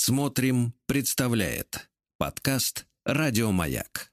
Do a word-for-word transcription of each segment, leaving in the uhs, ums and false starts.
Смотрим, представляет подкаст «Радио Маяк».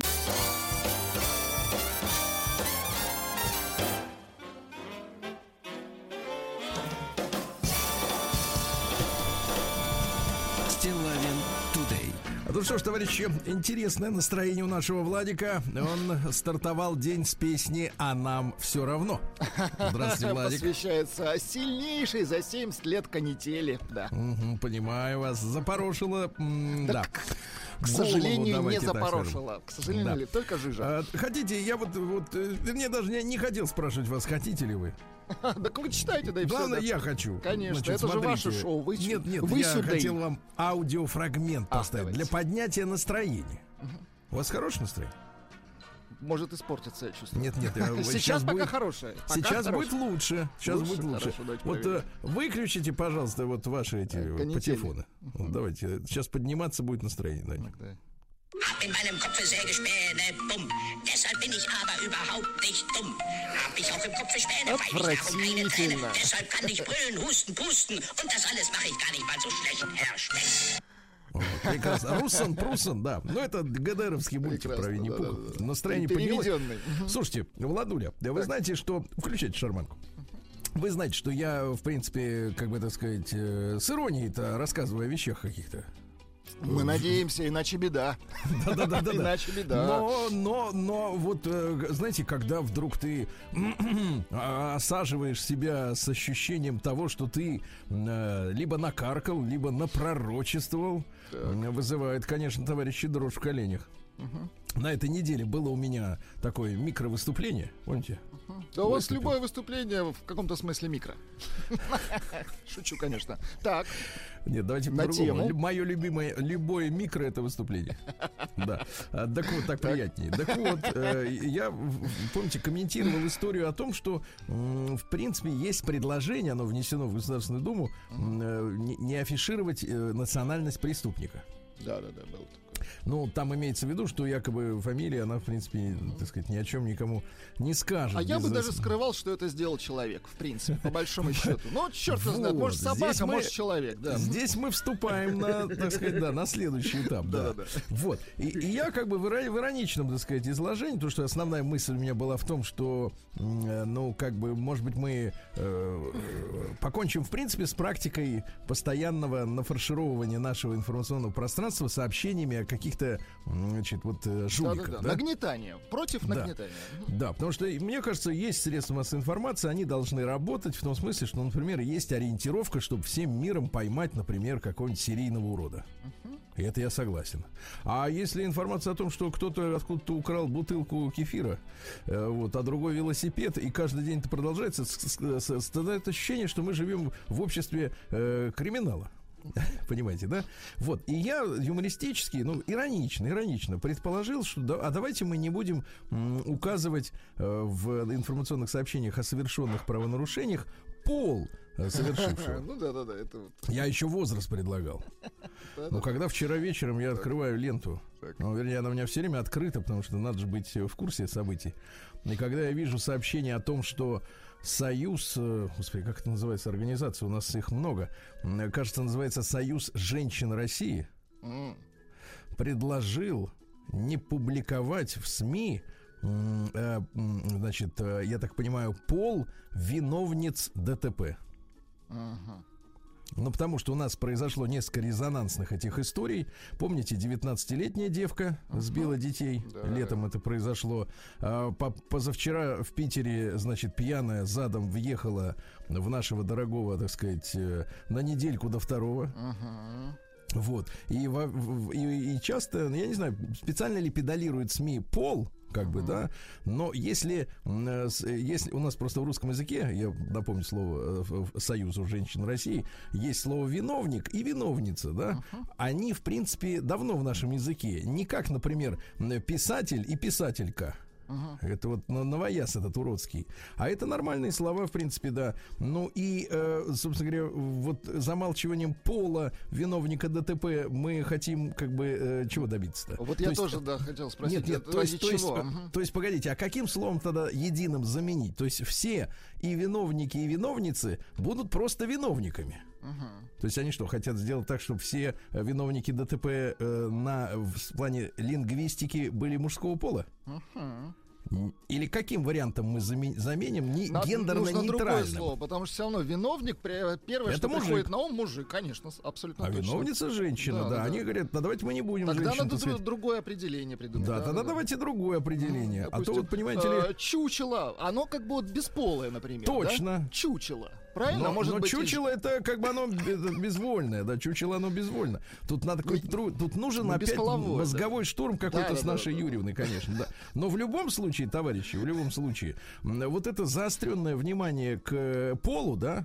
Ну что ж, товарищи, интересное настроение у нашего Владика. Он стартовал день с песни «А нам все равно». Здравствуйте, Владик. Посвящается сильнейшей за семьдесят лет канители. Да. Угу, понимаю вас. Запорошило. М- да. К сожалению, Голову, не запорошило. К сожалению, да. Только жижа. А, хотите, я вот, вот, вернее, даже не, не хотел спрашивать вас, хотите ли вы? Так вы читаете, да и все. Главное, я хочу. Конечно, Значит, это смотрите. Же ваше шоу. Вы, нет, нет, вы я сюда. хотел вам аудиофрагмент а, поставить давайте. для поднятия настроения. Угу. У вас хорошее настроение? Может испортиться, я чувствую. Нет, нет, я, сейчас, сейчас пока будет, хорошее. Пока сейчас хорошее. будет лучше. Сейчас лучше? будет лучше. Хорошо, вот э, выключите, пожалуйста, вот ваши эти Канители. патефоны. Вот, давайте. Сейчас подниматься будет настроение. Давайте. Hab in meinem Kopfe Sägespäne, bumm. Deshalb bin ich aber überhaupt nicht dumm. Hab ich auch im Kopfe Späne, weil ich darum keine Träne. Deshalb kann ich brüllen, husten, pusten. Und das alles mache ich gar nicht mal so schlecht, Herr Specht. Прекрасно. Руссан, Пруссан, да. Ну, это ГДРовский мультик про Винни-Пуха. Да, да, да. Настроение поднялось. Слушайте, Владуля, вы так. знаете, что... Включайте шарманку. Вы знаете, что я, в принципе, как бы, так сказать, с иронией-то рассказываю о вещах каких-то. Мы надеемся, иначе беда. Да-да-да. Иначе беда. Но, но, но, вот, знаете, когда вдруг ты осаживаешь себя с ощущением того, что ты либо накаркал, либо напророчествовал, вызывает, конечно, товарищи, дрожь в коленях. Угу. На этой неделе было у меня такое микровыступление, помните? Угу. Да у вас любое выступление в каком-то смысле микро. Шучу, конечно. Так. Нет, давайте по-другому. Мое любимое, любое микро — это выступление. Да. Так вот, так приятнее. Так вот, я, помните, комментировал историю о том, что, в принципе, есть предложение, оно внесено в Государственную Думу, не афишировать национальность преступника. Да, да, да, было такое. Ну, там имеется в виду, что якобы фамилия, она, в принципе, так сказать, ни о чем никому не скажет. А я бы даже скрывал, что это сделал человек, в принципе, по большому счету. Ну, черт его знает, может собака, может человек, да. Здесь мы вступаем на, так сказать, да, на следующий этап, да. Вот. И я как бы в ироничном, так сказать, изложении, потому что основная мысль у меня была в том, что, ну, как бы, может быть, мы покончим, в принципе, с практикой постоянного нафаршировывания нашего информационного пространства сообщениями о каких-то, значит, вот жуликах. Да, да, да. Нагнетание. Против да. нагнетания. Да, потому что, мне кажется, есть средства массовой информации, они должны работать в том смысле, что, например, есть ориентировка, чтобы всем миром поймать, например, какого-нибудь серийного урода. Uh-huh. И это я согласен. А если информация о том, что кто-то откуда-то украл бутылку кефира, э, вот, а другой велосипед, и каждый день это продолжается, создает ощущение, что мы живем в обществе э, криминала. Понимаете, да? Вот. И я юмористически, ну, иронично, иронично предположил, что да, а давайте мы не будем м, указывать э, в информационных сообщениях о совершенных правонарушениях пол э, совершившего. Ну да, да, да. Это вот. Я еще возраст предлагал. Но когда вчера вечером я открываю ленту, ну, вернее, она у меня все время открыта, потому что надо же быть в курсе событий. И когда я вижу сообщение о том, что Союз, господи, как это называется, организация, у нас их много, кажется, называется Союз женщин России, mm. предложил не публиковать в СМИ, э, значит, я так понимаю, пол виновниц ДТП. Uh-huh. Ну, потому что у нас произошло несколько резонансных этих историй. Помните, девятнадцатилетняя девка сбила uh-huh. детей. Да. Летом это произошло. А, позавчера в Питере, значит, пьяная задом въехала в нашего дорогого, так сказать, на недельку до второго. Uh-huh. Вот. И, и, и часто, я не знаю, специально ли педалирует СМИ пол, как бы, да, но если, если у нас просто в русском языке, я напомню слово Союзу женщин России, есть слово виновник и виновница, да, uh-huh. они, в принципе, давно в нашем языке, не как, например, писатель и писателька. Uh-huh. Это вот новояз этот уродский. А это нормальные слова, в принципе, да. Ну и, э, собственно говоря, вот замалчиванием пола виновника ДТП мы хотим, как бы, э, чего добиться-то? Вот то я есть, тоже, да, хотел спросить. Нет, нет, то есть, то, есть, uh-huh. то есть, погодите, а каким словом тогда единым заменить? То есть все и виновники, и виновницы будут просто виновниками. То есть они что, хотят сделать так, чтобы все виновники ДТП э, на, в плане лингвистики были мужского пола? Uh-huh. Или каким вариантом мы заменим не гендерно-нейтральным? Нужно другое слово, потому что все равно виновник, первое, это что мужик. Приходит на ум, мужик, конечно, абсолютно а точно. А виновница женщина, да, да, да. Они говорят, да давайте мы не будем тогда женщин. Тогда надо другое определение придумать. Да, да, тогда да. давайте другое определение. Mm, допустим, а то вот, понимаете ли... Чучело, оно как бы вот бесполое, например. Точно. Да? Чучело. Правильно? Но, Может но быть, чучело это как бы оно безвольное, да, чучело оно безвольно. Тут надо какой-то тру... тут нужен опять мозговой да. штурм какой-то да, с нашей да, да, Юрьевной, да. конечно, да. Но в любом случае, товарищи, в любом случае, вот это заостренное внимание к полу, да,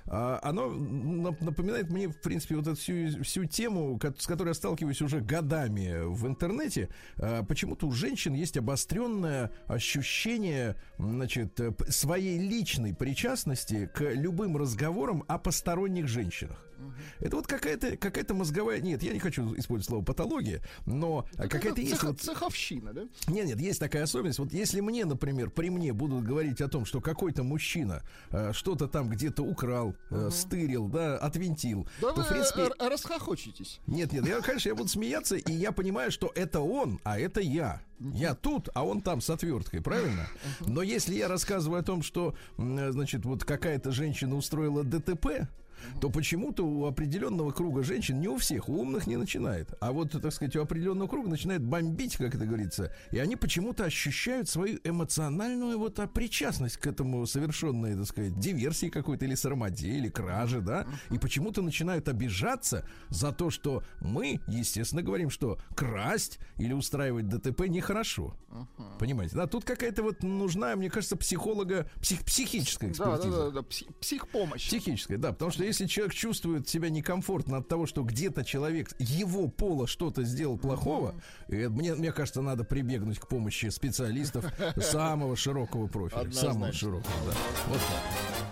оно напоминает мне, в принципе, вот эту всю, всю тему, с которой я сталкиваюсь уже годами в интернете. Почему-то у женщин есть обостренное ощущение, значит, своей личной причастности к любым разговорам о посторонних женщинах. Uh-huh. Это вот какая-то, какая-то мозговая... Нет, я не хочу использовать слово патология, но это какая-то есть... Цех, вот... Цеховщина, да? Нет, нет, есть такая особенность. Вот если мне, например, при мне будут говорить о том, что какой-то мужчина э, что-то там где-то украл, э, uh-huh. стырил, да, отвинтил, да то, вы в принципе... расхохочетесь. Нет, нет, я, конечно, я буду смеяться, и я понимаю, что это он, а это я. Я тут, а он там с отверткой, правильно? Но если я рассказываю о том, что, значит, вот какая-то женщина устроила ДТП, то почему-то у определенного круга женщин, не у всех, у умных не начинает, а вот, так сказать, у определенного круга начинает бомбить, как это говорится, и они почему-то ощущают свою эмоциональную вот причастность к этому совершенной, так сказать, диверсии какой-то или сармаде, или краже, да, и почему-то начинают обижаться за то, что мы, естественно, говорим, что красть или устраивать ДТП нехорошо. Uh-huh. Понимаете, да, тут какая-то вот нужна, мне кажется, психолога, псих, психическая экспертиза. Да, да, да, да. Психпомощь. Психическая, да, потому что если человек чувствует себя некомфортно от того, что где-то человек его пола что-то сделал плохого, uh-huh. мне, мне кажется, надо прибегнуть к помощи специалистов самого широкого профиля. Однозначно. Самого широкого, да. Вот так.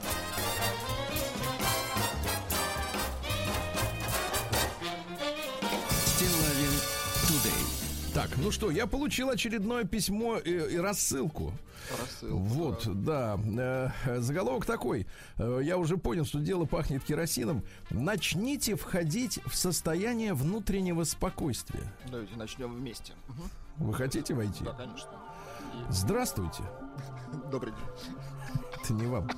Так, ну что, я получил очередное письмо и, и рассылку. Рассылку. Вот, да. да. Э, заголовок такой. Э, я уже понял, что дело пахнет керосином. Начните входить в состояние внутреннего спокойствия. Давайте начнем вместе. Угу. Вы хотите войти? Да, конечно. И... Здравствуйте. Добрый день. Это не вам.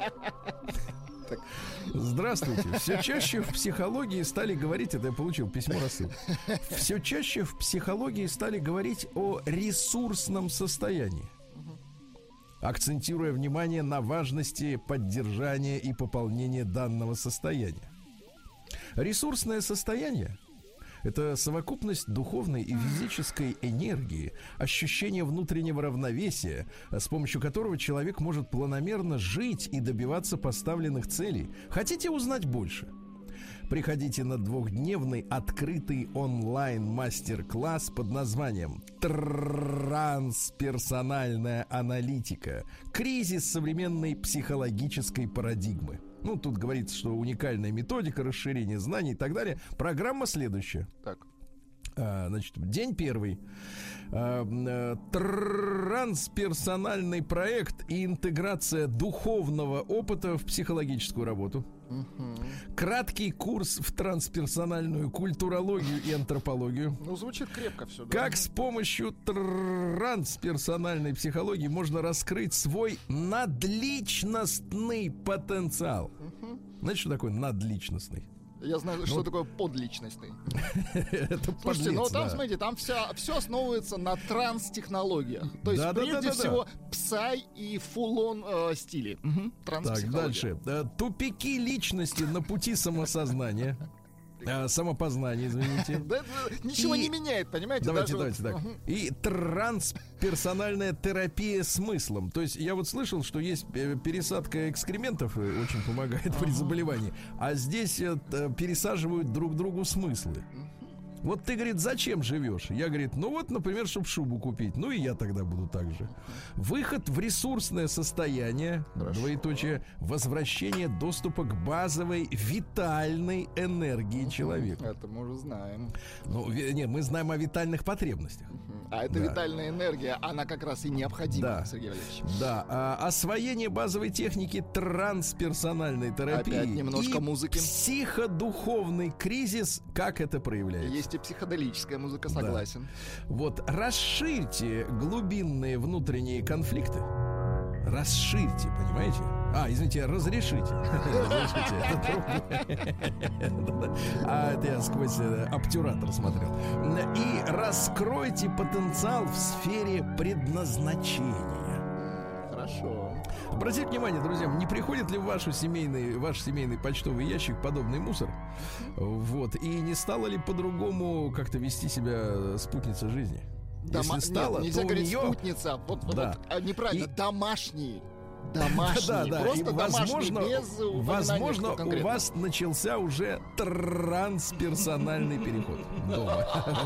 Так. Здравствуйте. Все чаще в психологии стали говорить, это я получил письмо рассылку. Все чаще в психологии стали говорить о ресурсном состоянии, акцентируя внимание на важности поддержания и пополнения данного состояния. Ресурсное состояние — это совокупность духовной и физической энергии, ощущение внутреннего равновесия, с помощью которого человек может планомерно жить и добиваться поставленных целей. Хотите узнать больше? Приходите на двухдневный открытый онлайн-мастер-класс под названием «Трансперсональная аналитика. Кризис современной психологической парадигмы». Ну, тут говорится, что уникальная методика расширения знаний и так далее. Программа следующая. Так. А, значит, день первый. А, а, трансперсональный проект и интеграция духовного опыта в психологическую работу. Угу. Краткий курс в трансперсональную культурологию и антропологию. Ну, звучит крепко все. Да? Как с помощью трансперсональной психологии можно раскрыть свой надличностный потенциал. Угу. Знаете, что такое надличностный? Я знаю, что ну, такое подличностный. Это Слушайте, подлец, ну там, да. смотрите, там вся, все основывается на транс-технологиях. То есть, да, прежде да, да, всего, да. псай и фуллон э, стили. Угу. Так, дальше. Тупики личности на пути самосознания. А, самопознание, извините. Да, ничего и... не меняет, понимаете? Давайте, давайте вот... так. Uh-huh. И трансперсональная терапия смыслом. То есть я вот слышал, что есть пересадка экскрементов, очень помогает uh-huh. при заболевании. А здесь пересаживают друг другу смыслы. Вот ты, говорит, зачем живешь? Я, говорит, ну вот, например, чтобы шубу купить. Ну и я тогда буду так же. Выход в ресурсное состояние, Хорошо. двоеточие, возвращение доступа к базовой витальной энергии человека. Это мы уже знаем. Ну, ви- не, мы знаем о витальных потребностях. А эта Да. витальная энергия, она как раз и необходима, Да. Сергей Валерьевич. Да, а, освоение базовой техники трансперсональной терапии. Опять немножко и музыки. психодуховный кризис, как это проявляется? Есть и психоделическая музыка, согласен. Вот расширьте глубинные внутренние конфликты. Расширьте, понимаете? А, извините, разрешите. Разрешите, это другое. А это я сквозь э, обтюратор смотрел. И раскройте потенциал в сфере предназначения. Хорошо. Обратите внимание, друзья, не приходит ли в вашу семейный, ваш семейный почтовый ящик подобный мусор? Вот. И не стало ли по-другому как-то вести себя спутница жизни? Дома- Если стало, Нет, нельзя то у говорить нее... спутница. Вот, вот, Да. вот, а, неправильно. И- Домашние. Домашние. Да, да, Просто и, домашние, возможно, без упоминания, возможно кто у конкретно. вас начался уже трансперсональный переход дома.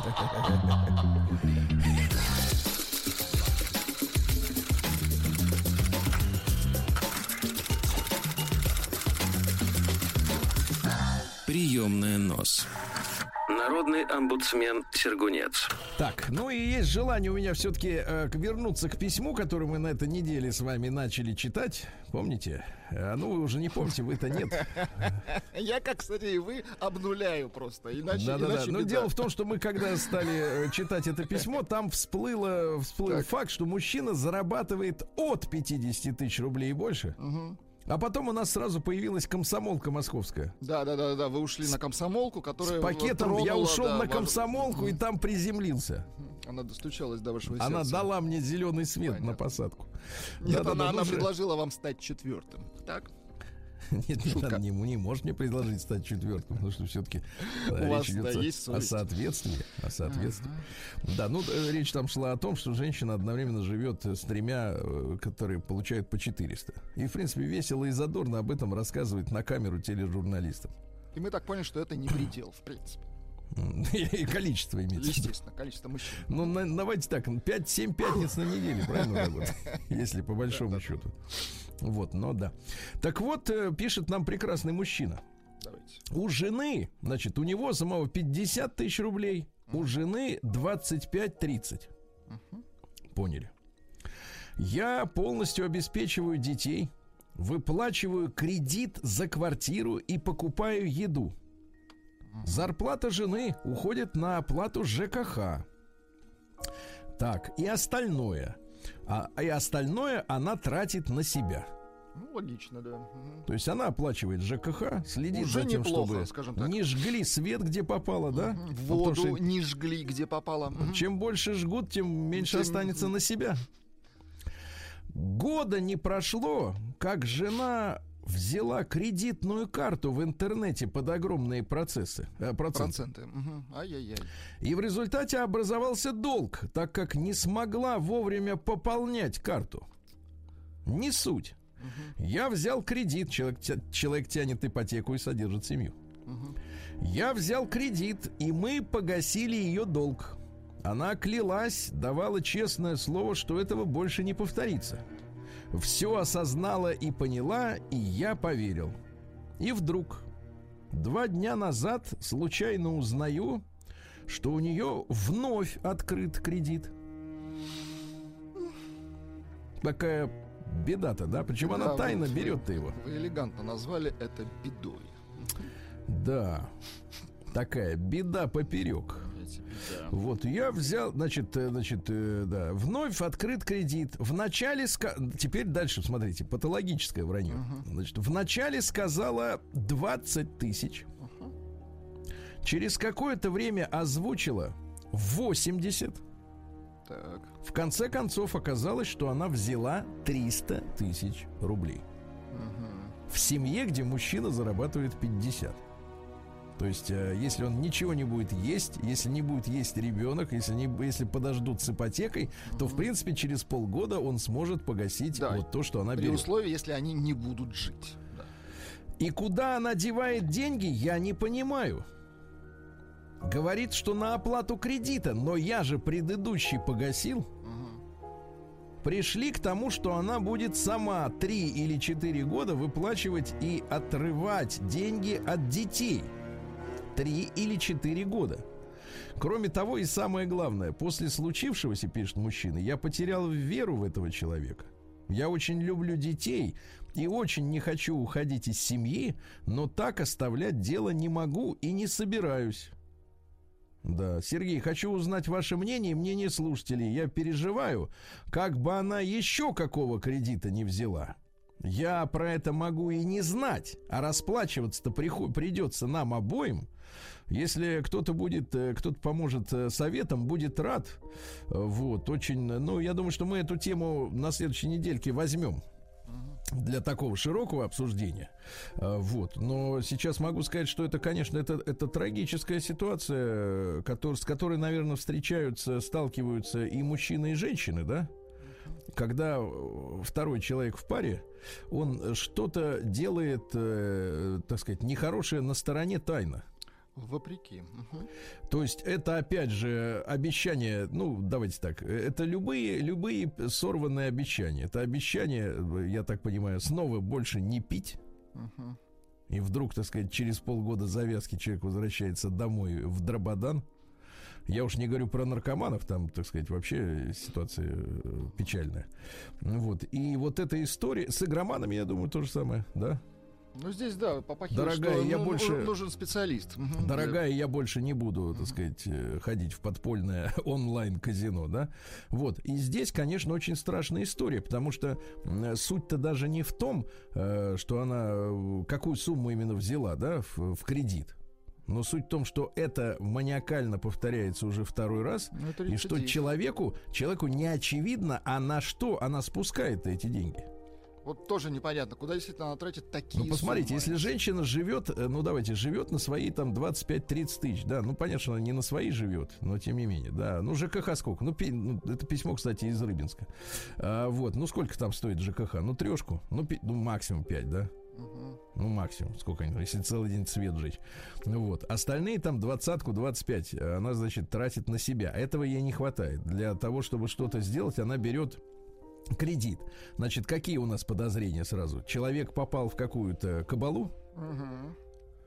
Приемная нос. Народный омбудсмен Сергунец. Так, ну и есть желание у меня все-таки э, вернуться к письму, которое мы на этой неделе с вами начали читать. Помните? А, ну, вы уже не помните, вы-то нет. Я, как, кстати, и вы, обнуляю просто. Иначе, Да-да-да. иначе Но беда. дело в том, что мы, когда стали э, читать это письмо, там всплыло, всплыл Так. факт, что мужчина зарабатывает от пятидесяти тысяч рублей и больше. Мгм. А потом у нас сразу появилась комсомолка московская. Да, да, да, да. Вы ушли на комсомолку, которая С пакетом тронула, я ушел да, на ваш- комсомолку и там приземлился. Она достучалась до вашего Она сердца. дала мне зеленый свет Понятно. на посадку. Нет, Да-да-да, она, ну она уже- предложила вам стать четвертым. Так? Нет, нет, Шутка. она не, не может мне предложить стать четвертым, потому что все-таки У вас, речь да, идет есть о совесть. соответствии. О соответствии. Да, ну э, речь там шла о том, что женщина одновременно живет с тремя, э, которые получают по четыреста. И, в принципе, весело и задорно об этом рассказывает на камеру тележурналистам. И мы так поняли, что это не предел, в принципе. И количество имеется. в виду. Естественно, количество мужчин. Ну, на- давайте так, пять-семь пятниц на неделе, правильно, вот, если по большому счету. Вот, но да. Так вот, э, пишет нам прекрасный мужчина. Давайте. У жены, значит, у него самого пятьдесят тысяч рублей, у жены двадцать пять тридцать. Поняли. Я полностью обеспечиваю детей, выплачиваю кредит за квартиру и покупаю еду. Зарплата жены уходит на оплату ЖКХ. Так, и остальное. А, и остальное она тратит на себя. Ну, логично, да. Мгм. То есть она оплачивает ЖКХ, следит Уже за тем, неплохо, чтобы скажем так. не жгли свет, где попало, да? Мгм. Ну, Воду потому что не жгли, где попало. Мгм. чем больше жгут, тем меньше Тем- останется на себя. Года не прошло, как жена взяла кредитную карту в интернете под огромные процессы, э, проценты. Проценты. Мгм. Ай-яй-яй. И в результате образовался долг, так как не смогла вовремя пополнять карту. Не суть. Я взял кредит, человек, тя- человек тянет ипотеку и содержит семью. Я взял кредит, и мы погасили ее долг. Она клялась, давала честное слово, что этого больше не повторится. Все осознала и поняла, и я поверил. И вдруг, два дня назад, случайно узнаю, что у нее вновь открыт кредит. Такая беда-то, да? Причем Да, она вы- тайно вы- берет-то его. Вы элегантно назвали это бедой. Да, такая беда поперек. Эти беда. Вот, я взял, значит, э, значит, э, да, вновь открыт кредит. Вначале, ска... теперь дальше, смотрите, патологическое вранье. Значит, вначале сказала двадцать тысяч. Через какое-то время озвучила восемьдесят. Так. В конце концов оказалось, что она взяла триста тысяч рублей. В семье, где мужчина зарабатывает пятьдесят. То есть, э, если он ничего не будет есть, если не будет есть ребенок, если, не, если подождут с ипотекой, то, в принципе, через полгода он сможет погасить Да, вот то, что она При берет. условии, если они не будут жить. Да. И куда она девает деньги, я не понимаю. Говорит, что на оплату кредита, но я же предыдущий погасил. Пришли к тому, что она будет сама три или четыре года выплачивать и отрывать деньги от детей. Три или четыре года. Кроме того, и самое главное, после случившегося, пишет мужчина, я потерял веру в этого человека. Я очень люблю детей и очень не хочу уходить из семьи, но так оставлять дело не могу и не собираюсь. Да, Сергей, хочу узнать ваше мнение, мнение слушателей. Я переживаю, как бы она еще какого кредита не взяла. Я про это могу и не знать, а расплачиваться-то приход- придется нам обоим. Если кто-то будет, кто-то поможет советом, будет рад. Вот, очень, ну, я думаю, что мы эту тему на следующей недельке возьмем для такого широкого обсуждения. Вот. Но сейчас могу сказать, что это, конечно, это, это трагическая ситуация, который, с которой, наверное, встречаются, сталкиваются и мужчины, и женщины, да? Когда второй человек в паре, он что-то делает, э, так сказать, нехорошее на стороне тайно. Вопреки. Угу. То есть это, опять же, обещание, ну, давайте так, это любые, любые сорванные обещания. Это обещание, я так понимаю, снова больше не пить. Угу. И вдруг, так сказать, через полгода завязки человек возвращается домой в Драбадан. Я уж не говорю про наркоманов, там, так сказать, вообще ситуация печальная. Вот. И вот эта история с игроманами, я думаю, то же самое, да? Ну, здесь, да, попахивает, дорогая, что я ну, больше... нужен специалист. Дорогая, я больше не буду, так сказать, ходить в подпольное онлайн-казино, да? Вот. И здесь, конечно, очень страшная история, потому что суть-то даже не в том, что она какую сумму именно взяла, да, в, в кредит. Но суть в том, что это маниакально повторяется уже второй раз, ну, и что человеку, человеку не очевидно, а на что она спускает эти деньги. Вот тоже непонятно, куда действительно она тратит такие Ну, посмотрите, суммы. если женщина живет, ну, давайте, живет на свои там двадцать пять тридцать тысяч, да, ну, понятно, что она не на свои живет, но тем не менее, да, ну, ЖКХ сколько? Ну, пи, ну это письмо, кстати, из Рыбинска. А, вот, ну, сколько там стоит ЖКХ? Ну, трешку, ну, пи, ну максимум пять, да? Угу. Ну, максимум, сколько они, если целый день свет жечь. Ну, вот, остальные там двадцатку, двадцать пять, она, значит, тратит на себя. Этого ей не хватает. Для того, чтобы что-то сделать, она берет кредит. Значит, какие у нас подозрения сразу? Человек попал в какую-то кабалу, угу.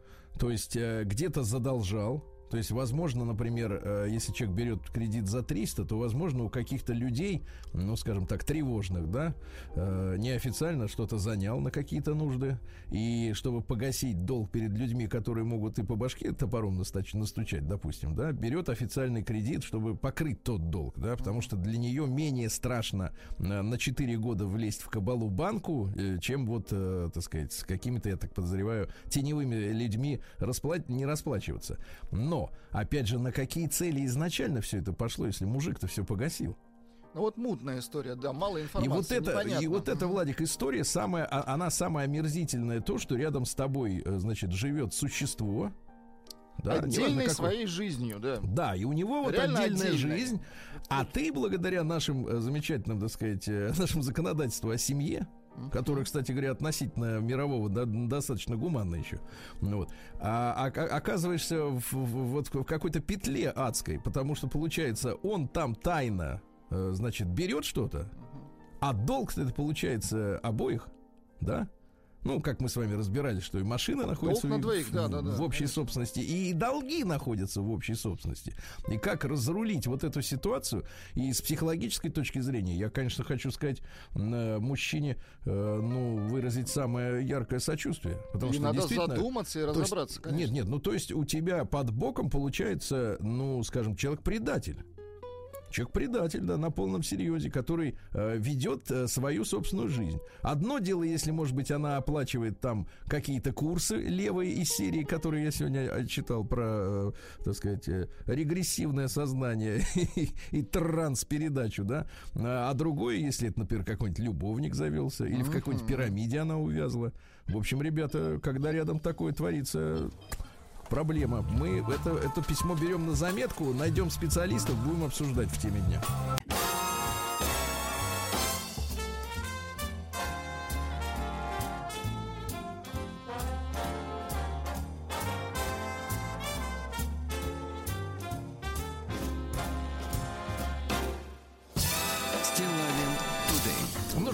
То есть э, где-то задолжал. То есть, возможно, например, э, если человек берет кредит за триста, то, возможно, у каких-то людей, ну, скажем так, тревожных, да, э, неофициально что-то занял на какие-то нужды. И чтобы погасить долг перед людьми, которые могут и по башке топором настуч- настучать, допустим, да, берет официальный кредит, чтобы покрыть тот долг, да, потому что для нее менее страшно э, на четыре года влезть в кабалу банку, э, чем вот, э, так сказать, с какими-то, я так подозреваю, теневыми людьми распла- не расплачиваться. Но Но, опять же, на какие цели изначально все это пошло, если мужик-то все погасил? Ну вот мутная история, да, мало информации. И вот это, непонятно. и вот это, Владик, история самая, она самая омерзительная, то, что рядом с тобой, значит, живет существо. Да, отдельной своей жизнью, да. Да, и у него вот реально отдельная отдельная жизнь. А ты, благодаря нашим замечательным, так сказать, нашему законодательству о семье, который, кстати говоря, относительно мирового да, достаточно гуманно еще, вот, а, а, оказываешься в, в, вот в какой-то петле адской, потому что, получается, он там тайно, значит, берет что-то, а долг, это получается обоих, да? Ну, как мы с вами разбирались, что и машина находится на двоих, в, да, да, да, в общей конечно. собственности, и долги находятся в общей собственности. И как разрулить вот эту ситуацию, и с психологической точки зрения, я, конечно, хочу сказать мужчине, ну, выразить самое яркое сочувствие. Потому и что надо действительно, задуматься и разобраться, есть, конечно. Нет, нет, ну, то есть у тебя под боком получается, ну, скажем, человек-предатель. Человек-предатель, да, на полном серьезе, который э, ведет э, свою собственную жизнь. Одно дело, если, может быть, она оплачивает там какие-то курсы левые из серии, которые я сегодня читал про, э, так сказать, э, регрессивное сознание и, и транс-передачу, да. А другое, если это, например, какой-нибудь любовник завелся, или в какой-нибудь пирамиде она увязла. В общем, ребята, когда рядом такое творится... Проблема. Мы это, это письмо берем на заметку, найдем специалистов, будем обсуждать в теме дня.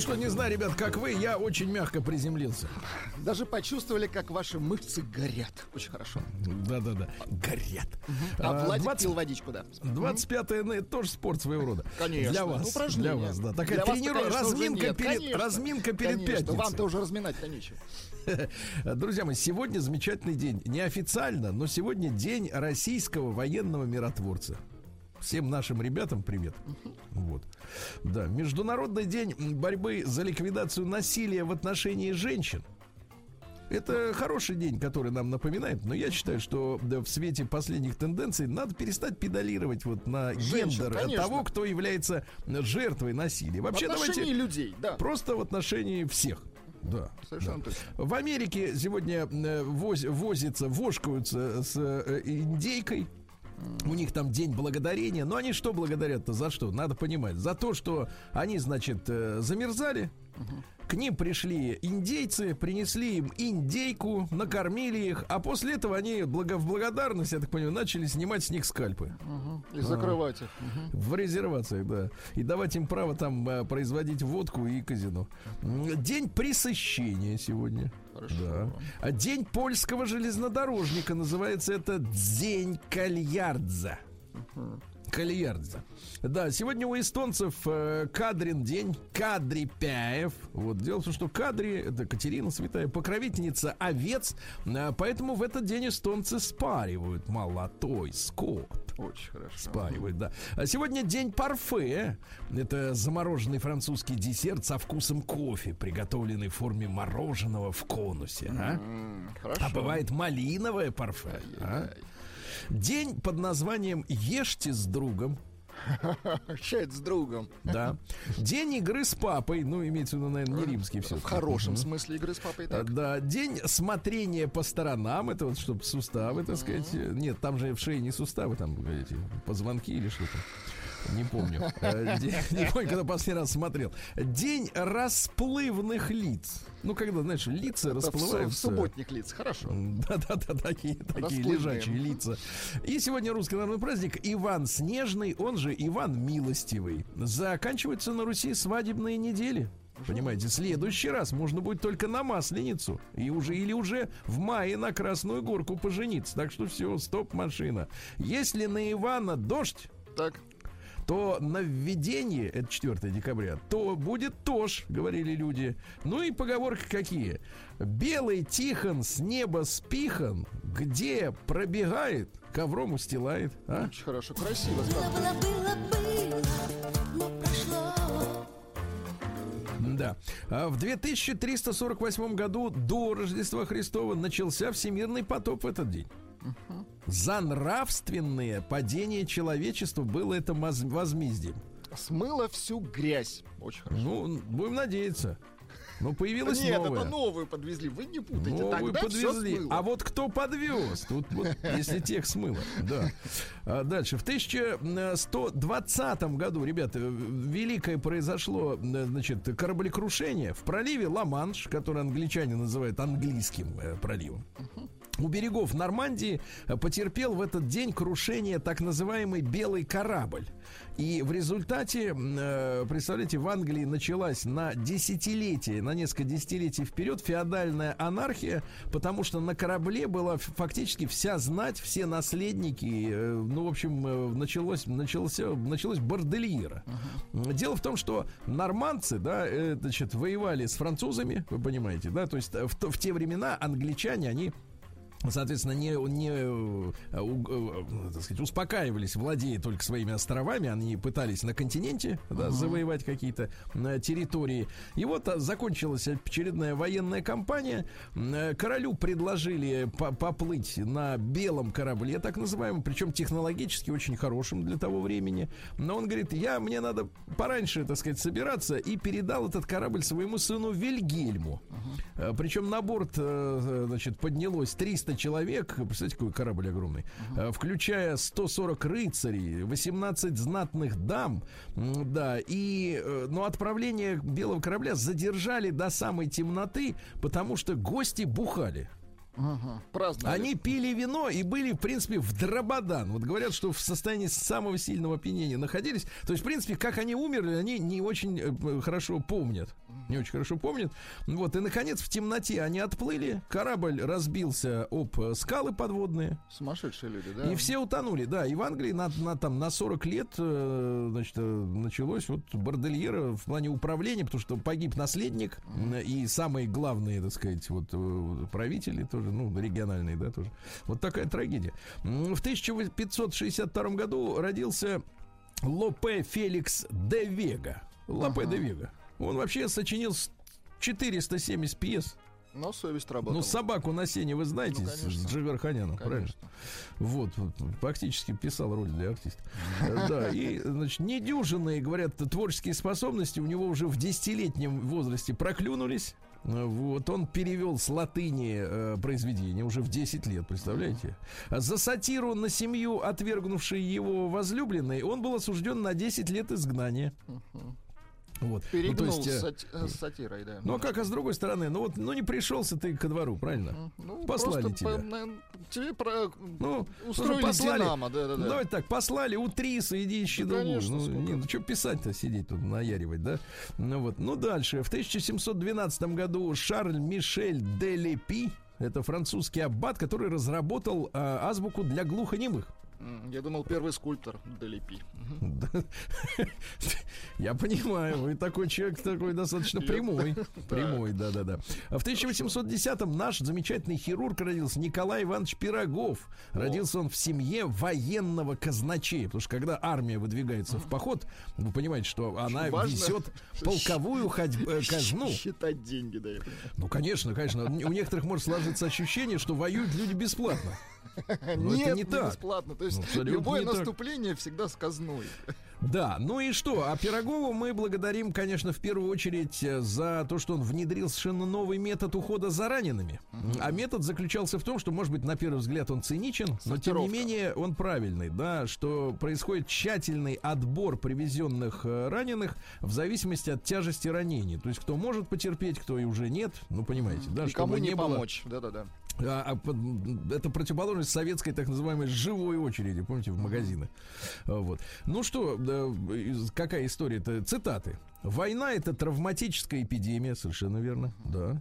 что, не знаю, ребят, как вы, я очень мягко приземлился. Даже почувствовали, как ваши мышцы горят. Очень хорошо. Да-да-да, горят. Угу. А, а Владик двадцать... пил водичку, да. двадцать пятое это тоже спорт своего рода. Конечно. Для вас. Упражнение. Для вас, да. Такая тренировка, разминка перед, конечно. разминка перед конечно. пятницей. Вам-то уже разминать-то нечего. Друзья мои, сегодня замечательный день. Неофициально, но сегодня день российского военного миротворца. Всем нашим ребятам привет. Вот. Да, Международный день борьбы за ликвидацию насилия в отношении женщин. Это хороший день, который нам напоминает, но я считаю, что да, в свете последних тенденций надо перестать педалировать вот на Женщин, гендер конечно. того, кто является жертвой насилия. Вообще, в отношении давайте людей, да. Просто в отношении всех. Да, совершенно да. точно. В Америке сегодня воз, возятся, вошкаются с индейкой. У них там день благодарения. Но они что благодарят-то? За что? Надо понимать. За то, что они, значит, замерзали. Угу. К ним пришли индейцы, принесли им индейку, накормили их, а после этого они благо, в благодарность, я так понимаю, начали снимать с них скальпы. Угу. И закрывать а, их. Угу. В резервациях, да. И давать им право там а, производить водку и казино. День пресыщения сегодня. Хорошо. Да. А день польского железнодорожника называется это Дзень Кальярдза. Угу. Кальярдза. Да, сегодня у эстонцев э, Кадрин день, Кадрипяев. Вот, дело в том, что Кадри, это Катерина Святая, покровительница овец, э, поэтому в этот день эстонцы спаривают молотой скот. Очень хорошо. Спаривают, да. А сегодня день парфе. Это замороженный французский десерт со вкусом кофе, приготовленный в форме мороженого в конусе. А, mm, хорошо. А бывает малиновое парфе. А? День под названием «Ешьте с другом». Чать с другом. Да. День игры с папой. Ну, имеется в виду, наверное, не римский все. В хорошем смысле игры с папой, так. Да. День смотрения по сторонам. Это вот, чтобы суставы, так сказать. Нет, там же в шее не суставы, там эти позвонки или что-то. Не помню. Не помню, когда последний раз смотрел. День расплывных лиц. Ну, когда, знаешь, лица это расплываются. В субботник лиц, хорошо. Да-да-да, такие, такие лежачие лица. И сегодня русский народный праздник Иван Снежный, он же Иван Милостивый. Заканчиваются на Руси свадебные недели. Понимаете, в следующий раз можно будет только на Масленицу и уже, или уже в мае на Красную Горку пожениться. Так что все, стоп, машина. Если на Ивана дождь, так, то на введении, это четвёртого декабря, то будет тож, говорили люди. Ну и поговорки какие? Белый Тихон с неба спихан, где пробегает, ковром устилает. А? Очень хорошо, красиво. Было, было, было, но прошло. Да. А в две тысячи триста сорок восьмом году до Рождества Христова начался всемирный потоп в этот день. Uh-huh. За нравственное падение человечества было это возмездие. Смыло всю грязь. Очень хорошо. Ну, будем надеяться. Ну, появилась Нет, новая. это новую подвезли. Вы не путайте. Новую Тогда подвезли. А вот кто подвез? Тут вот, если тех смыло. Да. А дальше. В тысяча сто двадцатом году, ребята, великое произошло, значит, кораблекрушение в проливе Ла-Манш, который англичане называют английским э, проливом. У берегов Нормандии потерпел в этот день крушение так называемый белый корабль. И в результате, представляете, в Англии началась на десятилетие, на несколько десятилетий вперед феодальная анархия, потому что на корабле была фактически вся знать, все наследники. Ну, в общем, началось, начался, началось бордельера. Uh-huh. Дело в том, что нормандцы, да, значит, воевали с французами, вы понимаете, да, то есть в, в те времена англичане, они, соответственно, не, не так сказать, успокаивались, владея только своими островами. Они пытались на континенте, да, uh-huh. завоевать какие-то территории. И вот закончилась очередная военная кампания. Королю предложили поплыть на белом корабле, так называемом, причем технологически очень хорошем для того времени. Но он говорит, я, мне надо пораньше, так сказать, собираться, и передал этот корабль своему сыну Вильгельму. Uh-huh. Причем на борт, значит, поднялось триста человек, представляете, какой корабль огромный, uh-huh. включая сто сорок рыцарей, восемнадцать знатных дам, да, и, но отправление белого корабля задержали до самой темноты, потому что гости бухали. Ага, праздновали. Они пили вино и были, в принципе, в дрободан. Вот говорят, что в состоянии самого сильного опьянения находились. То есть, в принципе, как они умерли, они не очень э, хорошо помнят. Не очень хорошо помнят. Вот, и, наконец, в темноте они отплыли. Корабль разбился об скалы подводные. Сумасшедшие люди, да? И все утонули. Да, и в Англии на, на, там, на сорок лет э, значит, началось вот бордельера в плане управления, потому что погиб наследник. Mm-hmm. И самые главные, так сказать, вот, правители тоже, ну, региональные, да, тоже. Вот такая трагедия. В тысяча пятьсот шестьдесят втором году родился Лопе Феликс де Вега. Лопе Ага. де Вега. Он вообще сочинил четыреста семьдесят пьес. Но совесть работала. Ну, собаку на сене вы знаете, Ну, с Джигарханяном, правильно? Вот, вот, фактически писал роль для артиста. Да, и, значит, недюжинные, говорят, творческие способности у него уже в десятилетнем возрасте проклюнулись. Вот, он перевел с латыни э, произведение уже в десять лет, представляете? За сатиру на семью, отвергнувшей его возлюбленной, он был осужден на десять лет изгнания. Вот. Перегнул Ну, то есть, сати- э, с сатирой, да. Ну, а как, а с другой стороны, ну вот, ну не пришелся ты ко двору, правильно? Ну, Послали просто тебя. по- на- тебе про... Ну, устроили послали. Динамо, да-да-да. Давайте так, послали, утриса, иди ищи Да, другую. конечно, Ну, сколько. не, ну что писать-то, сидеть тут, наяривать, да? Ну вот, ну дальше. В тысяча семьсот двенадцатом году Шарль Мишель де Лепи, это французский аббат, который разработал а, азбуку для глухонемых. М, Я думал, первый скульптор Делепи. Да. Я понимаю, вы такой человек, такой достаточно прямой. Прямой, да-да-да. А в тысяча восемьсот десятом наш замечательный хирург родился, Николай Иванович Пирогов. Родился он в семье военного казначея, потому что когда армия выдвигается в поход, вы понимаете, что она важно несет полковую ходь- э, казну. Считать деньги, да, я понимаю. Ну, конечно, конечно. У некоторых может сложиться ощущение, что воюют люди бесплатно. Но Нет, это не так. бесплатно. То есть Ну, абсолютно любое не так. наступление всегда с казной. Да, ну и что? А Пирогову мы благодарим, конечно, в первую очередь э, за то, что он внедрил совершенно новый метод ухода за ранеными. А метод заключался в том, что, может быть, на первый взгляд он циничен, но тем не Сортировка. менее он правильный, да, что происходит тщательный отбор привезенных э, раненых в зависимости от тяжести ранений. То есть кто может потерпеть, кто и уже нет, ну понимаете, да, И чтобы кому не было- помочь. Да-да-да. а, а, под- это противоположность советской так называемой живой очереди, помните, в магазины. А, Вот. Ну что, да, из- какая история-то? Цитаты. «Война — это травматическая эпидемия», совершенно верно, да.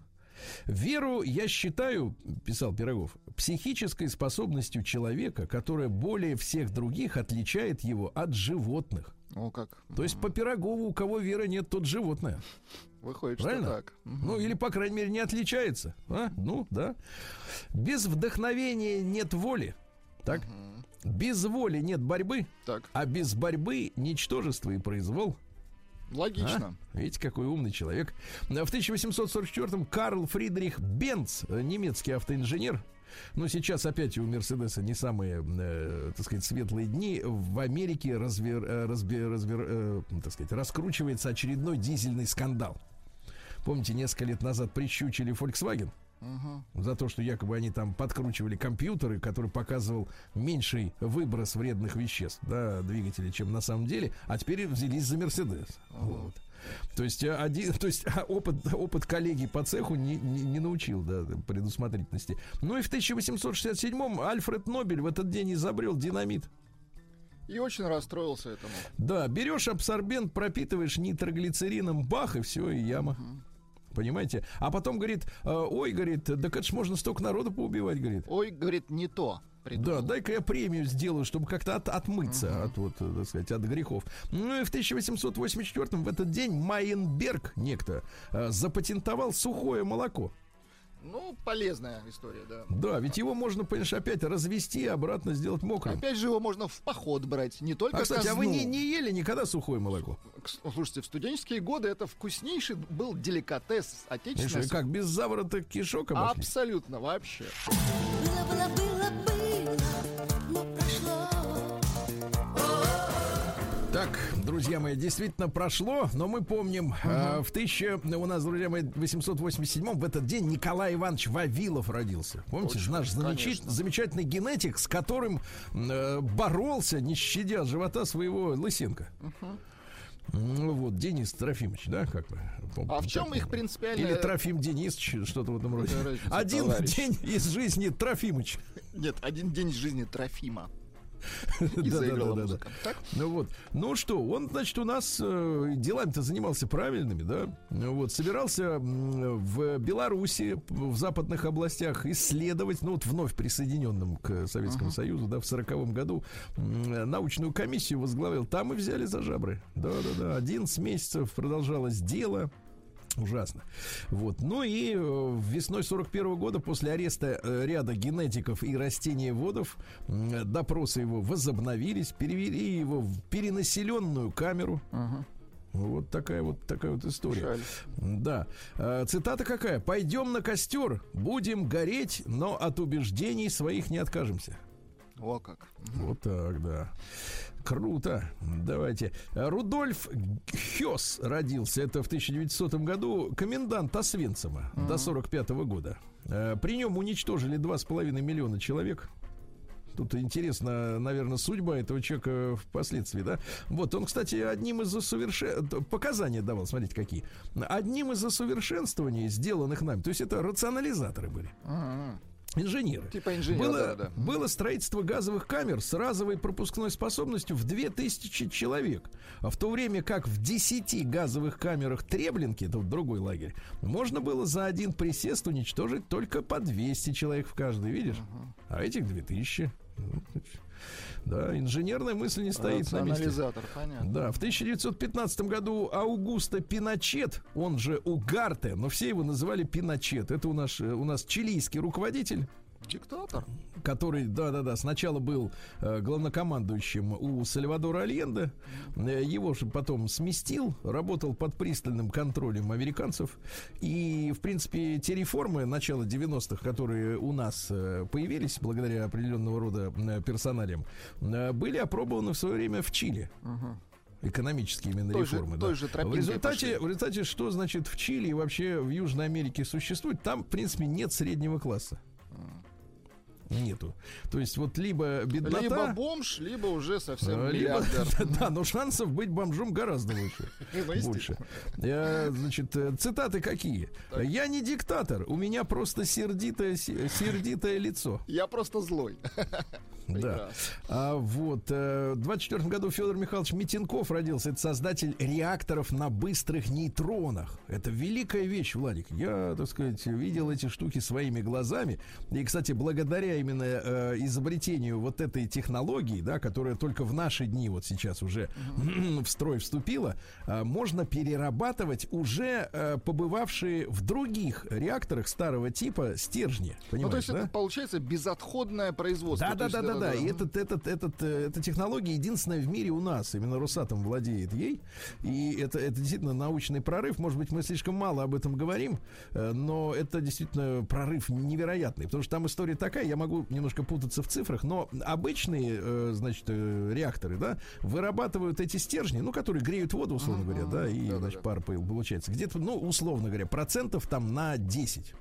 «Веру я считаю, — писал Пирогов, — психической способностью человека, которая более всех других отличает его от животных». О, как. То есть по Пирогову у кого веры нет, тот животное. Выходит, Правильно? что так. Мгм. Ну, или, по крайней мере, не отличается. А? Ну, да. Без вдохновения нет воли. Так? Без воли нет борьбы, Так, а без борьбы ничтожество и произвол. логично. А? Видите, какой умный человек. В тысяча восемьсот сорок четвёртом Карл Фридрих Бенц, немецкий автоинженер. Но сейчас опять у Мерседеса не самые, э, так сказать, светлые дни. В Америке развер, э, разбе- развер- э, так сказать, раскручивается очередной дизельный скандал. Помните, несколько лет назад прищучили Volkswagen за то, что якобы они там подкручивали компьютеры, который показывал меньший выброс вредных веществ, да, двигателя, чем на самом деле, а теперь взялись за Мерседес. Вот. То есть, э, один, то есть а, опыт, опыт коллеги по цеху не, не, не научил, да, предусмотрительности. Ну и в тысяча восемьсот шестьдесят седьмом Альфред Нобель в этот день изобрел динамит. И очень расстроился этому. Да, берешь абсорбент, пропитываешь нитроглицерином, бах, и все, и яма. Понимаете? А потом говорит, э, ой, говорит, да это ж можно столько народу поубивать, говорит. Ой, говорит, не то. придумал. Да, дай-ка я премию сделаю, чтобы как-то от, отмыться uh-huh. от, вот, так сказать, от грехов. Ну и в тысяча восемьсот восемьдесят четвёртом в этот день Майенберг некто э, запатентовал сухое молоко. Ну, полезная история, да. Да, ведь его можно, понимаешь, опять развести и обратно сделать мокрым. Опять же его можно в поход брать, не только А, кстати, казну. а вы не, не ели никогда сухое молоко? Слушайте, в студенческие годы это вкуснейший был деликатес отечественный. И как, без заворота кишок обошлись? Абсолютно, вообще. Было, было, было, было, но прошло. Так, друзья мои, действительно прошло, но мы помним, uh-huh. э, в тысяча, у нас, друзья мои, восемьсот восемьдесят седьмом в этот день Николай Иванович Вавилов родился. Помните, Точно, наш замечательный, замечательный генетик, с которым э, боролся, не щадя живота своего Лысенко. Uh-huh. Ну вот, Денис Трофимович, да, как бы. А в чем их принципиально... Или Трофим Денисович, что-то в этом роде. Разница, один товарищ. день из жизни Трофимыч. Нет, один день из жизни Трофима. И Да, заиграла да, да, музыка. Так? Ну вот, ну что, он, значит, у нас э, делами-то занимался правильными, да. Вот, собирался м, в Беларуси, в западных областях исследовать, ну вот вновь присоединенным к Советскому uh-huh. Союзу, да, в сороковом году м, научную комиссию возглавил. Там и взяли за жабры. Да, да, да. одиннадцать месяцев продолжалось дело. Ужасно. Вот. Ну и э, весной сорок первого года, после ареста э, ряда генетиков и растениеводов, э, допросы его возобновились, перевели его в перенаселенную камеру. Uh-huh. Вот такая вот такая вот история. Жаль. Да. Э, цитата какая? «Пойдем на костер, будем гореть, но от убеждений своих не откажемся». О, как. Вот так, да. Круто. Давайте. Рудольф Хёс родился. Это в тысяча девятисотом году. Комендант Освенцима uh-huh. до сорок пятого года. При нем уничтожили два с половиной миллиона человек. Тут интересно, наверное, судьба этого человека впоследствии, да? Вот, он, кстати, одним из усовершен... показания давал, смотрите, какие. Одним из усовершенствований, сделанных нами, то есть это рационализаторы были. Uh-huh. Инженеры. Типа инженера, было, да, да. было строительство газовых камер с разовой пропускной способностью в две тысячи человек. А в то время как в десяти газовых камерах Треблинки, это вот другой лагерь, можно было за один присест уничтожить только по двести человек в каждой, видишь? Uh-huh. А этих две тысячи. Да, инженерная мысль не стоит на месте. Рационализатор, понятно. Да, в тысяча девятьсот пятнадцатом году Аугусто Пиночет, он же Угарте, но все его называли Пиночет. Это у нас, у нас чилийский руководитель. Диктатор. Который, да-да-да, сначала был э, главнокомандующим у Сальвадора Альенде. Э, его же потом сместил, работал под пристальным контролем американцев. И, в принципе, те реформы начала девяностых, которые у нас э, появились благодаря определенного рода э, персоналиям, э, были опробованы в свое время в Чили. Uh-huh. Экономические именно той реформы. Же, да. той же в, результате, в результате, что значит в Чили и вообще в Южной Америке существует, там, в принципе, нет среднего класса. Нету. То есть вот либо беднота... Либо бомж, либо уже совсем либо, миллиардер. Да, да, но шансов быть бомжом гораздо выше. Больше. Я, значит, цитаты какие? Так. «Я не диктатор, у меня просто сердитое, сердитое лицо». Я просто злой. Да. А вот в двадцать четвёртом году Федор Михайлович Митенков родился. Это создатель реакторов на быстрых нейтронах. Это великая вещь, Владик. Я, так сказать, видел эти штуки своими глазами. И, кстати, благодаря именно э, изобретению вот этой технологии, да, которая только в наши дни вот сейчас уже uh-huh. в строй вступила, э, можно перерабатывать уже э, побывавшие в других реакторах старого типа стержни. Понимаешь, ну, то есть да? это получается безотходное производство. Да, да, да, да, да. И этот, этот, этот, эта технология единственная в мире у нас. Именно Росатом владеет ей. И это, это действительно научный прорыв. Может быть, мы слишком мало об этом говорим, но это действительно прорыв невероятный. Потому что там история такая, я могу немножко путаться в цифрах, но обычные, значит, реакторы, да, вырабатывают эти стержни, ну, которые греют воду, условно говоря, да, и, да, значит, да, пар получается. Где-то, ну, условно говоря, процентов там на десять.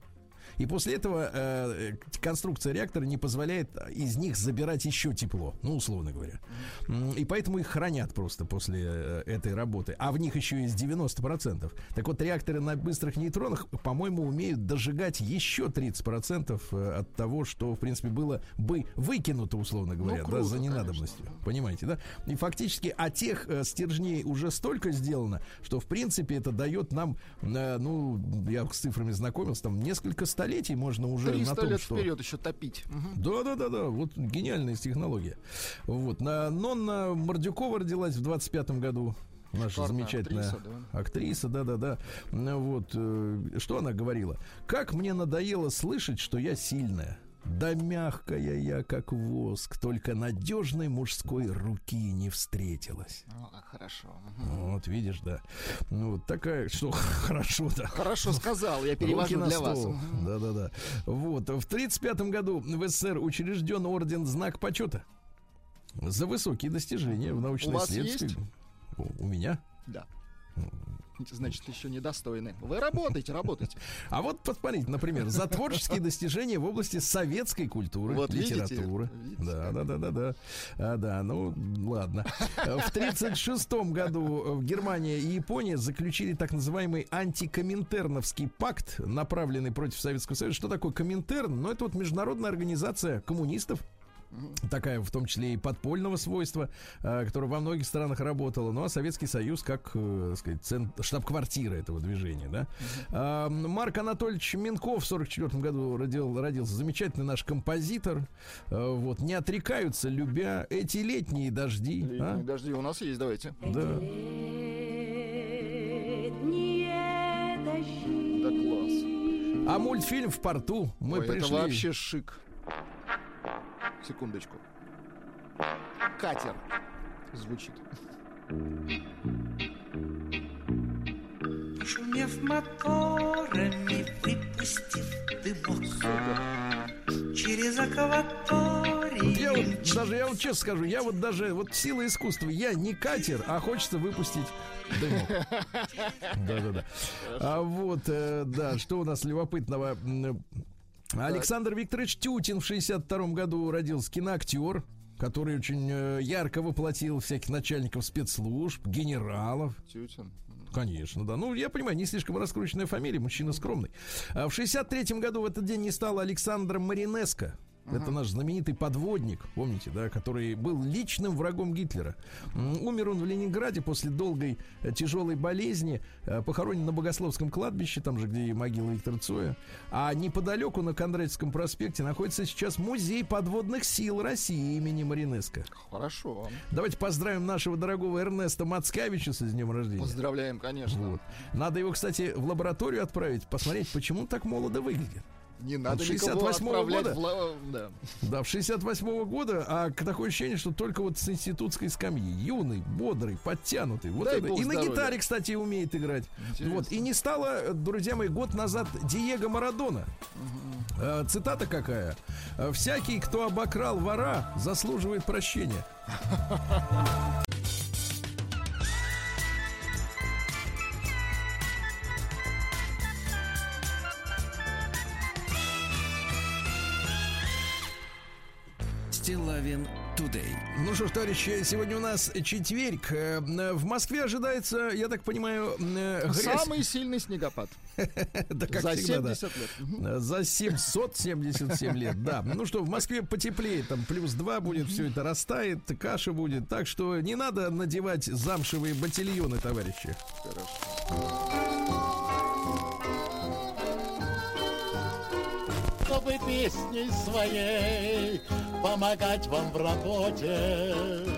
И после этого э, конструкция реактора не позволяет из них забирать еще тепло, ну, условно говоря. И поэтому их хранят просто после э, этой работы. А в них еще есть девяносто процентов. Так вот, реакторы на быстрых нейтронах, по-моему, умеют дожигать еще тридцать процентов от того, что, в принципе, было бы выкинуто, условно говоря, ну, круто, да, за ненадобностью. Конечно. Понимаете, да? И фактически от тех э, стержней уже столько сделано, что, в принципе, это дает нам, э, ну, я с цифрами знакомился, там несколько столетий Столетий можно уже триста на том, лет что... вперед еще топить. Да, да, да, да. Вот гениальная технология. Вот. Нонна Мордюкова родилась в двадцать пятом году. Наша Шикарная замечательная актриса, да. актриса, да, да, да. Вот. Что она говорила? Как мне надоело слышать, что я сильная. Да мягкая я, как воск, только надежной мужской руки не встретилась. Ну, хорошо. Вот, видишь, да. Ну, вот такая, что хорошо, да. Хорошо сказал, я перевожу для вас. Да-да-да. Вот, в тридцать пятом году в СССР учрежден орден «Знак почета» за высокие достижения в научно-исследовательской. У вас есть? У меня? Да. Значит, еще недостойны. Вы работаете, работаете. А вот посмотрите, например, за творческие достижения в области советской культуры, вот литературы. Видите? Да, да, да, да, да. А, да, ну ладно. В тридцать шестом году Германия и Япония заключили так называемый антикоминтерновский пакт, направленный против Советского Союза. Что такое Коминтерн? Ну, это вот международная организация коммунистов. Такая, в том числе и подпольного свойства, э, которая во многих странах работала. Ну, а Советский Союз как, э, так сказать, центр, штаб-квартира этого движения, да. Uh-huh. Э, Марк Анатольевич Минков в сорок четвёртом году родил, родился. Замечательный наш композитор. Э, вот, не отрекаются, любя эти летние дожди. Летние а? дожди у нас есть, давайте. Да. Да класс. А мультфильм «В порту» мы Ой, пришли. это вообще шик. Секундочку. Катер звучит. Шумев моторами, выпустив дымок через акваторию. Вот я вот даже, я вот честно скажу, я вот даже, вот сила искусства, я не катер, а хочется выпустить дымок. Да-да-да. А вот, э, да, что у нас любопытного? Александр Викторович Тютин в шестьдесят втором году родился, киноактер, который очень э, ярко воплотил всяких начальников спецслужб, генералов. Тютин. Конечно, да. Ну, я понимаю, не слишком раскрученная фамилия, мужчина скромный. А в шестьдесят третьем году в этот день не стало Александра Маринеско. Uh-huh. Это наш знаменитый подводник, помните, да, который был личным врагом Гитлера. Умер он в Ленинграде после долгой тяжелой болезни, похоронен на Богословском кладбище, там же, где и могила Виктора Цоя. А неподалеку на Кондратьевском проспекте находится сейчас музей подводных сил России имени Маринеско. Хорошо. Давайте поздравим нашего дорогого Эрнеста Мацкевича с днем рождения. Поздравляем, конечно. Вот. Надо его, кстати, в лабораторию отправить, посмотреть, почему он так молодо выглядит. Не надо вот никого отправлять года, в... Ла... Да. Да, в шестьдесят восьмого года, а такое ощущение, что только вот с институтской скамьи. Юный, бодрый, подтянутый. Вот это. И на гитаре, кстати, умеет играть. Вот. И не стало, друзья мои, год назад Диего Марадона. Угу. А, цитата какая? «Всякий, кто обокрал вора, заслуживает прощения». Стиллавин Тудей. Ну что ж, товарищи, сегодня у нас четверг. В Москве ожидается, я так понимаю, грязь. Самый сильный снегопад. Да, как За всегда, семьдесят да. лет. За семьсот семьдесят семь лет, да. Ну что, в Москве потеплее, там плюс два будет, все это растает, каша будет. Так что не надо надевать замшевые ботильоны, товарищи. Чтобы песней своей помогать вам в работе,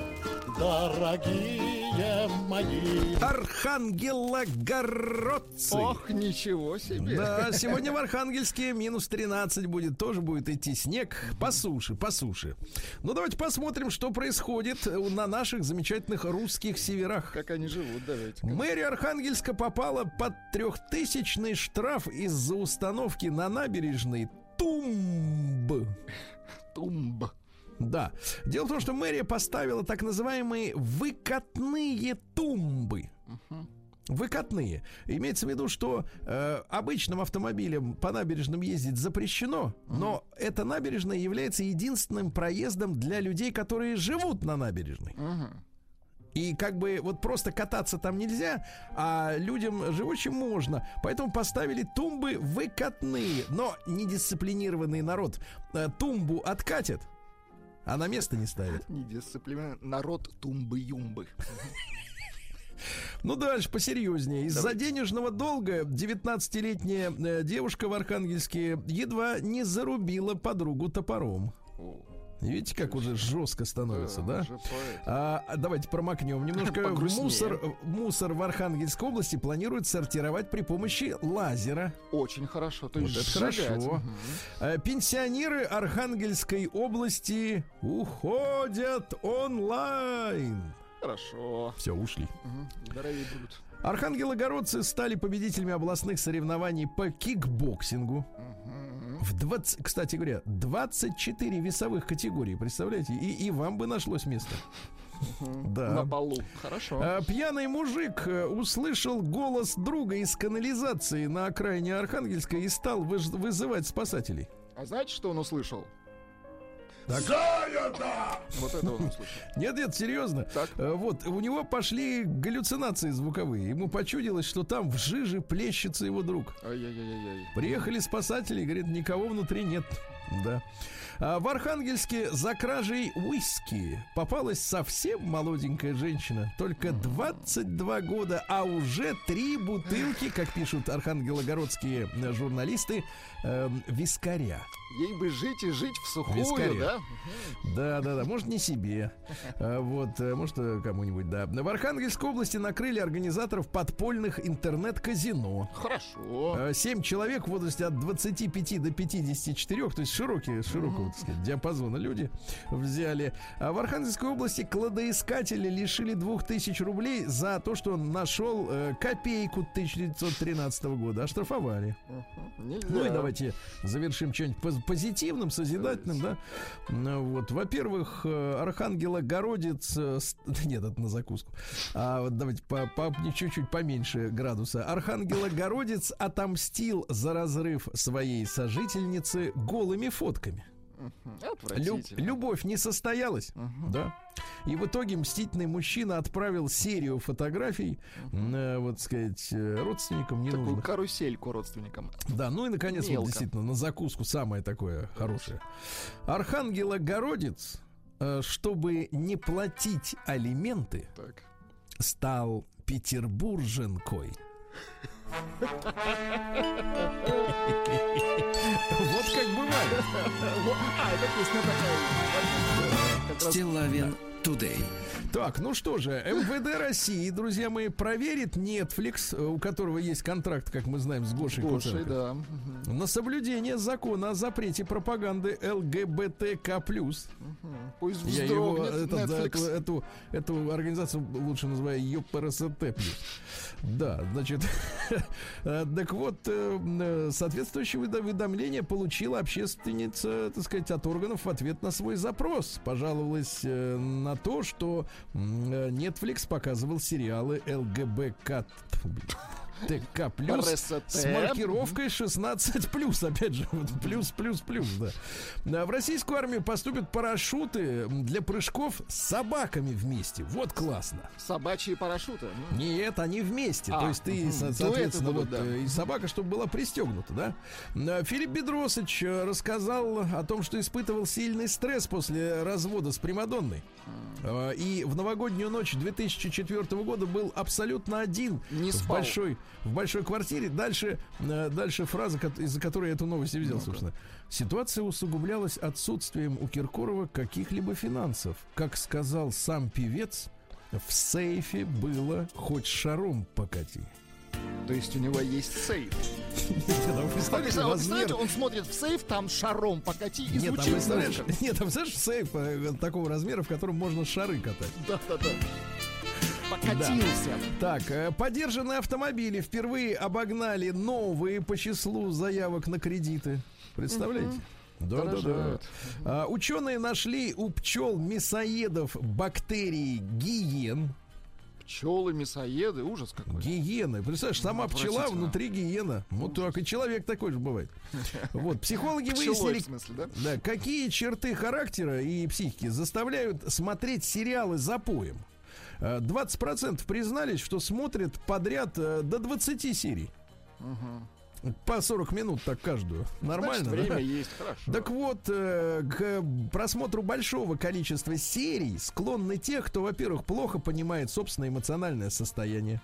дорогие мои. Архангелогородцы. Ох, ничего себе. Да, сегодня в Архангельске минус тринадцать будет. Тоже будет идти снег по суше, по суше. Ну, давайте посмотрим, что происходит на наших замечательных русских северах. Как они живут, давайте. Мэрия Архангельска попала под трехтысячный штраф из-за установки на набережной тумб. Тумб. Да. Дело в том, что мэрия поставила так называемые выкатные тумбы. Uh-huh. Выкатные. Имеется в виду, что э, обычным автомобилям по набережным ездить запрещено, uh-huh. но эта набережная является единственным проездом для людей, которые живут на набережной. Uh-huh. И как бы вот просто кататься там нельзя, а людям живущим можно. Поэтому поставили тумбы выкатные. Но недисциплинированный народ э, тумбу откатит, а на место не ставит. Недисциплинированный народ тумбы-юмбы. Ну, дальше посерьезнее. Из-за денежного долга девятнадцатилетняя э, девушка в Архангельске едва не зарубила подругу топором. Видите, как уже жестко становится, да? да? А, давайте промокнем немножко. Мусор, мусор в Архангельской области планируют сортировать при помощи лазера. Очень хорошо. То есть вот это хорошо. Угу. А, пенсионеры Архангельской области уходят онлайн. Хорошо. Все, ушли. Угу. Здоровее будут. Архангелогородцы стали победителями областных соревнований по кикбоксингу. В двадцать, кстати говоря, двадцать четыре весовых категории, представляете? И, и вам бы нашлось место. Да. На полу. Хорошо. А, пьяный мужик э, услышал голос друга из канализации на окраине Архангельска и стал выж- вызывать спасателей. А знаете, что он услышал? Так. Вот это он услышал. Нет, нет, серьезно. Так. Э, Вот, у него пошли галлюцинации звуковые. Ему почудилось, что там в жиже плещется его друг. Ай-яй-яй-яй. Приехали спасатели, говорит, никого внутри нет. Да. А в Архангельске за кражей уиски попалась совсем молоденькая женщина. Только двадцать два года, а уже три бутылки, как пишут архангелогородские э, журналисты, э, вискаря. Ей бы жить и жить в сухую, Вискаря. да? Да, да, да, может, не себе. А, Вот, э, может, э, кому-нибудь, да. В Архангельской области накрыли организаторов подпольных интернет-казино. Хорошо. Э, Семь человек в возрасте от двадцати пяти до пятидесяти четырёх, то есть широкие, широкого, так сказать, диапазона люди взяли. А в Архангельской области кладоискатели лишили двух тысяч рублей за то, что он нашел э, копейку тысяча девятьсот тринадцатого года. Оштрафовали. Нельзя. Ну и давайте завершим что-нибудь поз- позитивным, созидательным, да. Ну, вот, во-первых, э, Архангелогородец, э, с- нет, это на закуску. А вот давайте по, по чуть-чуть поменьше градуса. Архангелогородец отомстил за разрыв своей сожительницы голыми фотками. Лю- Отвратительно. любовь не состоялась, да. И в итоге мстительный мужчина отправил серию фотографий, э, вот сказать, э, родственникам Такую ненужных. карусельку родственникам. Да, ну и наконец, вот, Мелко. действительно, на закуску самое такое хорошее. Архангелогородец, э, чтобы не платить алименты, Так. стал петербурженкой. Вот как бывает. А, это песня такая. Как раз Стилавин Today. Так, ну что же, МВД России, друзья мои, проверит Netflix, у которого есть контракт, как мы знаем, с Гошей Гошей, Куценко, да. Мгм. на соблюдение закона о запрете пропаганды ЛГБТК+. Пусть Я его, вздрогнет это, да, Netflix. эту, эту, эту организацию лучше называю ЕПРСТ+. Да, значит, так вот, э, соответствующее выда- уведомление получила общественница, так сказать, от органов в ответ на свой запрос. Пожаловалась э, на то, что м, э, Netflix показывал сериалы ЛГБТК+. ТК плюс РСТ. с маркировкой шестнадцать плюс, опять же, вот плюс, плюс, плюс, да. Да, в российскую армию поступят парашюты для прыжков с собаками вместе. Вот классно. Собачьи парашюты. Ну, Нет, они вместе. А, То есть ты, мгм. со- Дуэты соответственно, будут, вот да. э, и собака, чтобы была пристегнута, да. А, Филипп Бедросович э, рассказал о том, что испытывал сильный стресс после развода с примадонной. А, И в новогоднюю ночь две тысячи четвёртого года был абсолютно один Не в спал. большой, в большой квартире. Дальше, э, дальше фраза, ко- из-за которой я эту новость и взял, собственно. Ситуация усугублялась отсутствием у Киркорова каких-либо финансов. Как сказал сам певец, в сейфе было хоть шаром покати. То есть у него есть сейф. Нет, а представляете, А вы размер- представляете, он смотрит в сейф, там шаром покати и Нет, а звучит представляешь, музыка. нет, там, знаешь, сейф э, такого размера, в котором можно шары катать. Да-да-да. Покатился. Так, э, подержанные автомобили впервые обогнали новые по числу заявок на кредиты. Представляете? Да, да, да. Дорожают. А, ученые нашли у пчел мясоедов бактерии гиен. Пчелы, мясоеды, ужас какой. Гиены. Представляешь, сама пчела Отвратительно. внутри гиена. Вот так. И человек такой же бывает. Вот. Психологи Пчелой, выяснили, в смысле, да? да, какие черты характера и психики заставляют смотреть сериалы запоем. Э, двадцать процентов признались, что смотрят подряд э, до двадцати серий. По сорок минут так каждую. Нормально, Значит, да? время есть, хорошо. Так вот, э, к просмотру большого количества серий склонны те, кто, во-первых, плохо понимает собственное эмоциональное состояние.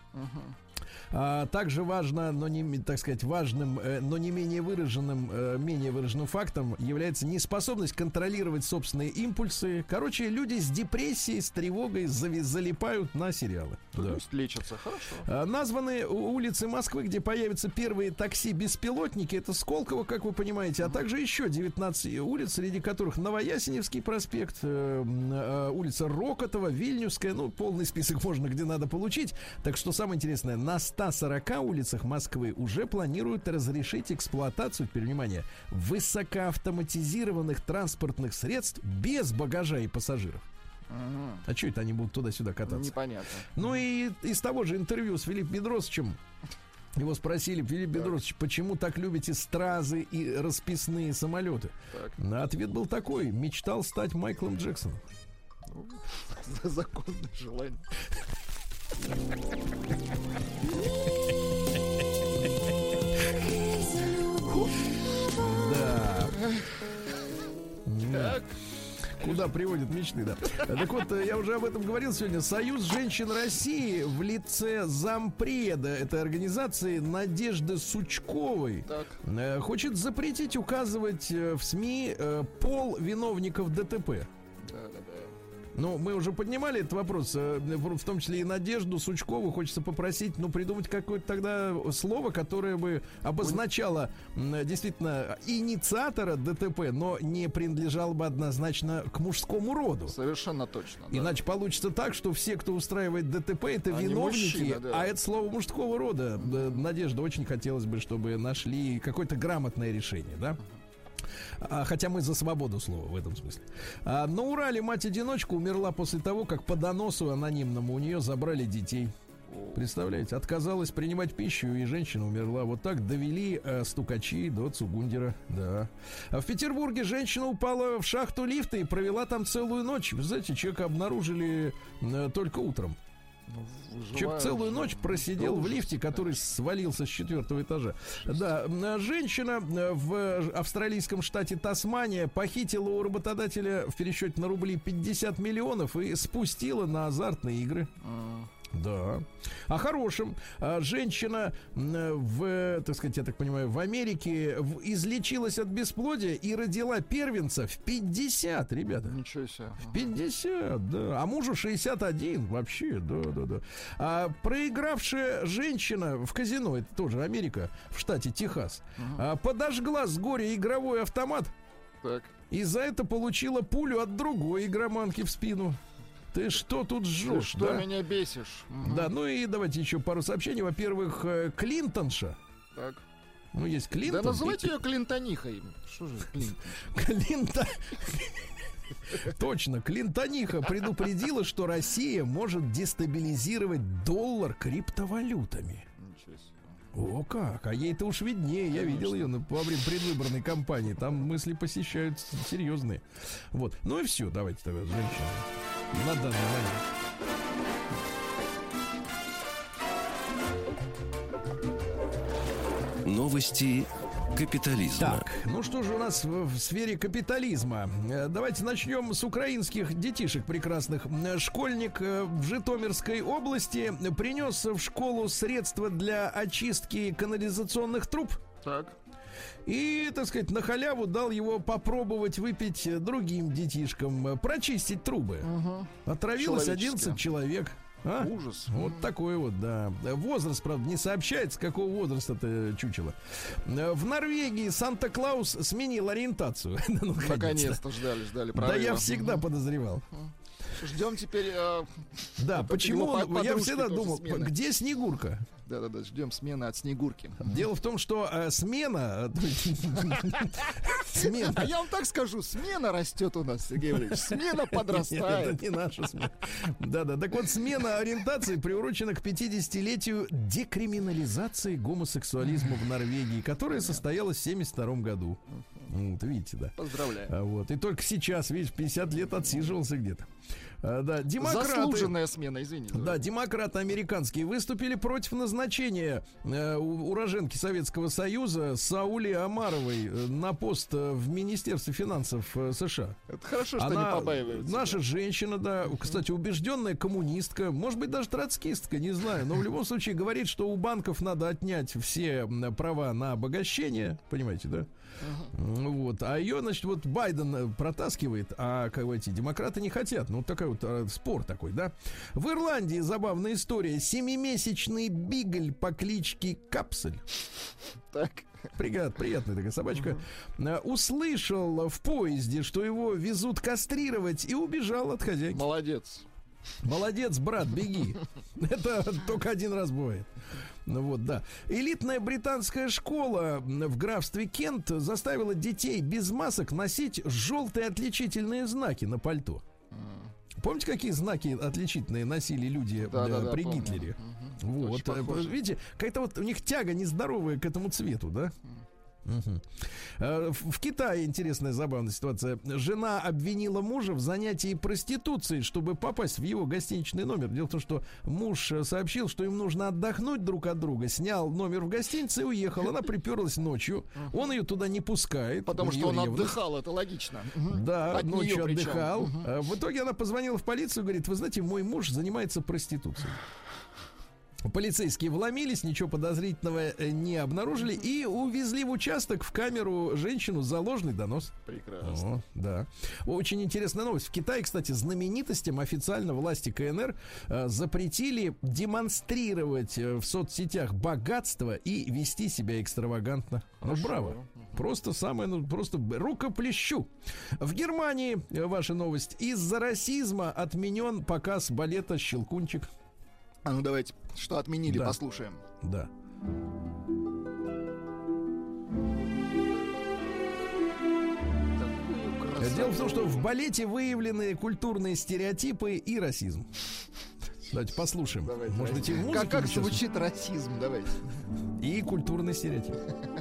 А также важно, но не, так сказать, важным, э, но не менее выраженным, э, менее выраженным фактом является неспособность контролировать собственные импульсы. Короче, люди с депрессией, с тревогой зави- залипают на сериалы. Да. Пусть лечатся, хорошо. А, Названы у- улицы Москвы, где появятся первые такси-беспилотники. Это Сколково, как вы понимаете, а также еще девятнадцать улиц, среди которых Новоясеневский проспект, э, э, улица Рокотова, Вильнюсская. Ну, полный список можно, где надо получить. Так что самое интересное, на ста сорока улицах Москвы уже планируют разрешить эксплуатацию, теперь внимание, высокоавтоматизированных транспортных средств без багажа и пассажиров. Угу. А что это они будут туда-сюда кататься? Непонятно. Ну и из того же интервью с Филиппом Бедросовичем его спросили: Филипп Бедросович, почему так любите стразы и расписные самолеты? Так. Ответ был такой: мечтал стать Майклом Джексоном. Ну, законное желание. Да. Так. Куда приводят мечты, да. Так вот, я уже об этом говорил сегодня. Союз женщин России в лице зампреда этой организации Надежды Сучковой так. хочет запретить указывать в СМИ пол виновников ДТП. Да, да, да. Ну, мы уже поднимали этот вопрос, в том числе и Надежду Сучкову хочется попросить, ну, придумать какое-то тогда слово, которое бы обозначало действительно инициатора ДТП, но не принадлежало бы однозначно к мужскому роду. Совершенно точно. Да. Иначе получится так, что все, кто устраивает ДТП, это Они виновники, мужчина, да. а это слово мужского рода. Надежда, очень хотелось бы, чтобы нашли какое-то грамотное решение, да? Хотя мы за свободу слова в этом смысле. а, На Урале мать-одиночка умерла после того, как по доносу анонимному у нее забрали детей. Представляете, отказалась принимать пищу, и женщина умерла. Вот так довели э, стукачи до Цугундера. Да. А в Петербурге женщина упала в шахту лифта и провела там целую ночь. Вы знаете, человека обнаружили э, только утром. Ну, человек целую ночь просидел в лифте, который свалился с четвертого этажа. Да, женщина в австралийском штате Тасмания похитила у работодателя в пересчете на рубли пятьдесят миллионов и спустила на азартные игры. Да. О хорошем. Женщина в, так сказать, я так понимаю, в Америке излечилась от бесплодия и родила первенца в пятьдесят, ребята. Ничего себе. В пятьдесят, да. А мужу шестьдесят один. Вообще, да, да, да. А проигравшая женщина в казино, это тоже Америка, в штате Техас, uh-huh. подожгла с горя игровой автомат. Так. И за это получила пулю от другой игроманки в спину. Ты что тут жжешь? Ты что да? меня бесишь? Угу. Да, ну и давайте еще пару сообщений. Во-первых, Клинтонша. Так. Ну, есть Клинтон. Да называйте и... ее Клинтонихой. Что же Клинтон? Клинтон. Точно, Клинтониха предупредила, что Россия может дестабилизировать доллар криптовалютами. Ничего себе. О, как? А ей-то уж виднее. Я видел ее во время предвыборной кампании. Там мысли посещают серьезные. Вот. Ну и все. Давайте тогда, женщины. На данный момент. Новости капитализма. Так, ну что же у нас в, в сфере капитализма? Давайте начнем с украинских детишек прекрасных. Школьник в Житомирской области принес в школу средства для очистки канализационных труб. Так. И, так сказать, на халяву дал его попробовать выпить другим детишкам, прочистить трубы. Угу. Отравилось одиннадцать человек. А? Ужас. Вот такой вот, да. Возраст, правда, не сообщается, какого возраста это чучело. В Норвегии Санта-Клаус сменил ориентацию. ну, Наконец-то ждали, ждали. Правильно. Да, я всегда подозревал. Ждем теперь... Э, да, почему? Он, я всегда думал, смены. Где Снегурка? Да-да-да, ждем смены от Снегурки. Дело в том, что э, смена... смена... А я вам так скажу, смена растет у нас, Сергей Валерьевич. Смена подрастает. Нет, это не наша смена. Да-да, так вот, смена ориентации приурочена к пятидесятилетию декриминализации гомосексуализма в Норвегии, которая состоялась в семьдесят втором году. Вот, видите, да. Поздравляю. А, вот. И только сейчас, видишь, пятьдесят лет отсиживался где-то. А, да, демократы, заслуженная смена, извините. Да, демократы американские выступили против назначения э, уроженки Советского Союза Саули Омаровой на пост в Министерстве финансов э, США. Это хорошо, что Она, не побаиваются. Наша женщина, да, кстати, убежденная коммунистка, может быть, даже троцкистка, не знаю, но в любом случае говорит, что у банков надо отнять все права на обогащение, понимаете, да? Uh-huh. Вот. А ее, значит, вот Байден протаскивает, а как бы эти демократы не хотят. Ну, такой вот а, спор такой, да. В Ирландии забавная история. Семимесячный бигль по кличке Капсель. Так. Приятная, приятная такая собачка. Uh-huh. Услышал в поезде, что его везут кастрировать, и убежал от хозяйки. Молодец. Молодец, брат, беги. Это только один раз бывает. Ну вот, да. Элитная британская школа в графстве Кент заставила детей без масок носить желтые отличительные знаки на пальто. Помните, какие знаки отличительные носили люди Да, да, э, да, при помню. Гитлере? Мгм. Вот, Очень э, похоже. видите, какая-то вот у них тяга нездоровая к этому цвету, да? Мгм. Э, В в Китае интересная забавная ситуация. Жена обвинила мужа в занятии проституцией, чтобы попасть в его гостиничный номер. Дело в том, что муж э, сообщил, что им нужно отдохнуть друг от друга, снял номер в гостинице и уехал. Она приперлась ночью. Он ее туда не пускает. Потому у что нее он ревность. отдыхал, это логично. Мгм. Да, От ночью неё причём. отдыхал. Мгм. А В итоге она позвонила в полицию и говорит: вы знаете, мой муж занимается проституцией. Полицейские вломились, ничего подозрительного э, не обнаружили и увезли в участок в камеру женщину за ложный донос. Прекрасно. О, да. Очень интересная новость. В Китае, кстати, знаменитостям официально власти КНР э, запретили демонстрировать э, в соцсетях богатство и вести себя экстравагантно. Ну, браво. Просто самое, ну, просто б- рукоплещу. В Германии, э, ваша новость, из-за расизма отменен показ балета «Щелкунчик». А ну давайте, что отменили, Да. послушаем. Да. Такую красоту. Дело в том, что в балете выявлены культурные стереотипы и расизм. Давайте послушаем. Давайте, Может быть, и в давайте. музыке Как, как мы сейчас- звучит расизм, давайте. И культурный стереотип.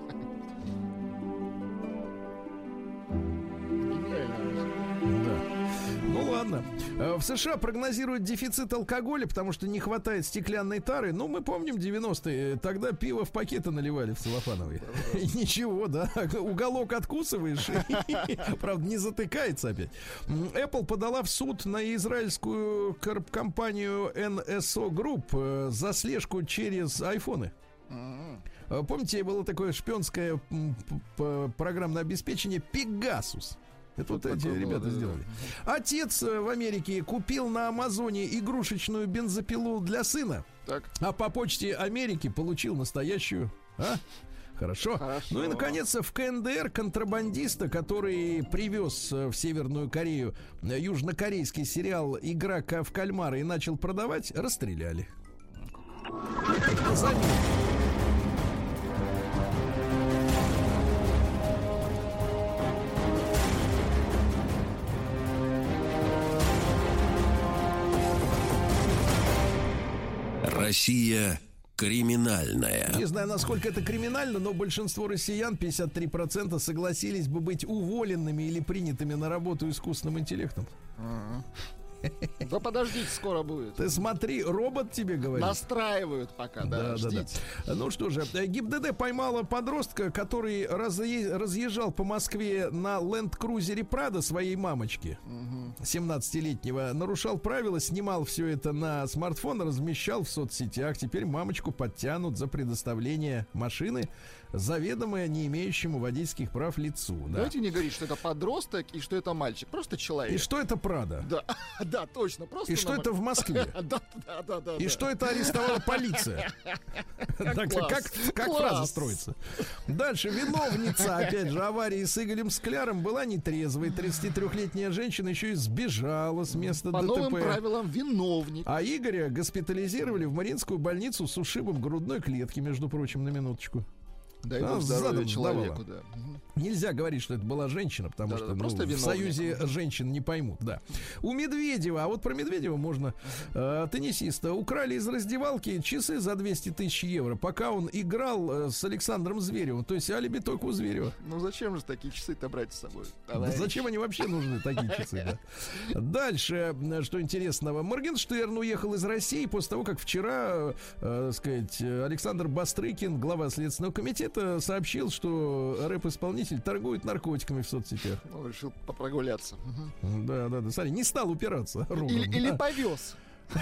Да. Ну ладно. Э, В США прогнозируют дефицит алкоголя, потому что не хватает стеклянной тары. Ну, мы помним девяностые. Тогда пиво в пакеты наливали в целлофановые. И ничего, да. Уголок откусываешь. и, Правда, не затыкается опять. М, Apple подала в суд на израильскую корп-компанию эн эс о Group э, за слежку через айфоны. Э, Помните, было такое шпионское м, п- п- программное обеспечение Pegasus. Это вот Что-то эти такое было, ребята да, да. сделали. Отец э, в Америке купил на Амазоне игрушечную бензопилу для сына, Так, а по почте Америки получил настоящую. А? Хорошо. Хорошо. Ну и, наконец, в ка эн дэ эр контрабандиста, который привез э, в Северную Корею э, южнокорейский сериал «Игра ка- в кальмара» и начал продавать, расстреляли. Заметь. Россия криминальная. Не знаю, насколько это криминально, но большинство россиян, пятьдесят три процента, согласились бы быть уволенными или принятыми на работу искусственным интеллектом. да подождите, скоро будет. Ты смотри, робот тебе говорит. Настраивают пока, да, ждите. Ну что же, э, ГИБДД поймала подростка, который разъе- разъезжал по Москве на ленд-крузере Прада своей мамочки, семнадцатилетнего, нарушал правила, снимал все это на смартфон, размещал в соцсетях. Теперь мамочку подтянут за предоставление машины заведомо не имеющему водительских прав лицу. Да. Давайте не говорить, что это подросток и что это мальчик, просто И человек. что это Прада? Да, да, точно, просто. И что нам- это в Москве? Да, да, да, да. И да. что это арестовала полиция? Так, класс. Как как Класс. фраза строится? Дальше. Виновница, опять же, аварии с Игорем Скляром была нетрезвой. тридцатитрёхлетняя женщина еще и сбежала с места По новым ДТП. правилам виновник. А Игоря госпитализировали в Мариинскую больницу с ушибом грудной клетки, между прочим, на минуточку. Дай Да, бог здоровья задом человеку, да. Мгм. Нельзя говорить, что это была женщина, потому Да, что да, ну, просто в виновник. Союзе женщин не поймут, да. У Медведева, а вот про Медведева можно, э, теннисиста, украли из раздевалки часы за двести тысяч евро, пока он играл э, с Александром Зверевым. То есть алиби только у Зверева. Ну зачем же такие часы-то брать с собой? Да товарищ? зачем они вообще нужны, такие часы, да? Дальше, э, что интересного. Моргенштерн уехал из России после того, как вчера, э, так сказать, э, Александр Бастрыкин, глава Следственного комитета, сообщил, что рэп-исполнитель торгует наркотиками в соцсетях. Ну, решил попрогуляться. Мгм. Да, да, да. Смотри, не стал упираться. ровно, Или, да. или повез.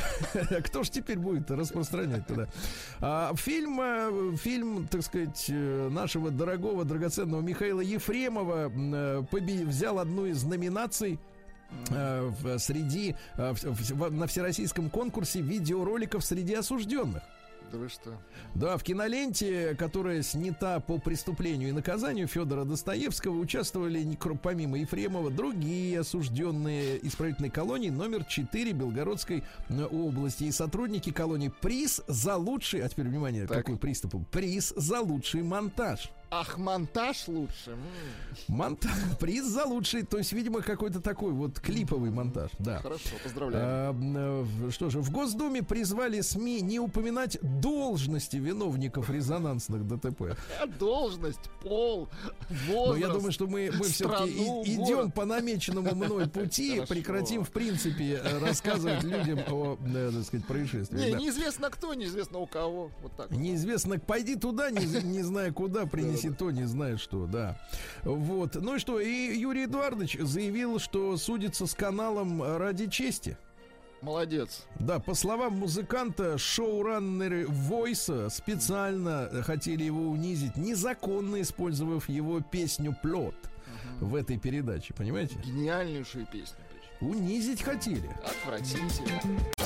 Кто ж теперь будет распространять тогда? А, фильм, э, фильм, так сказать, э, нашего дорогого, драгоценного Михаила Ефремова э, побе- взял одну из номинаций э, в- среди э, в- в- на всероссийском конкурсе видеороликов среди осужденных. Да вы что? Да, в киноленте, которая снята по преступлению и наказанию Федора Достоевского, участвовали не кро- помимо Ефремова другие осужденные исправительной колонии номер четыре Белгородской э, области и сотрудники колонии. Приз за лучший, а теперь внимание, Так. какой приз-то был? Приз за лучший монтаж. Ах, монтаж лучше. Монтаж, приз за лучший, то есть, видимо, какой-то такой вот клиповый монтаж, да. Хорошо, поздравляю. А, что же, в Госдуме призвали СМИ не упоминать должности виновников резонансных ДТП. Должность, пол, возраст. Но я думаю, что мы, мы все-таки и, идем по намеченному мной пути, Хорошо. Прекратим, в принципе, рассказывать людям о, так сказать, происшествиях. Не, да. Неизвестно кто, неизвестно у кого. Вот так. Неизвестно, пойди туда, не, не зная куда, принеси то, не зная что, да. Вот. Ну и что, и Юрий Эдуардович заявил, что судится с каналом ради чести. Молодец. Да, по словам музыканта, шоураннеры Войса специально хотели его унизить, незаконно использовав его песню «Плот» uh-huh. в этой передаче, понимаете? Гениальнейшая песня. Унизить хотели. Отвратительно.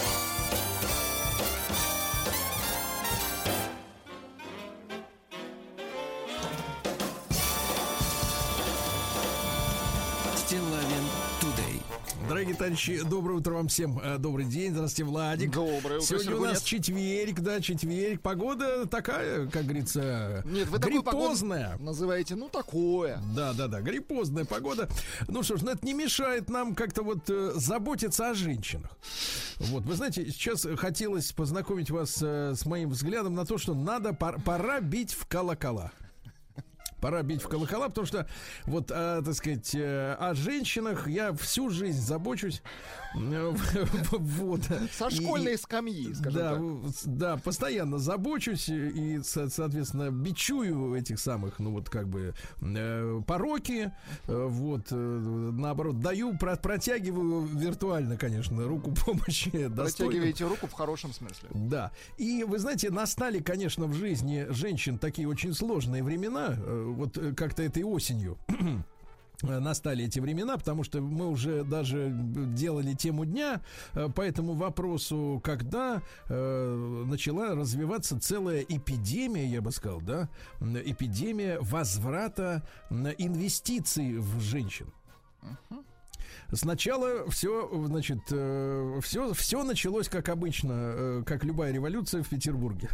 Дорогие товарищи, доброе утро вам всем. Добрый день. Здравствуйте, Владик. Доброе утро. Сегодня у нас четверг, да, четверг. Погода такая, как говорится, Нет, вы гриппозная. Называете, ну, такое. Да, да, да, гриппозная погода. Ну что ж, ну, это не мешает нам как-то вот э, заботиться о женщинах. Вот, вы знаете, сейчас хотелось познакомить вас э, с моим взглядом на то, что надо, пор- пора бить в колокола. Пора бить в колокола, потому что, вот, а, так сказать, о женщинах я всю жизнь забочусь. Вот. Со школьной и, скамьи, скажем да, так. Да, постоянно забочусь и, соответственно, бичую этих самых, ну, вот, как бы, пороки. Вот, наоборот, даю, протягиваю виртуально, конечно, руку помощи. Протягиваете руку в хорошем смысле. Да. И, вы знаете, настали, конечно, в жизни женщин такие очень сложные времена. Вот как-то этой осенью настали эти времена, потому что мы уже даже делали тему дня по этому вопросу, когда э, начала развиваться целая эпидемия, я бы сказал, да, эпидемия возврата инвестиций в женщин. Сначала все, значит, э, все, все началось, как обычно, э, как любая революция в Петербурге.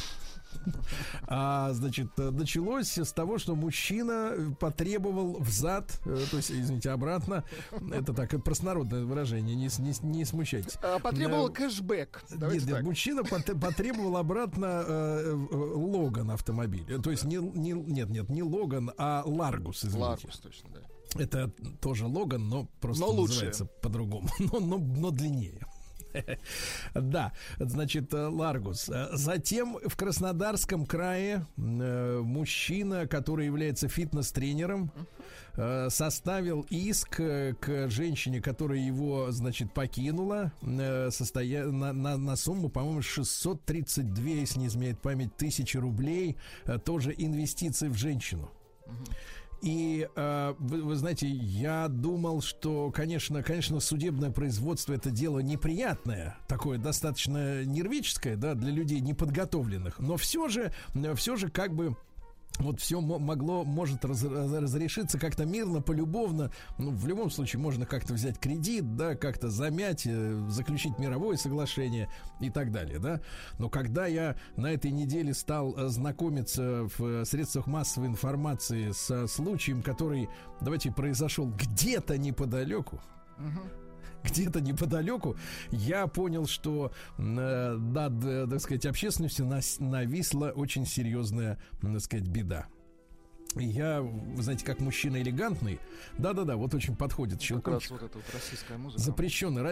А, значит, началось с того, что мужчина потребовал взад, то есть, извините, обратно. Это так, это простонародное выражение, не, не, не смущайтесь. А, потребовал кэшбэк. Нет, нет, мужчина потребовал обратно э, Логан автомобиль. То есть, не, не, нет, нет, не Логан, а Ларгус, извините. Ларгус, точно, да. Это тоже Логан, но просто но называется по-другому, но, но, но длиннее. Да, значит, Ларгус. Затем в Краснодарском крае э, мужчина, который является фитнес-тренером, э, составил иск к женщине, которая его, значит, покинула, э, состоя... на, на, на сумму, по-моему, шестьсот тридцать две, если не изменяет память, тысячи рублей, э, тоже инвестиции в женщину. И э, вы, вы знаете, я думал, что, конечно, конечно, судебное производство — это дело неприятное, такое достаточно нервическое, да, для людей неподготовленных, но все же, все же как бы вот все могло, может раз, разрешиться как-то мирно, полюбовно. Ну, в любом случае, можно как-то взять кредит, да, как-то замять, заключить мировое соглашение и так далее, да. Но когда я на этой неделе стал знакомиться в средствах массовой информации со случаем, который, давайте, произошел где-то неподалеку, где-то неподалеку, я понял, что э, над, э, так сказать, общественностью нас, нависла очень серьезная, так сказать, беда. Я, вы знаете, как мужчина элегантный, да-да-да, вот очень подходит щелкунчик. Как раз вот эта вот российская музыка. Запрещенная.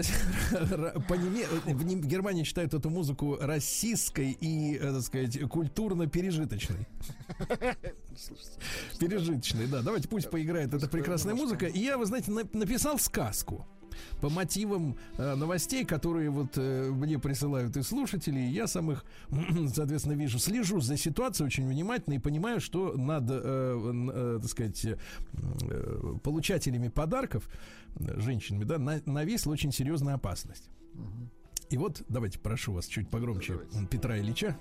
В Германии считают эту музыку российской и, так сказать, культурно-пережиточной. Пережиточной, да. Давайте пусть поиграет эта прекрасная музыка. И я, вы знаете, написал сказку по мотивам э, новостей, которые вот э, мне присылают и слушатели, и я сам их, соответственно, вижу, слежу за ситуацией очень внимательно и понимаю, что над, э, э, так сказать, э, получателями подарков, э, женщинами, да, на, нависла очень серьезная опасность. Угу. И вот, давайте, прошу вас, чуть погромче давайте. Петра Ильича.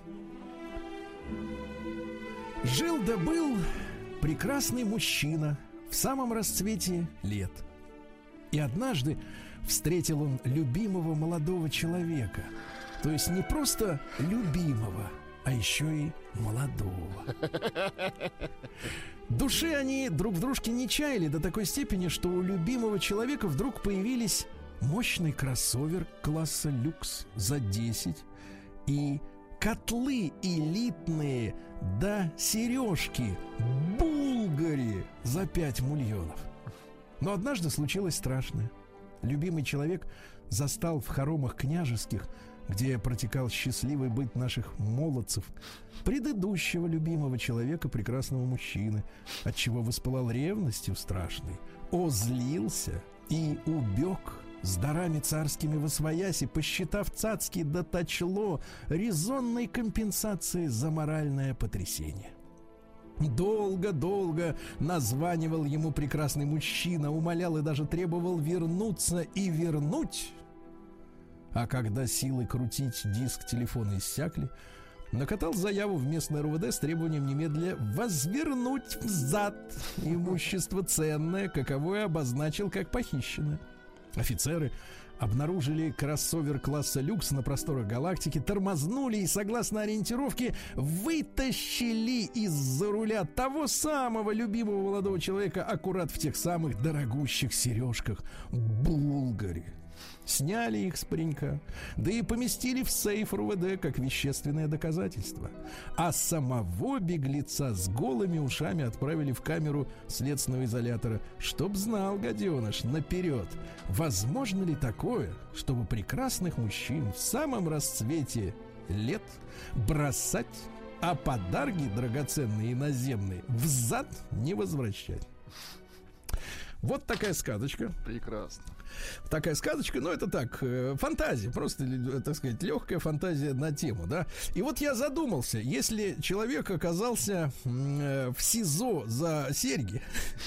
Жил да был прекрасный мужчина в самом расцвете лет. И однажды встретил он любимого молодого человека. То есть не просто любимого, а а еще и молодого. Души они друг в дружке не чаяли до такой степени, что у любимого человека вдруг появились мощный кроссовер класса люкс за десять и котлы элитные, да сережки Булгари за пять миллионов. Но однажды случилось страшное. Любимый человек застал в хоромах княжеских, где протекал счастливый быт наших молодцев, предыдущего любимого человека, прекрасного мужчины, отчего воспылал ревностью страшной, озлился и убег с дарами царскими восвояси, посчитав цацки да тачло резонной компенсации за моральное потрясение. Долго-долго названивал ему прекрасный мужчина, умолял и даже требовал вернуться и вернуть. А когда силы крутить диск телефона иссякли, накатал заяву в местное эр вэ дэ с требованием немедля возвернуть взад имущество ценное, каковое обозначил как похищенное. Офицеры обнаружили кроссовер класса люкс на просторах галактики, тормознули и, согласно ориентировке, вытащили из-за руля того самого любимого молодого человека аккурат в тех самых дорогущих сережках Булгари. Сняли их с паренька, да и поместили в сейф эр вэ дэ как вещественное доказательство. А самого беглеца с голыми ушами отправили в камеру следственного изолятора, чтоб знал гаденыш наперед, возможно ли такое, чтобы прекрасных мужчин в самом расцвете лет бросать, а подарки драгоценные иноземные взад не возвращать. Вот такая сказочка. Прекрасно. Такая сказочка, ну это так, фантазия, просто, так сказать, легкая фантазия на тему, да. И вот я задумался, если человек оказался в СИЗО за серьги,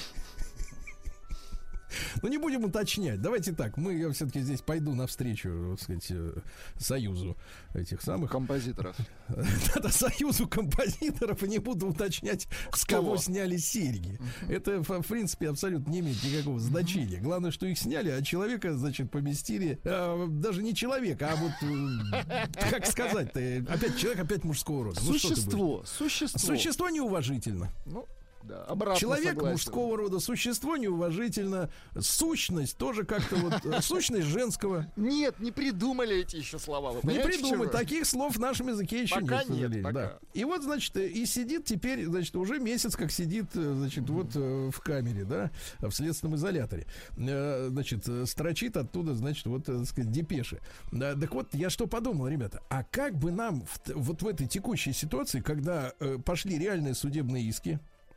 ну не будем уточнять, давайте так, мы, я все-таки здесь пойду навстречу, так сказать, союзу этих самых композиторов. Да, союзу композиторов, и не буду уточнять, Кто? с кого сняли серьги. Uh-huh. Это, в принципе, абсолютно не имеет никакого значения. Uh-huh. Главное, что их сняли, а человека, значит, поместили, а, даже не человека, а вот, как сказать-то, опять человек, опять мужского рода. Существо, ну, существо. Существо неуважительно. Ну, да, обратно человек согласен. Мужского рода, существо неуважительно, сущность тоже как-то вот, сущность женского. Нет, не придумали эти еще слова. Вы не придумали, таких слов в нашем языке еще пока нет, к сожалению. Нет, пока. Да. И вот, значит, и сидит теперь, значит, уже месяц как сидит, значит, вот в камере, да, в следственном изоляторе. Значит, строчит оттуда, значит, вот, так сказать, депеши. Так вот, я что подумал, ребята, а как бы нам в, вот в этой текущей ситуации, когда пошли реальные судебные иски,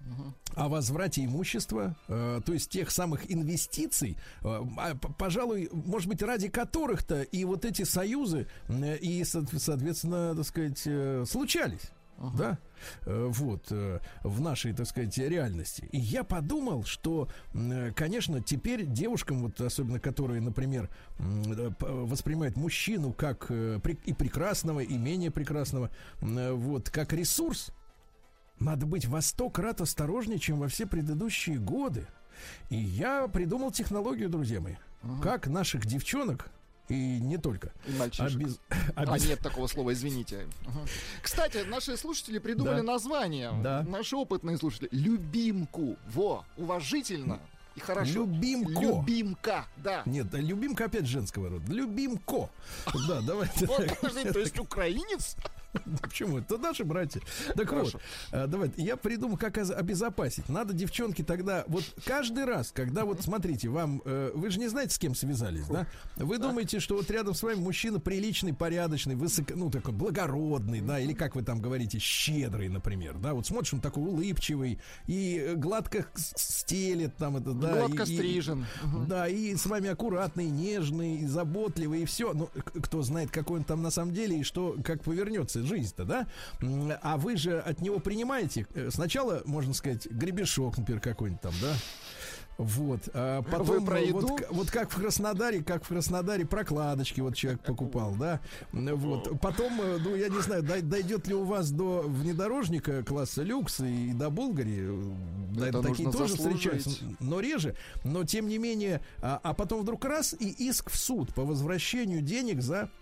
о возврате имущества, э, то есть тех самых инвестиций, э, пожалуй, может быть, ради которых-то и вот эти союзы э, и, соответственно, так сказать, э, случались. Uh-huh. Да, э, вот э, в нашей, так сказать, реальности. И я подумал, что, э, конечно, теперь девушкам, вот особенно которые, например, э, воспринимают мужчину как э, при, и прекрасного, и менее прекрасного, э, вот как ресурс. Надо быть во сто крат осторожнее, чем во все предыдущие годы. И я придумал технологию, друзья мои. Угу. Как наших девчонок, и не только. И мальчишек. Обез... А нет такого слова, извините. Угу. Кстати, наши слушатели придумали да. название. Да. Наши опытные слушатели. Любимку. Во, уважительно. И хорошо. Любимко. Любимка, да. Нет, любимка опять женского рода. Любимко. Да, давайте. То есть украинец? Почему? Это наши братья. Так вот, давай, я придумал, как обезопасить. Надо, девчонки, тогда, вот каждый раз, когда вот, смотрите, вам, вы же не знаете, с кем связались, да? Вы думаете, что вот рядом с вами мужчина приличный, порядочный, высоко, ну, такой благородный, да, или как вы там говорите, щедрый, например, да? Вот смотришь, он такой улыбчивый и гладко стелет там это, да. Гладко и, стрижен. И, да, и с вами аккуратный, нежный, и заботливый, и все. Ну, кто знает, какой он там на самом деле и что, как повернется жизнь-то, да? А вы же от него принимаете сначала, можно сказать, гребешок, например, какой-нибудь там, да? Вот, а потом вот, вот как в Краснодаре, как в Краснодаре прокладочки вот человек покупал, да, вот, потом, ну, я не знаю, дойдет ли у вас до внедорожника класса люкс и до Булгари, наверное, такие тоже встречаются, но реже, но тем не менее, а, а потом вдруг раз и иск в суд по возвращению денег за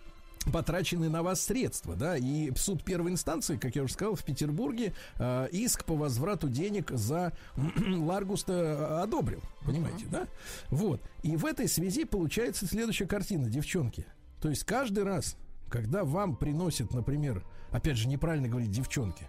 потрачены на вас средства, да, и суд первой инстанции, как я уже сказал, в Петербурге э, иск по возврату денег за Ларгуста одобрил, понимаете, uh-huh. да? Вот, и в этой связи получается следующая картина, девчонки. То есть каждый раз, когда вам приносят, например, опять же, неправильно говорить девчонки,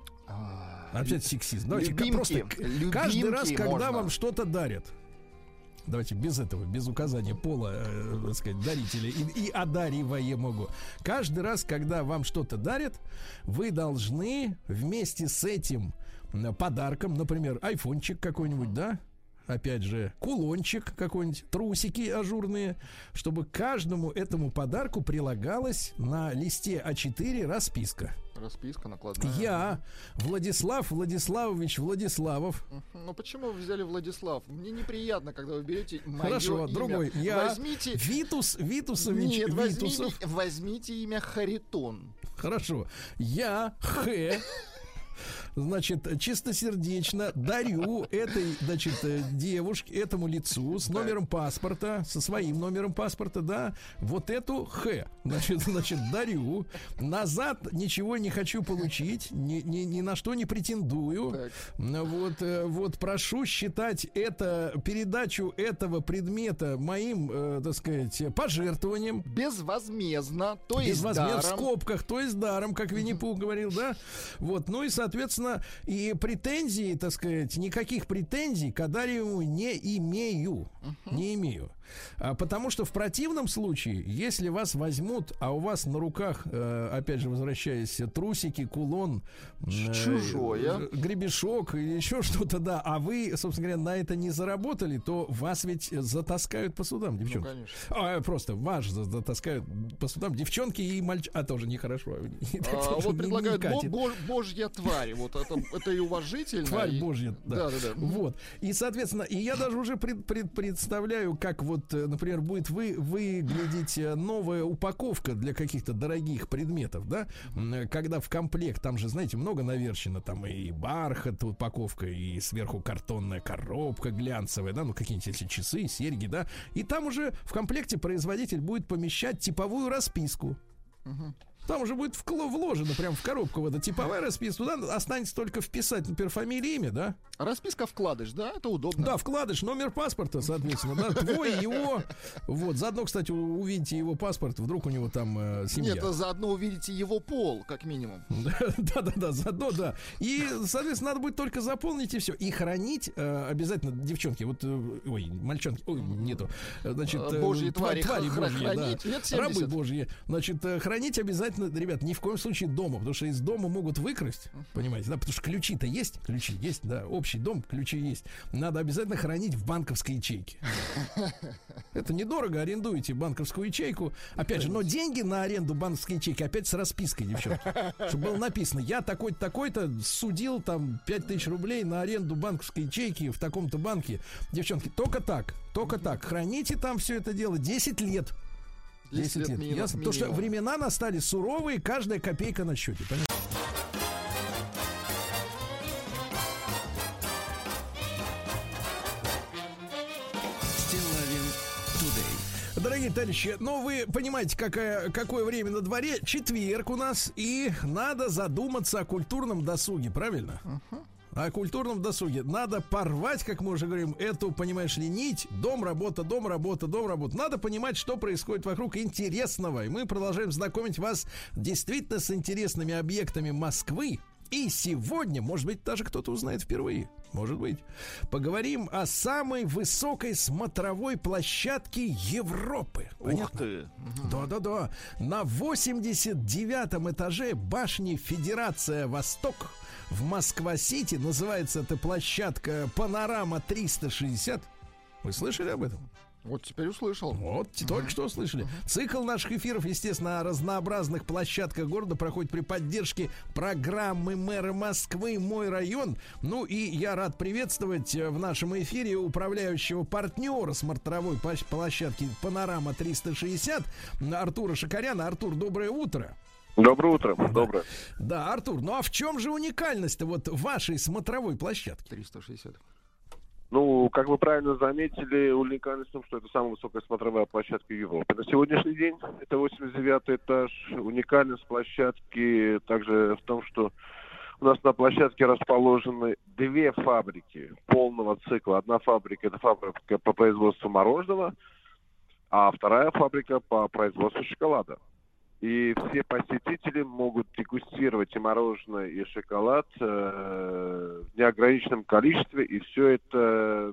а, опять сексизм, давайте любимки, просто любимки каждый раз, когда можно. Вам что-то дарят, давайте без этого, без указания пола, э, так сказать, дарителя и, и одариваемого. Каждый раз, когда вам что-то дарят, вы должны вместе с этим подарком, например, айфончик какой-нибудь, да, опять же, кулончик какой-нибудь, трусики ажурные, чтобы к каждому этому подарку прилагалась на листе а четыре расписка. Расписка накладная. Я, Владислав Владиславович Владиславов. Ну почему вы взяли Владислав? Мне неприятно, когда вы берете мое Хорошо, имя. другой. Я возьмите... Витус Витусович Нет, Витусов. Возьмите, возьмите имя Харитон. Хорошо. Я Х. Значит, чистосердечно дарю этой, значит, девушке, этому лицу с номером паспорта, со своим номером паспорта, да, вот эту Х. Значит, значит, дарю. Назад ничего не хочу получить, ни, ни, ни на что не претендую. Так. Вот, вот прошу считать это, передачу этого предмета моим, э, так сказать, пожертвованием. Безвозмездно, то есть Безвозмездно, даром. в скобках, то есть даром, как Винни-Пух говорил, да. Вот, ну и, соответственно, и претензий, так сказать, никаких претензий к одариваемому не имею. Uh-huh. Не имею. А, потому что в противном случае, если вас возьмут, а у вас на руках, э, опять же, возвращаясь, трусики, кулон, э, чужое, гребешок или еще что-то, да, а вы, собственно говоря, на это не заработали, то вас ведь затаскают по судам, девчонки. Ну, конечно. А, просто вас затаскают по судам девчонки и мальчики. А тоже нехорошо. А, вот предлагают не бо- божья тварь. Вот это, это и уважительно. Тварь и... божья. Да. Да, да, да. Вот. И, соответственно, и я даже уже пред, пред, представляю, как вот, например, будет вы, выглядеть новая упаковка для каких-то дорогих предметов, да, когда в комплект, там же, знаете, много наверчено, там и бархат, упаковка, и сверху картонная коробка глянцевая, да, ну какие-нибудь эти часы, серьги, да, и там уже в комплекте производитель будет помещать типовую расписку. Угу. Там уже будет вкло- вложено прям в коробку вот эта типовая расписка. Туда останется только вписать, например, фамилию, имя, да? Расписка вкладыш, да? Это удобно. Да, вкладыш, номер паспорта, соответственно, да, твой, его. Вот, заодно, кстати, увидите его паспорт, вдруг у него там э, семья. Нет, заодно увидите его пол, как минимум. Да-да-да, заодно, да. И, соответственно, надо будет только заполнить и все. И хранить э, обязательно, девчонки, вот, э, ой, мальчонки, ой, нету. Значит, э, Божьи твари, твари божьи, хранить, да. лет Рабы божьи. Значит, э, хранить обязательно, ребят, ни в коем случае дома, потому что из дома могут выкрасть, понимаете, да, потому что ключи-то есть, ключи есть, да, общий дом, ключи есть. Надо обязательно хранить в банковской ячейке. Это недорого, арендуете банковскую ячейку. Опять же, но деньги на аренду банковской ячейки опять с распиской, девчонки. Чтобы было написано, я такой-то, такой-то судил там пять тысяч рублей на аренду банковской ячейки в таком-то банке. Девчонки, только так, только так. Храните там все это дело десять лет. десять лет, лет. Ясно? Потому что времена настали суровые, каждая копейка на счете. Понимаете? Дорогие товарищи, ну вы понимаете, какая, какое время на дворе. Четверг у нас, и надо задуматься о культурном досуге, правильно? Uh-huh. О культурном досуге. Надо порвать, как мы уже говорим, эту, понимаешь ли, нить. Дом, работа, дом, работа, дом, работа. Надо понимать, что происходит вокруг интересного. И мы продолжаем знакомить вас действительно с интересными объектами Москвы. И сегодня, может быть, даже кто-то узнает впервые. Может быть. Поговорим о самой высокой смотровой площадке Европы. Понятно? Ух ты! Да-да-да. На восемьдесят девятом этаже башни Федерация Восток в Москва-Сити. Называется эта площадка Панорама триста шестьдесят. Вы слышали об этом? Вот теперь услышал. Вот, uh-huh. только что услышали. Uh-huh. Цикл наших эфиров, естественно, о разнообразных площадках города проходит при поддержке программы мэра Москвы «Мой район». Ну и я рад приветствовать в нашем эфире управляющего партнера смотровой площадки «Панорама триста шестьдесят» Артура Шакаряна. Артур, доброе утро. Доброе утро. Да. Доброе. Да, Артур, ну а в чем же уникальность-то вот вашей смотровой площадки? триста шестьдесят. Ну, как вы правильно заметили, уникальность в том, что это самая высокая смотровая площадка Европы. На сегодняшний день это восемьдесят девятый этаж. Уникальность площадки также в том, что у нас на площадке расположены две фабрики полного цикла. Одна фабрика – это фабрика по производству мороженого, а вторая фабрика по производству шоколада. И все посетители могут дегустировать и мороженое, и шоколад э, в неограниченном количестве, и все это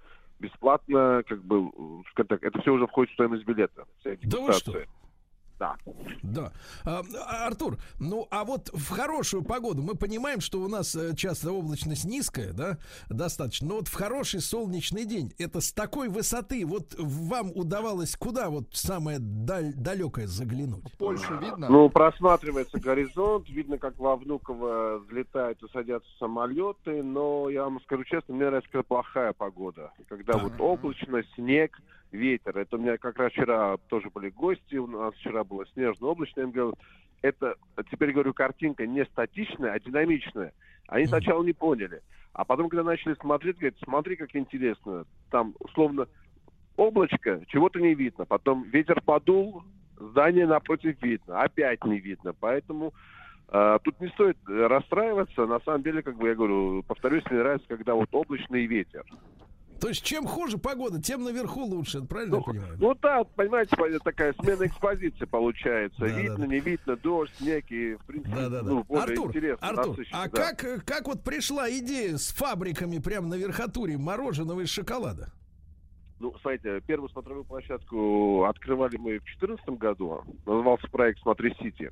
бесплатно, как бы, скажем так, это все уже входит в стоимость билета. Да вы что? Да. Да. А, Артур, ну а вот в хорошую погоду мы понимаем, что у нас часто облачность низкая, да, достаточно. Но вот в хороший солнечный день, это с такой высоты, вот вам удавалось куда вот самое даль- далекое заглянуть? В Польшу видно? Ну, просматривается горизонт, видно, как во Внуково взлетают и садятся самолеты, но я вам скажу честно, мне нравится, когда плохая погода, когда Так. вот облачно, снег, ветер. Это у меня как раз вчера тоже были гости, у нас вчера было снежно-облачно, я им говорю, это, теперь говорю, картинка не статичная, а динамичная. Они сначала не поняли, а потом, когда начали смотреть, говорят, смотри, как интересно, там, условно, облачко, чего-то не видно, потом ветер подул, здание напротив видно, опять не видно, поэтому э, тут не стоит расстраиваться, на самом деле, как бы я говорю, повторюсь, мне нравится, когда вот облачный ветер. То есть чем хуже погода, тем наверху лучше, правильно Ну, я понимаю? ну да, понимаете, такая смена экспозиции получается. Да, видно, да, да. не видно, дождь, снег, и в принципе, Да, да, да. ну, более Артур, интересно, Артур, насыщенно, а да. как, как вот пришла идея с фабриками прямо на верхотуре мороженого и шоколада? Ну, смотрите, первую смотровую площадку открывали мы в две тысячи четырнадцатом году. Назывался проект «Смотри Сити».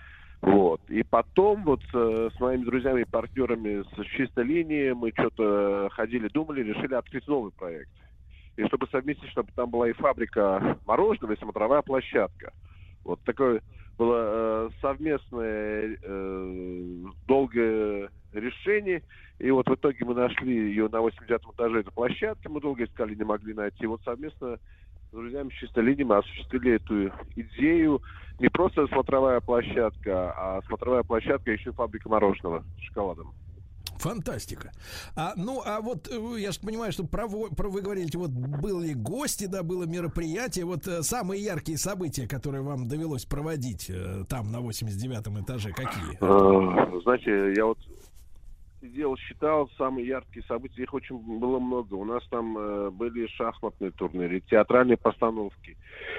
Вот. И потом вот э, с моими друзьями и партнерами с чистой линии мы что-то ходили, думали, решили открыть новый проект. И чтобы совместить, чтобы там была и фабрика мороженого, и смотровая площадка. Вот такое было э, совместное э, долгое решение. И вот в итоге мы нашли ее на восемьдесят девятом этаже этой площадки. Мы долго искали, не могли найти. Вот совместно с друзьями с чистой линии мы осуществили эту идею. Не просто смотровая площадка, а смотровая площадка еще и фабрика мороженого с шоколадом. Фантастика. А, ну, а вот э, я же понимаю, что про, про вы говорите, вот были гости, да, было мероприятие. Вот э, самые яркие события, которые вам довелось проводить э, там на восемьдесят девятом этаже, какие? Э, знаете, я вот сидел, считал самые яркие события, их очень было много. У нас там э, были шахматные турниры, театральные постановки,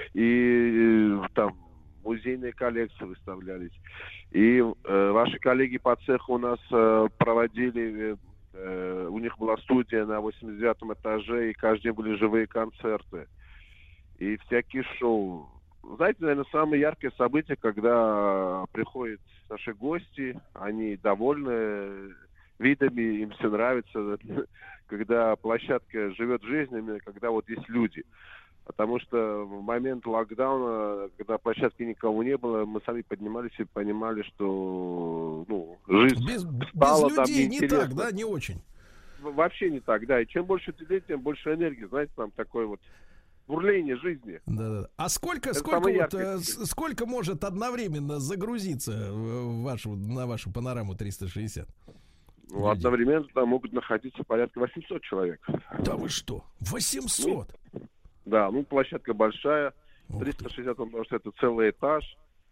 и э, там музейные коллекции выставлялись. И э, ваши коллеги по цеху у нас э, проводили, э, у них была студия на восемьдесят девятом этаже, и каждый день были живые концерты. И всякие шоу. Знаете, наверное, самое яркое событие, когда приходят наши гости, они довольны видами, им все нравится, когда площадка живет жизнью, когда вот есть люди. Потому что в момент локдауна, когда площадки никого не было, мы сами поднимались и понимали, что ну, жизнь без, стала без там людей не неинтересна. так, да, не очень. Вообще не так, да. И чем больше людей, тем больше энергии. Знаете, там такое вот бурление жизни. Да, да. А сколько, Это сколько, самое вот, яркое. э, с- сколько может одновременно загрузиться в вашу, на вашу панораму триста шестьдесят? Ну, одновременно там могут находиться порядка восемьсот человек. Да вы что? восемьсот? Да, ну площадка большая, Ух триста ты. шестьдесят, потому что это целый этаж.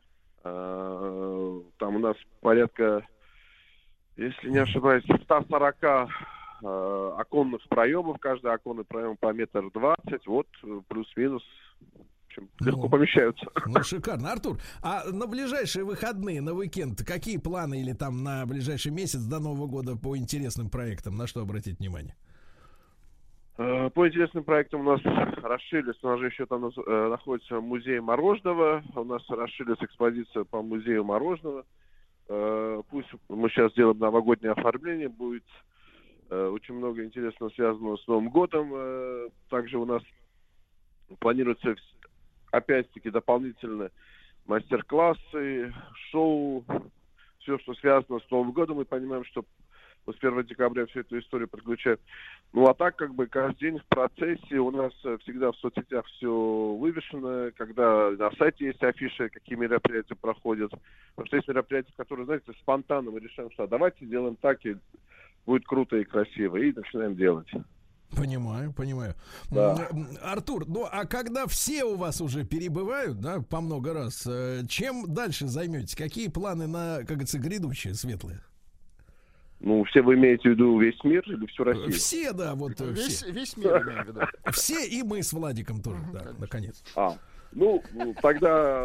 А, Там у нас порядка, если не ошибаюсь, сто сорок а, оконных проемов. Каждый оконный проем по метр двадцать. Вот плюс-минус. В общем, легко Ну. помещаются. Ну, шикарно. Артур, а на ближайшие выходные, на уикенд, какие планы или там на ближайший месяц до Нового года по интересным проектам? На что обратить внимание? Э, По интересным проектам у нас расширились, у нас же еще там э, находится музей мороженого, у нас расширилась экспозиция по музею мороженого. Э, Пусть мы сейчас сделаем новогоднее оформление, будет э, очень много интересного, связанного с Новым годом. Э, Также у нас планируется, вс- опять-таки, дополнительно мастер-классы, шоу, все, что связано с Новым годом. Мы понимаем, что с первого декабря всю эту историю подключают. Ну, а так, как бы, каждый день в процессе у нас э, всегда в соцсетях все вывешено, когда на сайте есть афиши, какие мероприятия проходят. Потому что есть мероприятия, которые, знаете, спонтанно мы решаем, что а давайте сделаем так, и будет круто и красиво, и начинаем делать. Понимаю, понимаю. Да. Артур, ну а когда все у вас уже перебывают, да, по много раз, чем дальше займетесь? Какие планы на, как говорится, грядущее, светлые? Ну, все вы имеете в виду весь мир или всю Россию? Все, да, вот Весь, все. весь мир имеем в виду. Все и мы с Владиком тоже, да, конечно. наконец. А, ну, тогда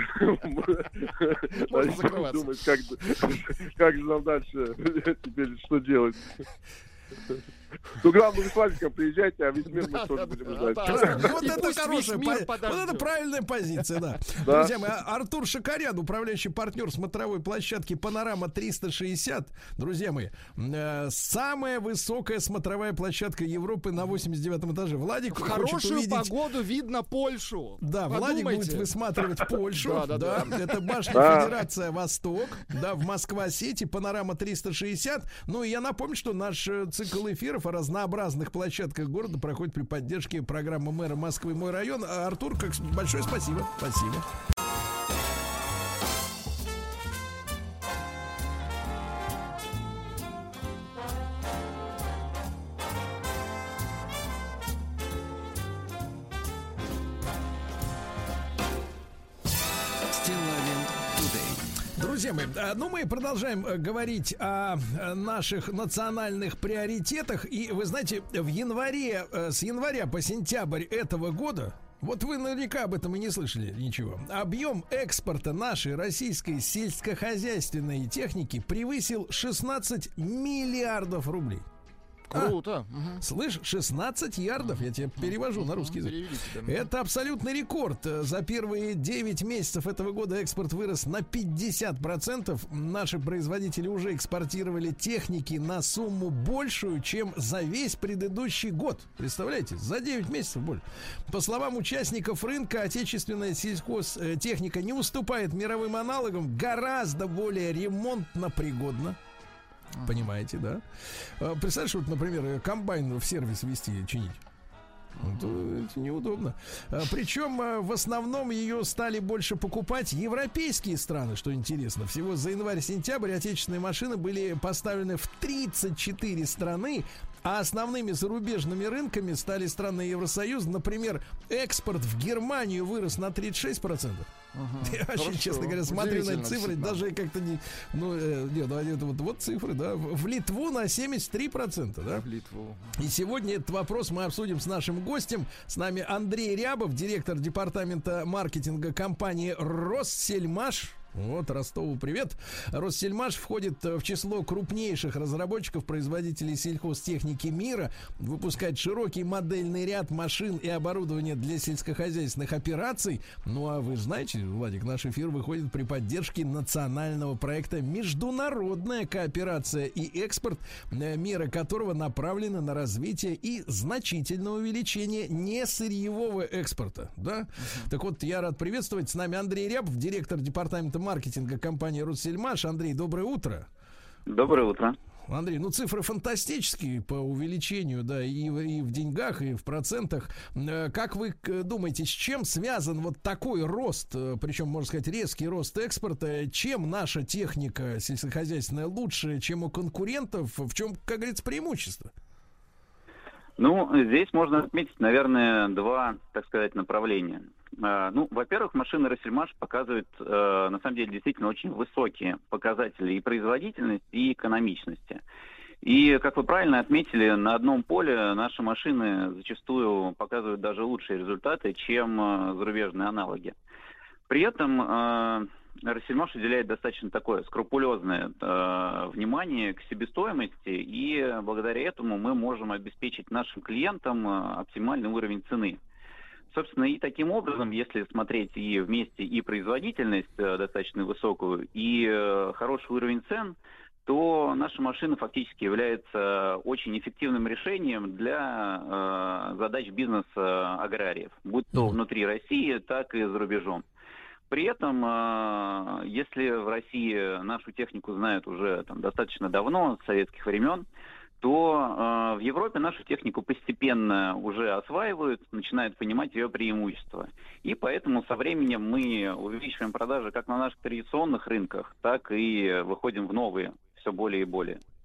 Можно закрываться. думать, как, как же нам дальше теперь что делать. Ну, главное, вы с Владиком приезжайте, а весь мир мы Да, тоже да, будем да, ждать. да. Вот И это пусть хорошая, весь мир по- подождет. вот это правильная позиция, да. Да. Друзья мои, Артур Шакарян, управляющий партнер смотровой площадки Панорама триста шестьдесят. Друзья мои, э, самая высокая смотровая площадка Европы на восемьдесят девятом этаже. Владик В хочет хорошую увидеть... погоду видно Польшу. Да, Владик будет Подумайте. высматривать Польшу. Да, да, Да, да. это башня Да. Федерация Восток. Да, в Москва-Сити, Панорама триста шестьдесят. Ну и я напомню, что наш э, цикл эфиров о разнообразных площадках города проходит при поддержке программы мэра Москвы «Мой район». А, Артур, как, большое спасибо. Спасибо. Стилавин Тудей. Друзья мои, а, ну мы продолжаем э, говорить о э, наших национальных приоритетах. И вы знаете, в январе, э, с января по сентябрь этого года, вот вы наверняка об этом и не слышали ничего, объем экспорта нашей российской сельскохозяйственной техники превысил шестнадцать миллиардов рублей. А, Круто. Мгм. слышь, шестнадцать ярдов, я тебе перевожу на русский язык. Переведите, да. Это абсолютный рекорд. За первые девять месяцев этого года экспорт вырос на пятьдесят процентов. Наши производители уже экспортировали техники на сумму большую, чем за весь предыдущий год. Представляете? За девять месяцев больше. По словам участников рынка, отечественная сельхозтехника не уступает мировым аналогам, гораздо более ремонтно пригодна. Понимаете, да? А, Представляешь, вот, например, комбайн в сервис вести, чинить. Это, это неудобно. А, Причем а, в основном ее стали больше покупать европейские страны, что интересно. Всего за январь-сентябрь отечественные машины были поставлены в тридцать четыре страны, а основными зарубежными рынками стали страны Евросоюза. Например, экспорт в Германию вырос на тридцать шесть процентов. Я вообще, Хорошо. честно говоря, смотрю на эти Удивительно, цифры, действительно. даже как-то не... Ну, э, нет, ну, это вот, вот цифры, да. В в Литву на семьдесят три процента, да. В Литву. И сегодня этот вопрос мы обсудим с нашим гостем. С нами Андрей Рябов, директор департамента маркетинга компании «Россельмаш». Вот, Ростову привет. «Россельмаш» входит в число крупнейших разработчиков, производителей сельхозтехники мира. Выпускает широкий модельный ряд машин и оборудования для сельскохозяйственных операций. Ну, а вы знаете, Владик, наш эфир выходит при поддержке национального проекта «Международная кооперация и экспорт», мера которого направлена на развитие и значительное увеличение несырьевого экспорта. Да? Uh-huh. Так вот, я рад приветствовать. С нами Андрей Рябов, директор департамента маркетинга компании «Россельмаш». Андрей, доброе утро. Доброе утро. Андрей, ну цифры фантастические по увеличению, да, и, в- и в деньгах, и в процентах. Э, Как вы к- думаете, с чем связан вот такой рост, э, причем, можно сказать, резкий рост экспорта? Чем наша техника сельскохозяйственная лучше, чем у конкурентов? В чем, как говорится, преимущество? Ну, здесь можно отметить, наверное, два, так сказать, направления. А, Ну, во-первых, машины «Россельмаш» показывают, э, на самом деле, действительно очень высокие показатели и производительности, и экономичности. И, как вы правильно отметили, на одном поле наши машины зачастую показывают даже лучшие результаты, чем э, зарубежные аналоги. При этом э, «Россельмаш» уделяет достаточно такое скрупулезное э, внимание к себестоимости, и благодаря этому мы можем обеспечить нашим клиентам э, оптимальный уровень цены. Собственно, и таким образом, если смотреть и вместе и производительность э, достаточно высокую, и э, хороший уровень цен, то наша машина фактически является очень эффективным решением для э, задач бизнеса аграриев, будь то внутри России, так и за рубежом. При этом, э, если в России нашу технику знают уже там, достаточно давно, с советских времен, то э, в Европе нашу технику постепенно уже осваивают, начинают понимать ее преимущества. И поэтому со временем мы увеличиваем продажи как на наших традиционных рынках, так и выходим в новые, все более и более.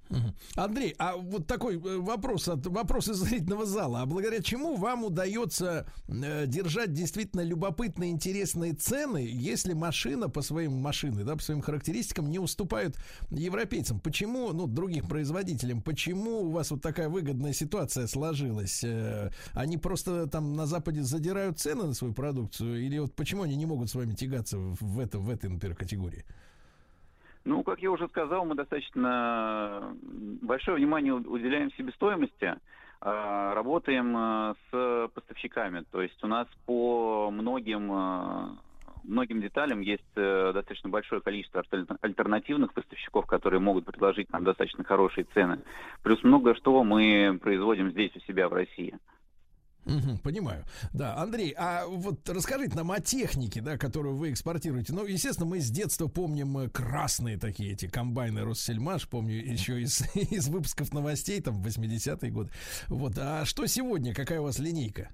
Андрей, а вот такой вопрос, от, вопрос из зрительного зала. А благодаря чему вам удается э, держать действительно любопытные, интересные цены, если машина по своим машины, да, по своим характеристикам не уступает европейцам? Почему, ну, других производителям, почему у вас вот такая выгодная ситуация сложилась? Э, они просто там на Западе задирают цены на свою продукцию? Или вот почему они не могут с вами тягаться в, в, это, в этой, например, категории? Ну, как я уже сказал, мы достаточно большое внимание уделяем себестоимости, работаем с поставщиками. То есть у нас по многим, многим деталям есть достаточно большое количество альтернативных поставщиков, которые могут предложить нам достаточно хорошие цены. Плюс много что мы производим здесь у себя в России. Угу, понимаю. Да, Андрей, а вот расскажите нам о технике, да, которую вы экспортируете. Ну, естественно, мы с детства помним красные такие эти комбайны Россельмаш, помню еще из, из выпусков новостей, там, восьмидесятые годы. Вот, а что сегодня, какая у вас линейка?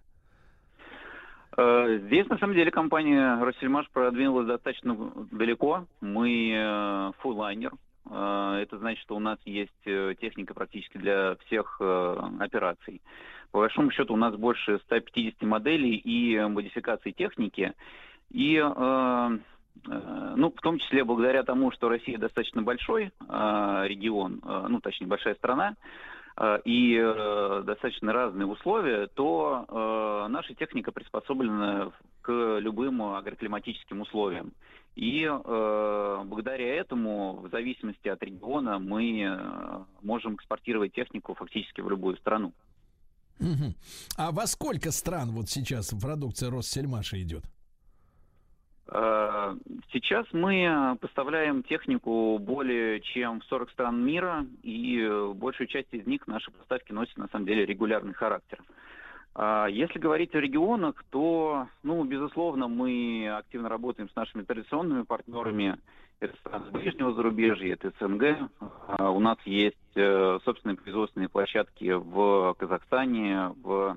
Здесь, на самом деле, компания Россельмаш продвинулась достаточно далеко. Мы фуллайнер. Это значит, что у нас есть техника практически для всех операций. По большому счету у нас больше ста пятидесяти моделей и модификаций техники. И, э, э, ну, в том числе благодаря тому, что Россия достаточно большой э, регион, э, ну, точнее, большая страна, э, и э, достаточно разные условия, то э, наша техника приспособлена к любым агроклиматическим условиям. И э, благодаря этому, в зависимости от региона, мы э, можем экспортировать технику фактически в любую страну. Угу. А во сколько стран вот сейчас продукция Россельмаша идет? Сейчас мы поставляем технику более чем в сорок стран мира, и большую часть из них наши поставки носят на самом деле регулярный характер. Если говорить о регионах, то, ну, безусловно, мы активно работаем с нашими традиционными партнерами. Это страны ближнего зарубежья, это СНГ. У нас есть собственные производственные площадки в Казахстане, в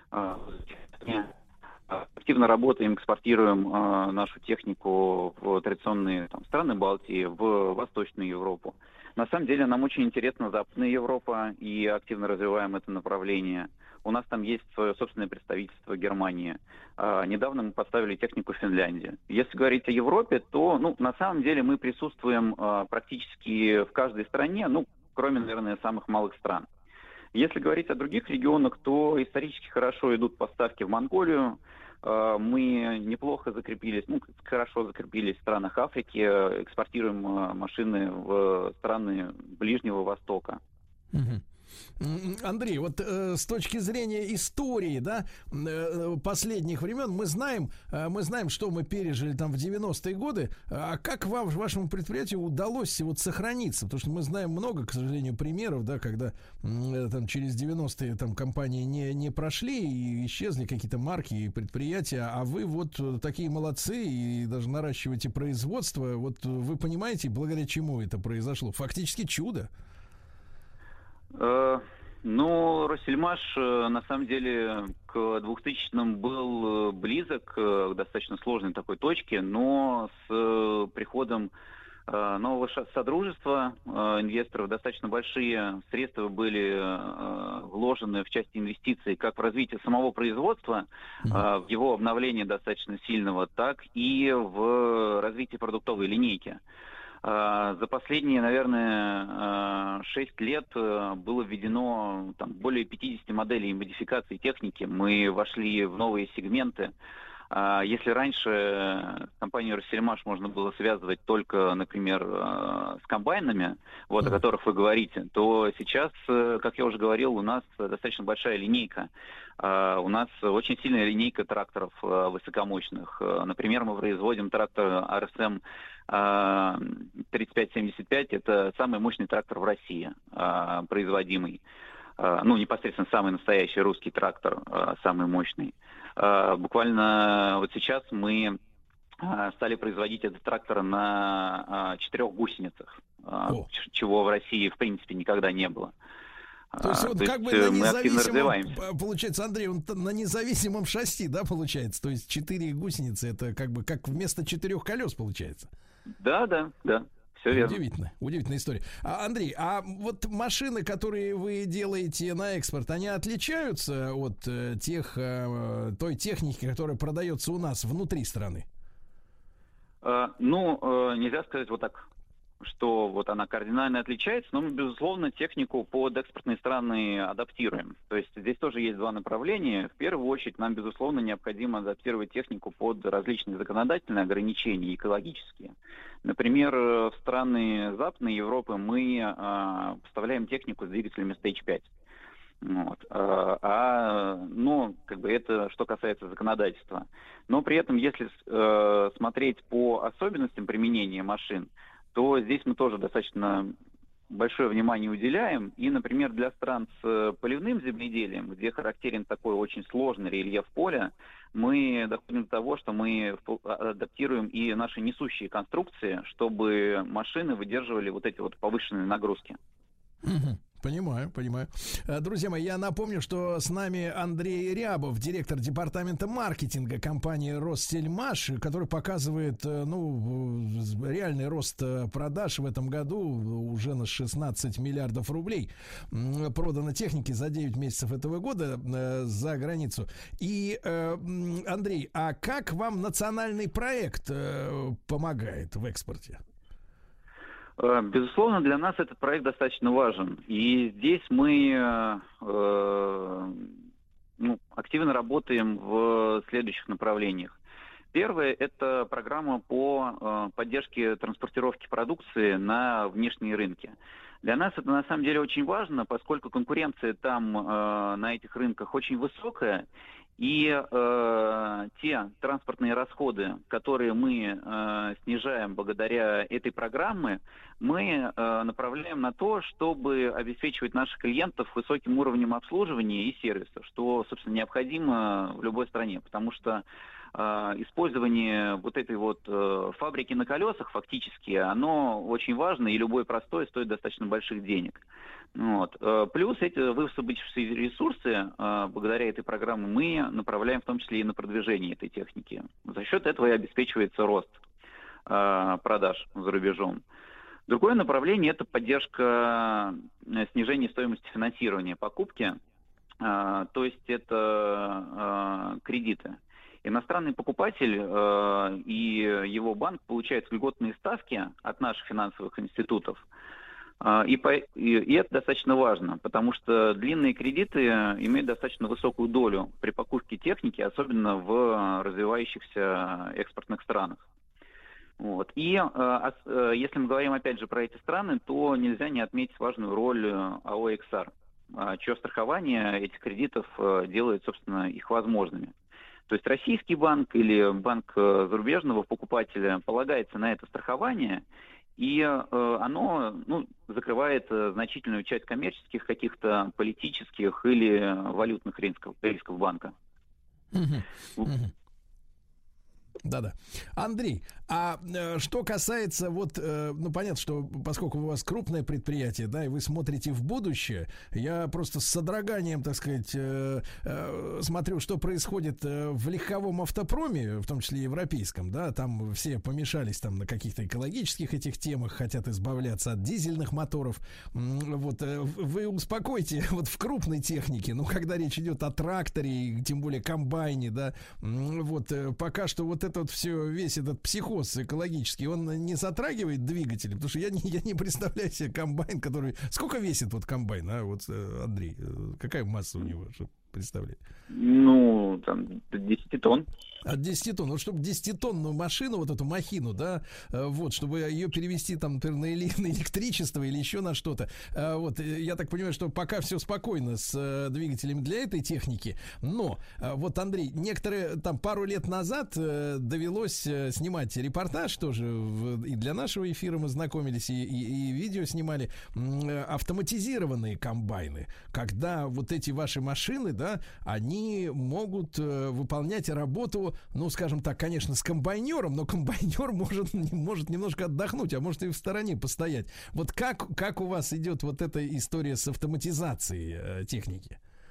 активно работаем, экспортируем нашу технику в традиционные там, страны Балтии, в Восточную Европу. На самом деле нам очень интересна Западная Европа, и активно развиваем это направление. У нас там есть свое собственное представительство в Германии. А, недавно мы поставили технику в Финляндии. Если говорить о Европе, то, ну, на самом деле мы присутствуем а, практически в каждой стране, ну, кроме, наверное, самых малых стран. Если говорить о других регионах, то исторически хорошо идут поставки в Монголию. А, мы неплохо закрепились, ну, хорошо закрепились в странах Африки, экспортируем а, машины в страны Ближнего Востока. Угу. Андрей, вот э, с точки зрения истории, да, э, последних времен, мы знаем, э, мы знаем, что мы пережили там в девяностые годы. А как вам, вашему предприятию удалось вот сохраниться? Потому что мы знаем много, к сожалению, примеров, да, когда э, там через девяностые там компании не, не прошли и исчезли какие-то марки и предприятия, а вы вот такие молодцы и даже наращиваете производство. Вот вы понимаете, благодаря чему это произошло? Фактически чудо. Ну, Россельмаш, на самом деле, к двухтысячным был близок к достаточно сложной такой точке, но с приходом нового содружества инвесторов достаточно большие средства были вложены в части инвестиций как в развитие самого производства, в его обновление достаточно сильного, так и в развитие продуктовой линейки. За последние, наверное, шесть лет было введено там, более пятидесяти моделей модификаций техники. Мы вошли в новые сегменты. Если раньше компанию Россельмаш можно было связывать только, например, с комбайнами, вот, о которых вы говорите, то сейчас, как я уже говорил, у нас достаточно большая линейка. У нас очень сильная линейка тракторов высокомощных. Например, мы производим трактор ар эс эм тридцать пять семьдесят пять. Это самый мощный трактор в России, производимый. Ну, непосредственно самый настоящий русский трактор, самый мощный. Буквально вот сейчас мы стали производить этот трактор на четырех гусеницах, О. чего в России, в принципе, никогда не было. То есть, вот То как есть бы на независимом, получается, Андрей, он на независимом шасси, да, получается? То есть четыре гусеницы, это как бы как вместо четырех колес получается? Да, да, да. Все верно. Удивительно, удивительная история. А, Андрей, а вот машины, которые вы делаете на экспорт, они отличаются от э, тех, э, той техники, которая продается у нас внутри страны? Э, ну, э, нельзя сказать вот так, что вот она кардинально отличается, но мы, безусловно, технику под экспортные страны адаптируем. То есть здесь тоже есть два направления. В первую очередь нам, безусловно, необходимо адаптировать технику под различные законодательные ограничения, экологические. Например, в страны Западной Европы мы э, поставляем технику с двигателями стейдж пять. Вот. А, ну, как бы это что касается законодательства. Но при этом, если э, смотреть по особенностям применения машин, то здесь мы тоже достаточно большое внимание уделяем. И, например, для стран с поливным земледелием, где характерен такой очень сложный рельеф поля, мы доходим до того, что мы адаптируем и наши несущие конструкции, чтобы машины выдерживали вот эти вот повышенные нагрузки. Понимаю, понимаю. Друзья мои, я напомню, что с нами Андрей Рябов, директор департамента маркетинга компании «Россельмаш», который показывает, ну, реальный рост продаж в этом году уже на шестнадцать миллиардов рублей. Продано техники за девять месяцев этого года за границу. И, Андрей, а как вам национальный проект помогает в экспорте? Безусловно, для нас этот проект достаточно важен. И здесь мы э, ну, активно работаем в следующих направлениях. Первое – это программа по э, поддержке транспортировки продукции на внешние рынки. Для нас это на самом деле очень важно, поскольку конкуренция там э, на этих рынках очень высокая. И э, те транспортные расходы, которые мы э, снижаем благодаря этой программе, мы э, направляем на то, чтобы обеспечивать наших клиентов высоким уровнем обслуживания и сервиса, что, собственно, необходимо в любой стране, потому что э, использование вот этой вот э, фабрики на колесах фактически, оно очень важно, и любой простой стоит достаточно больших денег. Вот. Плюс эти высвободившиеся ресурсы, благодаря этой программе, мы направляем в том числе и на продвижение этой техники. За счет этого и обеспечивается рост продаж за рубежом. Другое направление – это поддержка снижения стоимости финансирования покупки, то есть это кредиты. Иностранный покупатель и его банк получают льготные ставки от наших финансовых институтов. И, по, и, и это достаточно важно, потому что длинные кредиты имеют достаточно высокую долю при покупке техники, особенно в развивающихся экспортных странах. Вот. И а, а, если мы говорим опять же про эти страны, то нельзя не отметить важную роль АО «Эксар», чье страхование этих кредитов делает, собственно, их возможными. То есть российский банк или банк зарубежного покупателя полагается на это страхование, и э, оно ну, закрывает э, значительную часть коммерческих, каких-то политических или валютных рисков, рисков банка. Uh-huh. Uh-huh. Да-да. Андрей, а э, что касается вот, э, ну понятно, что поскольку у вас крупное предприятие, да, и вы смотрите в будущее, я просто с содроганием, так сказать, э, э, смотрю, что происходит э, в легковом автопроме, в том числе европейском, да, там все помешались там на каких-то экологических этих темах, хотят избавляться от дизельных моторов. Вот, э, вы успокойте, вот в крупной технике, ну, когда речь идет о тракторе, тем более комбайне, да, вот, э, пока что вот это вот все, весь этот психоз экологический, он не затрагивает двигатели, потому что я не, я не представляю себе комбайн, который... Сколько весит вот комбайн, а, вот, Андрей, какая масса у него, чтобы представлять? Ну, там, десять тонн. От десяти тонн. Вот чтобы десятитонную машину, вот эту махину, да, вот, чтобы ее перевести там, например, на электричество или еще на что-то. Вот, я так понимаю, что пока все спокойно с двигателями для этой техники. Но, вот, Андрей, некоторые, там, пару лет назад довелось снимать репортаж тоже, и для нашего эфира мы знакомились, и, и, и видео снимали, автоматизированные комбайны, когда вот эти ваши машины, да, они могут выполнять работу, ну, скажем так, конечно, с комбайнером, но комбайнер может, может немножко отдохнуть, а может и в стороне постоять. Вот как, как у вас идет вот эта история с автоматизацией э, техники?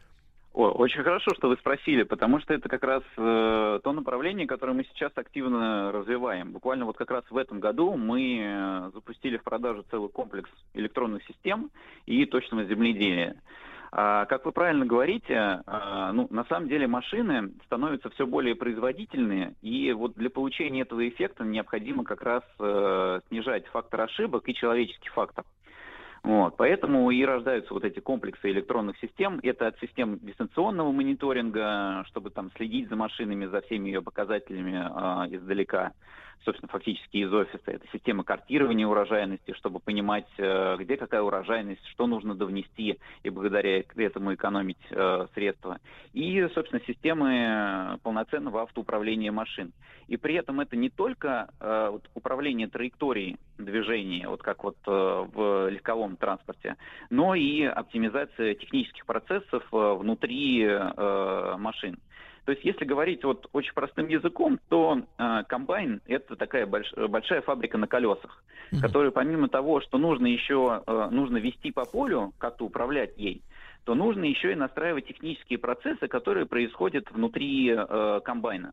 О, очень хорошо, что вы спросили, потому что это как раз э, то направление, которое мы сейчас активно развиваем. Буквально вот как раз в этом году мы э, запустили в продажу целый комплекс электронных систем и точного земледелия. А, как вы правильно говорите, а, ну, на самом деле машины становятся все более производительные, и вот для получения этого эффекта необходимо как раз э, снижать фактор ошибок и человеческий фактор. Вот, поэтому и рождаются вот эти комплексы электронных систем. Это от систем дистанционного мониторинга, чтобы там следить за машинами, за всеми ее показателями э, издалека, собственно, фактически из офиса. Это система картирования урожайности, чтобы понимать, э, где какая урожайность, что нужно довнести и благодаря этому экономить э, средства. И, собственно, системы полноценного автоуправления машин. И при этом это не только э, вот, управление траекторией движения, вот как вот э, в легковом транспорте, но и оптимизация технических процессов э, внутри э, машин. То есть, если говорить вот очень простым языком, то э, комбайн – это такая больш, большая фабрика на колесах, mm-hmm. которая помимо того, что нужно еще э, нужно вести по полю, как-то управлять ей, то нужно еще и настраивать технические процессы, которые происходят внутри э, комбайна.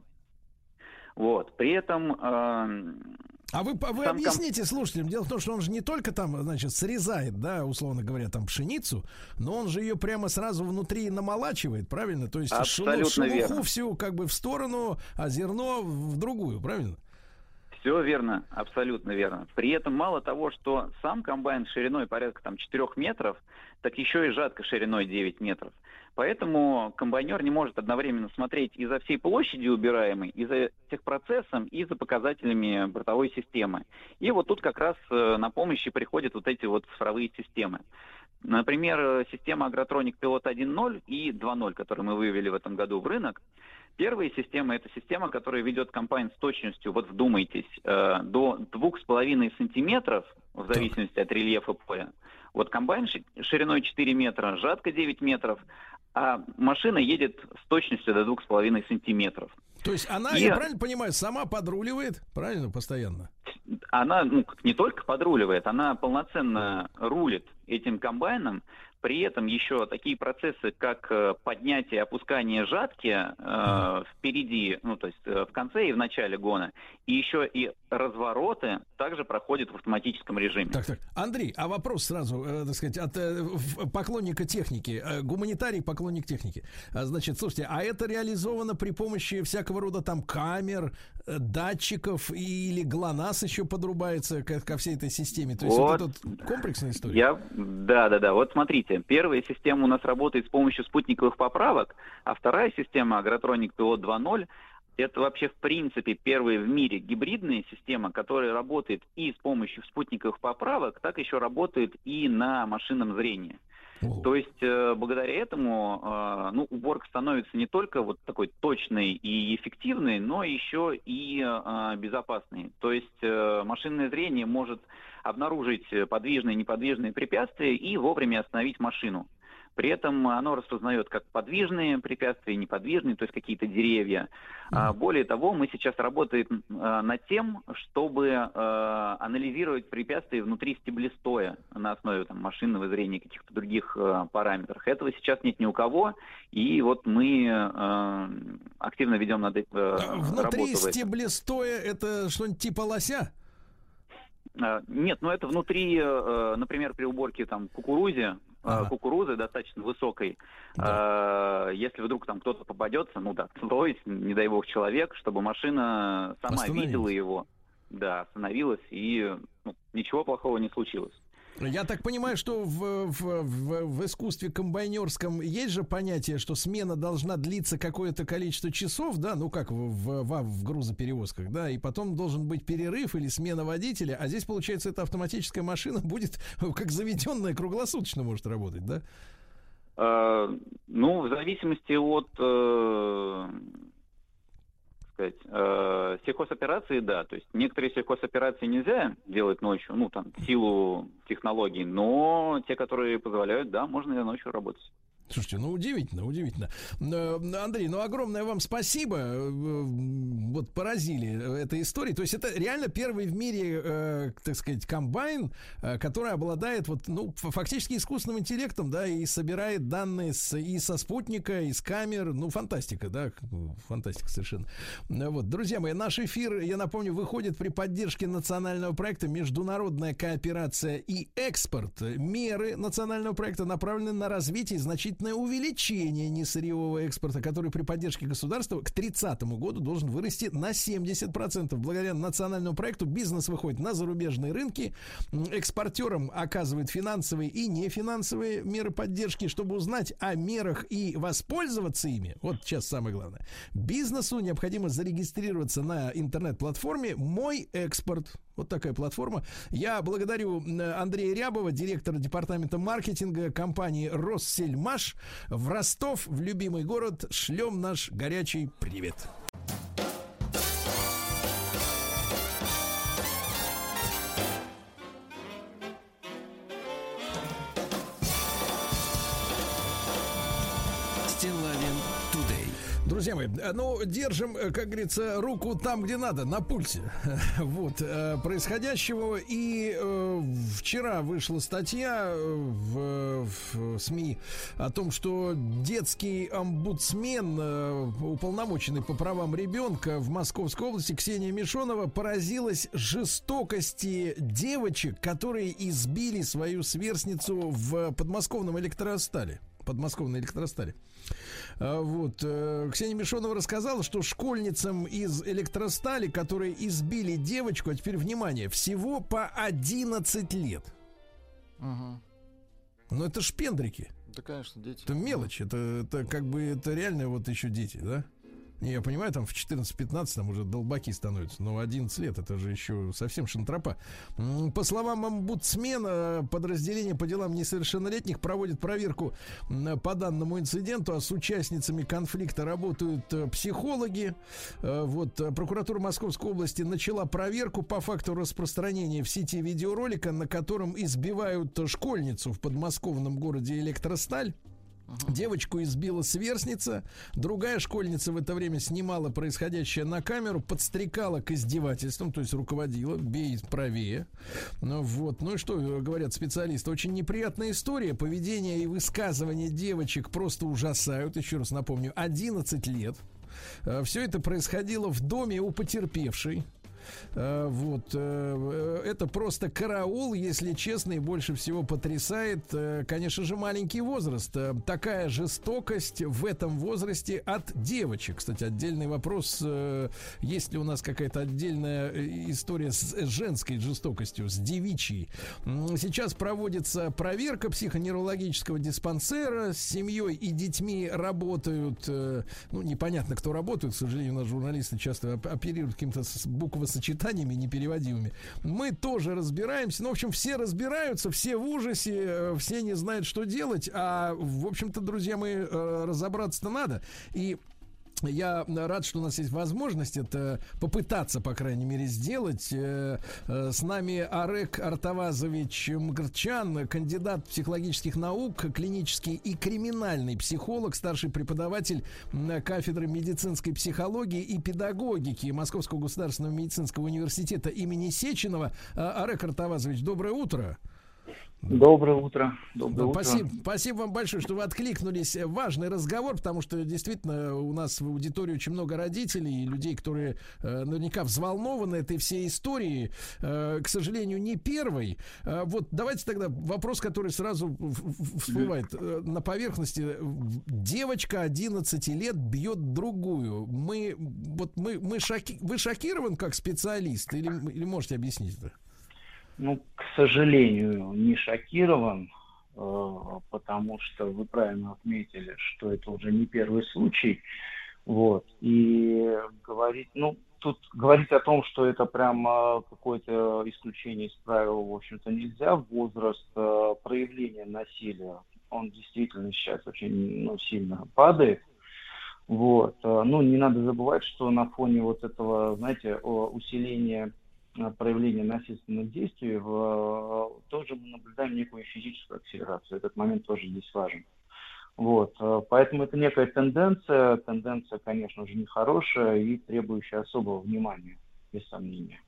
Вот. При этом... Э, а вы, вы объясните слушателям, дело в том, что он же не только там, значит, срезает, да, условно говоря, там пшеницу, но он же ее прямо сразу внутри намолачивает, правильно? То есть шелуху, шелуху всю как бы в сторону, а зерно в другую, правильно? Все верно, абсолютно верно. При этом мало того, что сам комбайн шириной порядка там четырех метров, так еще и жатка шириной девять метров. Поэтому комбайнер не может одновременно смотреть и за всей площадью убираемой, и за техпроцессом, и за показателями бортовой системы. И вот тут как раз на помощь приходят вот эти вот цифровые системы. Например, система Agrotronic Pilot один ноль и два ноль, которую мы вывели в этом году в рынок. Первая система – это система, которая ведет комбайн с точностью, вот вдумайтесь, до двух с половиной сантиметров, в зависимости от рельефа поля. Вот комбайн шириной четыре метра, жатка девять метров, а машина едет с точностью до двух с половиной сантиметров. То есть она, и... я правильно понимаю, сама подруливает, правильно, постоянно? Она ну, не только подруливает, она полноценно рулит этим комбайном. При этом еще такие процессы, как поднятие и опускание жатки э, впереди, ну то есть в конце и в начале гона, и еще и развороты также проходят в автоматическом режиме. Так, так. Андрей, а вопрос сразу, э, так сказать, от э, поклонника техники, э, гуманитарий, поклонник техники. А, значит, слушайте, а это реализовано при помощи всякого рода там камер, э, датчиков или ГЛОНАСС еще подрубается ко, ко всей этой системе? То есть вот, вот это комплексная история? Я, да, да, да. Вот смотрите. Первая система у нас работает с помощью спутниковых поправок, а вторая система Agrotronic Pilot два ноль это вообще в принципе первая в мире гибридная система, которая работает и с помощью спутниковых поправок, так еще работает и на машинном зрении. О. То есть э, благодаря этому э, ну, уборка становится не только вот такой точной и эффективной, но еще и э, безопасной. То есть э, машинное зрение может обнаружить подвижные и неподвижные препятствия и вовремя остановить машину. При этом оно распознает как подвижные препятствия, неподвижные, то есть какие-то деревья. Mm-hmm. Более того, мы сейчас работаем над тем, чтобы анализировать препятствия внутри стеблестоя на основе там, машинного зрения, каких-то других параметров. Этого сейчас нет ни у кого, и вот мы активно ведем над этим работу. Внутри стеблестоя это что-нибудь типа лося? Нет, но это внутри, например, при уборке там кукурузе, ага. кукурузы достаточно высокой. Да. Если вдруг там кто-то попадется, ну да, то есть, не дай бог, человек, чтобы машина сама видела его, да, остановилась, и ну, ничего плохого не случилось. Я так понимаю, что в, в, в, в искусстве комбайнерском есть же понятие, что смена должна длиться какое-то количество часов, да, ну как в, в, в, в грузоперевозках, да, и потом должен быть перерыв или смена водителя, а здесь, получается, эта автоматическая машина будет как заведенная круглосуточно может работать, да? А, ну, в зависимости от... Э... сказать, э, сельхозоперации, да, то есть некоторые сельхозоперации нельзя делать ночью, ну, там, в силу технологий, но те, которые позволяют, да, можно и ночью работать. Слушайте, ну удивительно, удивительно. Андрей, ну огромное вам спасибо. Вот поразили этой историей. То есть это реально первый в мире, э, так сказать, комбайн, э, который обладает вот, ну, фактически искусственным интеллектом, да, и собирает данные с, и со спутника, и с камер. Ну, фантастика, да, фантастика совершенно. Вот, друзья мои, наш эфир, я напомню, выходит при поддержке национального проекта «Международная кооперация и экспорт». Меры национального проекта направлены на развитие и значительное увеличение несырьевого экспорта, который при поддержке государства к тридцатому году должен вырасти на семьдесят процентов. Благодаря национальному проекту бизнес выходит на зарубежные рынки, экспортерам оказывают финансовые и нефинансовые меры поддержки. Чтобы узнать о мерах и воспользоваться ими, вот сейчас самое главное, бизнесу необходимо зарегистрироваться на интернет-платформе «Мой экспорт». Вот такая платформа. Я благодарю Андрея Рябова, директора департамента маркетинга компании «Россельмаш». В Ростов, в любимый город, шлем наш горячий привет. Друзья мои, ну, держим, как говорится, руку там, где надо, на пульсе вот, происходящего. И э, вчера вышла статья в, в СМИ о том, что детский омбудсмен, э, уполномоченный по правам ребенка в Московской области, Ксения Мишонова, поразилась жестокости девочек, которые избили свою сверстницу в подмосковном электростале. Подмосковной электростале. Вот. Ксения Мишонова рассказала, что школьницам из электростали, которые избили девочку, а теперь внимание, всего по одиннадцать лет. Угу. Ну это шпендрики. Да, конечно, дети. Это мелочь, это, это как бы это реально вот еще дети, да? Я понимаю, там в четырнадцать-пятнадцать там уже долбаки становятся, но одиннадцать лет это же еще совсем шантропа. По словам омбудсмена, подразделение по делам несовершеннолетних проводит проверку по данному инциденту, а с участницами конфликта работают психологи. Вот, прокуратура Московской области начала проверку по факту распространения в сети видеоролика, на котором избивают школьницу в подмосковном городе Электросталь. Uh-huh. Девочку избила сверстница. Другая школьница в это время снимала происходящее на камеру, подстрекала к издевательствам, то есть руководила, бей правее. Ну, вот. Ну и что говорят специалисты? Очень неприятная история. Поведение и высказывания девочек просто ужасают. Еще раз напомню, одиннадцать лет. Все это происходило в доме у потерпевшей. Вот, это просто караул, если честно, и больше всего потрясает, конечно же, маленький возраст. Такая жестокость в этом возрасте от девочек. Кстати, отдельный вопрос, есть ли у нас какая-то отдельная история с женской жестокостью, с девичьей. Сейчас проводится проверка психоневрологического диспансера, с семьей и детьми работают, ну, непонятно, кто работает, к сожалению, у нас журналисты часто оперируют каким-то буквосочетанием сочетаниями непереводимыми. Мы тоже разбираемся. Ну, в общем, все разбираются, все в ужасе, все не знают, что делать. А, в общем-то, друзья мои, разобраться-то надо. И я рад, что у нас есть возможность это попытаться, по крайней мере, сделать. С нами Арек Артавазович Мгрчан, кандидат психологических наук, клинический и криминальный психолог, старший преподаватель кафедры медицинской психологии и педагогики Московского государственного медицинского университета имени Сеченова. Арек Артавазович, доброе утро. Доброе утро. Доброе спасибо, утро. Спасибо вам большое, что вы откликнулись. Важный разговор, потому что действительно у нас в аудитории очень много родителей и людей, которые э, наверняка взволнованы этой всей историей. Э, к сожалению, не первой. Э, вот давайте тогда вопрос, который сразу всплывает э, на поверхности. Девочка одиннадцати лет бьет другую. Мы, вот мы, мы шоки... Вы шокирован как специалист или, или можете объяснить это? Ну, к сожалению, не шокирован, э, потому что вы правильно отметили, что это уже не первый случай. Вот. И говорить, ну, тут говорить о том, что это прямо какое-то исключение из правил, в общем-то, нельзя. Возраст э, проявления насилия, он действительно сейчас очень, ну, сильно падает. Вот. Ну, не надо забывать, что на фоне вот этого, знаете, усиления проявления насильственных действий, в, тоже мы наблюдаем некую физическую акселерацию. Этот момент тоже здесь важен. Вот, поэтому это некая тенденция, тенденция, конечно же, нехорошая и требующая особого внимания, без сомнения.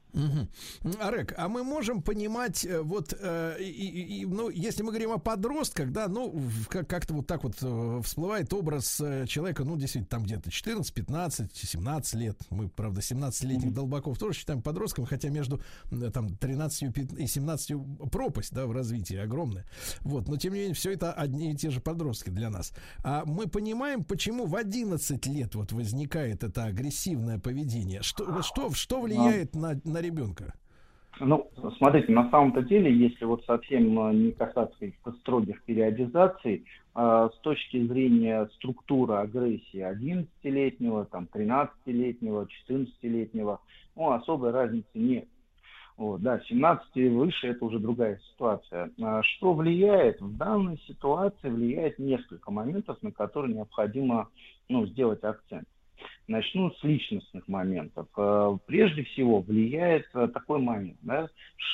Угу. Арек, а мы можем понимать, вот, э, и, и, ну, если мы говорим о подростках, да, ну, как- как-то вот так вот э, всплывает образ э, человека, ну, действительно, там где-то четырнадцать, пятнадцать, семнадцать лет. Мы, правда, семнадцатилетних mm-hmm. долбаков тоже считаем подростком, хотя между э, там тринадцатью и семнадцатью пропасть, да, в развитии огромная. Вот, но тем не менее, все это одни и те же подростки для нас. А мы понимаем, почему в одиннадцать лет вот возникает это агрессивное поведение. Что, что, что влияет на, на ребенка? Ну, смотрите, на самом-то деле, если вот совсем не касаться каких-то строгих периодизаций, э, с точки зрения структуры агрессии одиннадцатилетнего, там, тринадцатилетнего, четырнадцатилетнего, ну, особой разницы нет. Вот, да, семнадцать и выше это уже другая ситуация. А что влияет? В данной ситуации влияет несколько моментов, на которые необходимо, ну, сделать акцент. Начну с личностных моментов. Прежде всего влияет такой момент, да,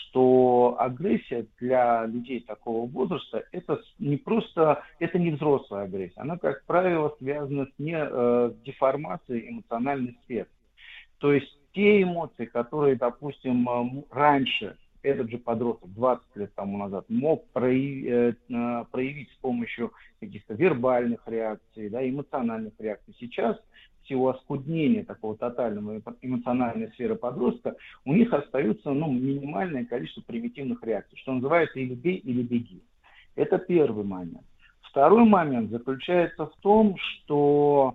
что агрессия для людей такого возраста это не просто, это не взрослая агрессия, она, как правило, связана с не, э, деформацией эмоциональной сферы. То есть те эмоции, которые, допустим, раньше этот же подросток двадцать лет тому назад мог проявить, э, проявить с помощью каких-то вербальных реакций, да, эмоциональных реакций, сейчас в силу оскуднения такого тотального эмоциональной сферы подростка, у них остается, ну, минимальное количество примитивных реакций, что называется или бей, или беги. Это первый момент. Второй момент заключается в том, что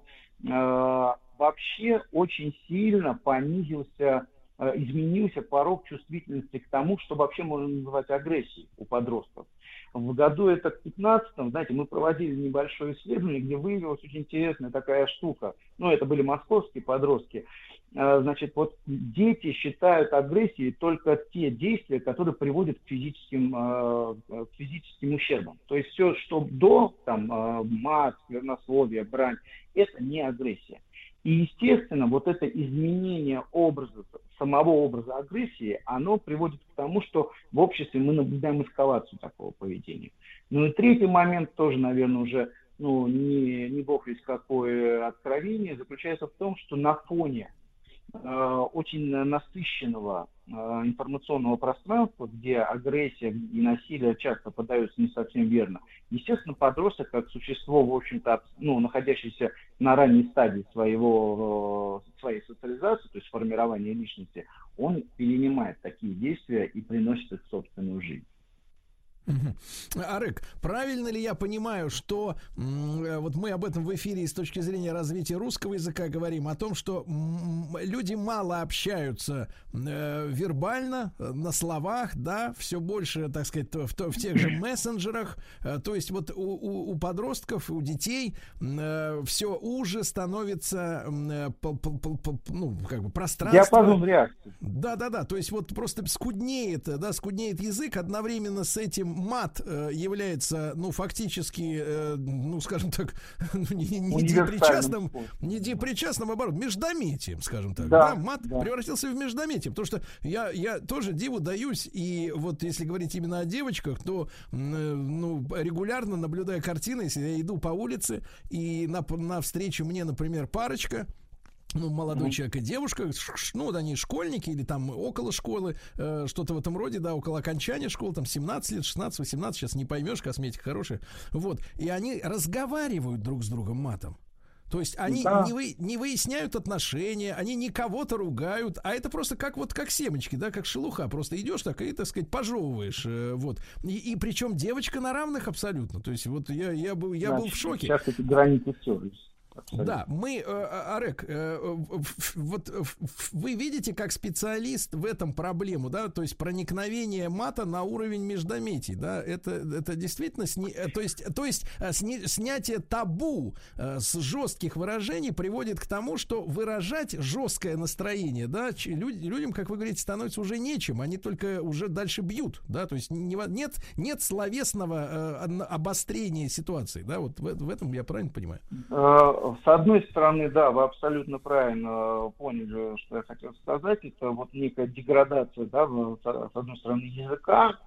э, вообще очень сильно понизился, э, изменился порог чувствительности к тому, что вообще можно называть агрессией у подростков. В году это к пятнадцатому, знаете, мы проводили небольшое исследование, где выявилась очень интересная такая штука. Ну, это были московские подростки. Значит, вот дети считают агрессией только те действия, которые приводят к физическим, к физическим ущербам. То есть все, что до, там, мат, сквернословие, брань, это не агрессия. И, естественно, вот это изменение образа, самого образа агрессии, оно приводит к тому, что в обществе мы наблюдаем эскалацию такого поведения. Ну и третий момент, тоже, наверное, уже, ну, не, не бог весть какое откровение, заключается в том, что на фоне э, очень насыщенного э, информационного пространства, где агрессия и насилие часто подаются не совсем верно, естественно, подросток, как существо, в общем-то, ну, находящееся на ранней стадии своего, своей социализации, то есть формирования личности, он перенимает такие действия и приносит их в собственную жизнь. Арек, правильно ли я понимаю, что м, вот мы об этом в эфире с точки зрения развития русского языка говорим, о том, что м, люди мало общаются э, вербально, на словах, да, все больше, так сказать, в, в тех же мессенджерах, э, то есть вот у, у, у подростков, у детей э, все уже становится э, по, по, по, по, ну, как бы пространство. Диапазон реакции. Да-да-да, то есть вот просто скуднеет, да, скуднеет язык, одновременно с этим мат э, является, ну, фактически, э, ну, скажем так, не, не депричастным, не депричастным, оборот, междометием, скажем так. Да, да, мат да. превратился в междометие, потому что я, я тоже диву даюсь, и вот если говорить именно о девочках, то, э, ну, регулярно наблюдая картины, если я иду по улице, и на, на встречу мне, например, парочка, ну, молодой mm-hmm. человек и девушка, ну, вот они школьники или там около школы, э, что-то в этом роде, да, около окончания школы, там семнадцать лет, шестнадцать, восемнадцать, сейчас не поймешь, косметика хорошая, вот, и они разговаривают друг с другом матом. То есть они да. не, вы, не выясняют отношения, они не кого-то ругают, а это просто как вот как семечки, да, как шелуха, просто идешь так и, так сказать, пожевываешь, э, вот. И, и причем девочка на равных абсолютно, то есть вот я, я, был, я Значит, был в шоке. Сейчас эти границы стерлись. Абсолютно. Да, мы, э, Арек, э, вот вы видите, как специалист в этом проблему, да, то есть проникновение мата на уровень междометий, да, это, это действительно, сни, то есть, то есть сни, снятие табу э, с жестких выражений приводит к тому, что выражать жесткое настроение, да, люд, людям, как вы говорите, становится уже нечем, они только уже дальше бьют, да, то есть не, нет, нет словесного э, обострения ситуации, да, вот в, в этом я правильно понимаю? С одной стороны, да, вы абсолютно правильно поняли, что я хотел сказать. Это вот некая деградация, да, с одной стороны, языка,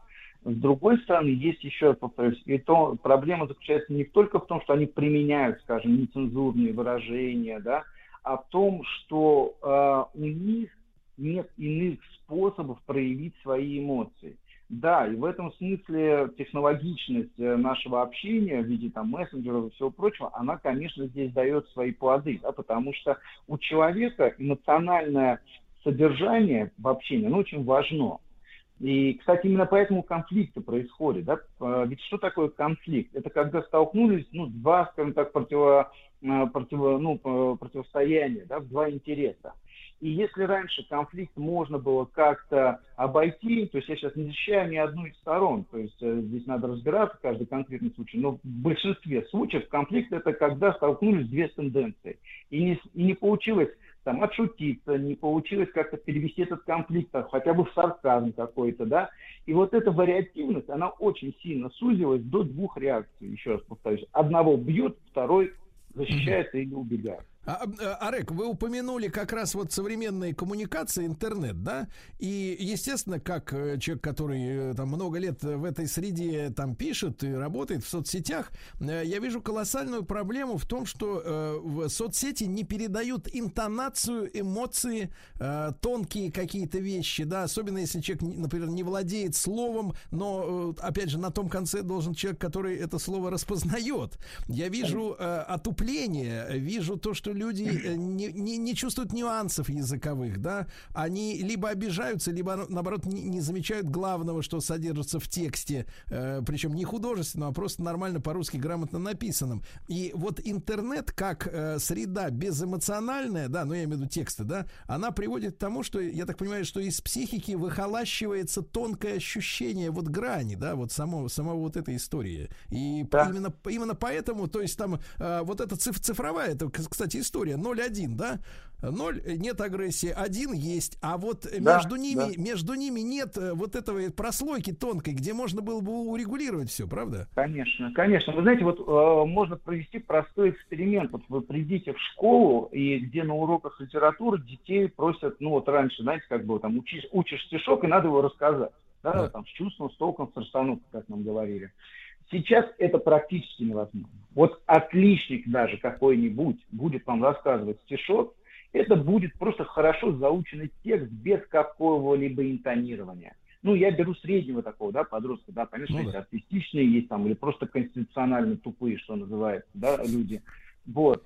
С другой стороны, есть еще, повторюсь, и то проблема заключается не только в том, что они применяют, скажем, нецензурные выражения, да, а в том, что э, у них нет иных способов проявить свои эмоции. Да, и в этом смысле технологичность нашего общения в виде там мессенджеров и всего прочего, она, конечно, здесь дает свои плоды, да, потому что у человека эмоциональное содержание в общении, оно очень важно. И, кстати, именно поэтому конфликты происходят. Да? Ведь что такое конфликт? Это когда столкнулись ну, два, скажем так, противо, противо, ну, противостояния, да, два интереса. И если раньше конфликт можно было как-то обойти, то есть я сейчас не защищаю ни одну из сторон, то есть здесь надо разбираться, каждый конкретный случай, но в большинстве случаев конфликт это когда столкнулись две тенденции. И не, и не получилось там отшутиться, не получилось как-то перевести этот конфликт хотя бы в сарказм какой-то, да. И вот эта вариативность, она очень сильно сузилась до двух реакций, еще раз повторюсь. Одного бьет, второй защищается или убегает. А, Арек, вы упомянули как раз вот современные коммуникации, интернет, да? И, естественно, как человек, который там много лет в этой среде там пишет и работает в соцсетях, я вижу колоссальную проблему в том, что э, в соцсети не передают интонацию, эмоции, э, тонкие какие-то вещи, да? Особенно если человек, например, не владеет словом, но, э, опять же, на том конце должен человек, который это слово распознает. Я вижу э, отупление, вижу то, что люди не, не, не чувствуют нюансов языковых, да, они либо обижаются, либо, наоборот, не, не замечают главного, что содержится в тексте, э, причем не художественном, а просто нормально по-русски грамотно написанном. И вот интернет, как э, среда безэмоциональная, да, ну я имею в виду тексты, да, она приводит к тому, что, я так понимаю, что из психики выхолащивается тонкое ощущение вот грани, да, вот само, самого вот этой истории. И да. именно, именно поэтому, то есть там э, вот эта циф- цифровая, это, кстати, история ноль один, да? ноль нет агрессии, один есть, а вот да, между ними, да. между ними нет вот этого прослойки тонкой, где можно было бы урегулировать все, правда? Конечно, конечно. Вы знаете, вот э, можно провести простой эксперимент. Вот вы придите в школу, и где на уроках литературы детей просят, ну вот раньше, знаете, как было, там учишь, учишь стишок, и надо его рассказать. Да, да. Там с чувством, с толком, с расстановкой, как нам говорили. Сейчас это практически невозможно. Вот отличник даже какой-нибудь будет вам рассказывать стишок, это будет просто хорошо заученный текст без какого-либо интонирования. Ну, я беру среднего такого, да, подростка, да, конечно, ну, есть да. артистичные есть там, или просто конституционально тупые, что называется, да, люди. Вот.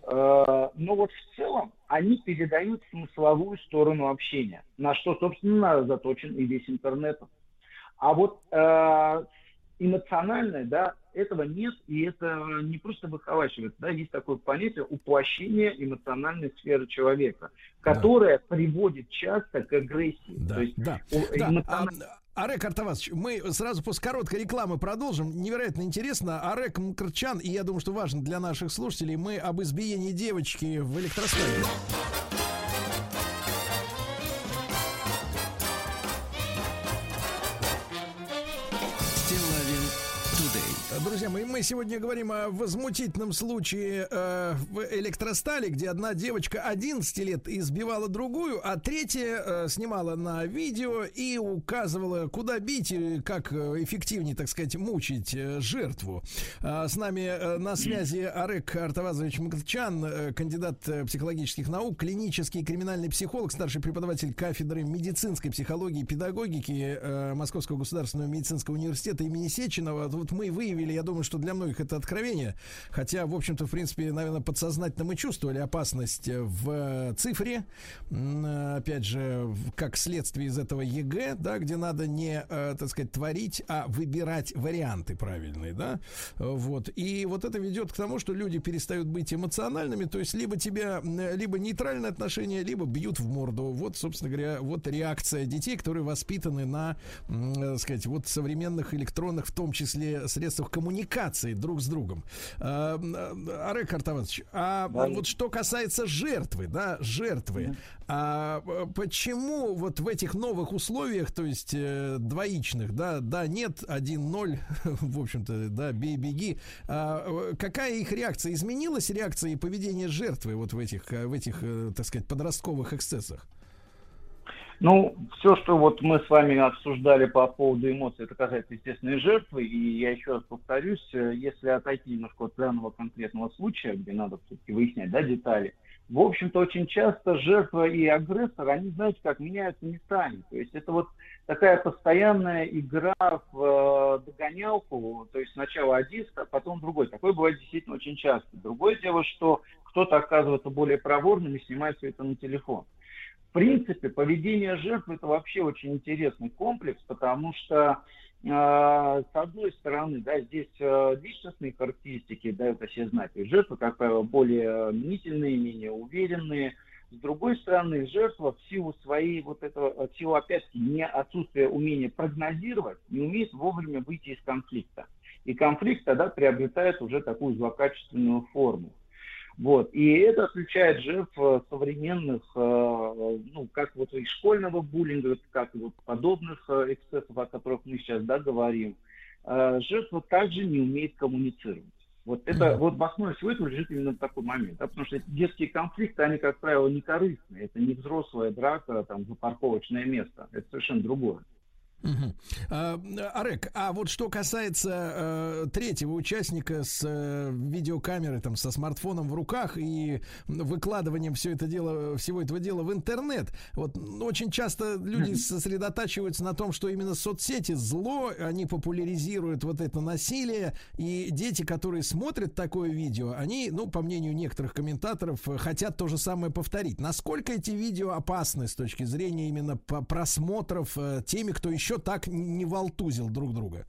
Но вот в целом они передают смысловую сторону общения, на что, собственно, заточен и весь интернет. А вот эмоциональное, да, этого нет, и это не просто выхолащивается, да, есть такое понятие уплощения эмоциональной сферы человека, которое да. приводит часто к агрессии. Да, То есть, да. эмоциональ... да. А, Арек Артавазович, мы сразу после короткой рекламы продолжим. Невероятно интересно. Арек Мкртчян, и я думаю, что важно для наших слушателей, мы об избиении девочки в электростале. Друзья мои, мы сегодня говорим о возмутительном случае э, в электростале, где одна девочка одиннадцати лет избивала другую, а третья э, снимала на видео и указывала, куда бить и как эффективнее, так сказать, мучить э, жертву. А с нами э, на связи Арек Артавазович Мкртчян, э, кандидат психологических наук, клинический криминальный психолог, старший преподаватель кафедры медицинской психологии и педагогики э, Московского государственного медицинского университета имени Сеченова. Вот мы выявили, я думаю, что для многих это откровение, хотя, в общем-то, в принципе, наверное, подсознательно мы чувствовали опасность в цифре, опять же, как следствие из этого ЕГЭ, да, где надо не, так сказать, творить, а выбирать варианты правильные, да, вот, и вот это ведет к тому, что люди перестают быть эмоциональными, то есть либо тебя, либо нейтральное отношение, либо бьют в морду, вот, собственно говоря, вот реакция детей, которые воспитаны на, так сказать, вот современных электронных, в том числе, средствах коммуникации друг с другом. А, Арек Артавазович, а да. вот что касается жертвы, да, жертвы, да. А почему вот в этих новых условиях, то есть э, двоичных, да, да, нет, один-ноль, в общем-то, да, бей, беги, а, какая их реакция? Изменилась реакция и поведение жертвы вот в этих, в этих, так сказать, подростковых эксцессах? Ну, все, что вот мы с вами обсуждали по поводу эмоций, это касается, естественно, и жертвы. И я еще раз повторюсь, если отойти немножко от данного конкретного случая, где надо все-таки выяснять, да, детали, в общем-то, очень часто жертва и агрессор, они, знаете, как меняются местами. То есть это вот такая постоянная игра в э, догонялку, то есть сначала один, а потом другой. Такое бывает действительно очень часто. Другое дело, что кто-то оказывается более проворным и снимает все это на телефон. В принципе, поведение жертвы – это вообще очень интересный комплекс, потому что, э, с одной стороны, да, здесь э, личностные характеристики дают о себе знать. И жертвы, как правило, более мнительные, менее уверенные. С другой стороны, жертва в силу своей вот этого, в силу опять-таки не отсутствия умения прогнозировать, не умеет вовремя выйти из конфликта. И конфликт тогда приобретает уже такую злокачественную форму. Вот. И это отличает жертв современных, ну, как вот и школьного буллинга, как и вот подобных эксцессов, о которых мы сейчас, да, говорим. Жертва также не умеет коммуницировать. Вот это, вот в основе всего этого лежит именно такой момент, да, потому что эти детские конфликты, они, как правило, не корыстные. Это не взрослая драка там, за парковочное место. Это совершенно другое. Угу. А, Арек, а вот что касается э, третьего участника с э, видеокамерой, там, со смартфоном в руках и выкладыванием все это дело, всего этого дела в интернет, вот очень часто люди сосредотачиваются на том, что именно соцсети зло, они популяризируют вот это насилие, и дети, которые смотрят такое видео, они, ну, по мнению некоторых комментаторов, хотят то же самое повторить. Насколько эти видео опасны с точки зрения именно просмотров э, теми, кто еще так не волтузил друг друга?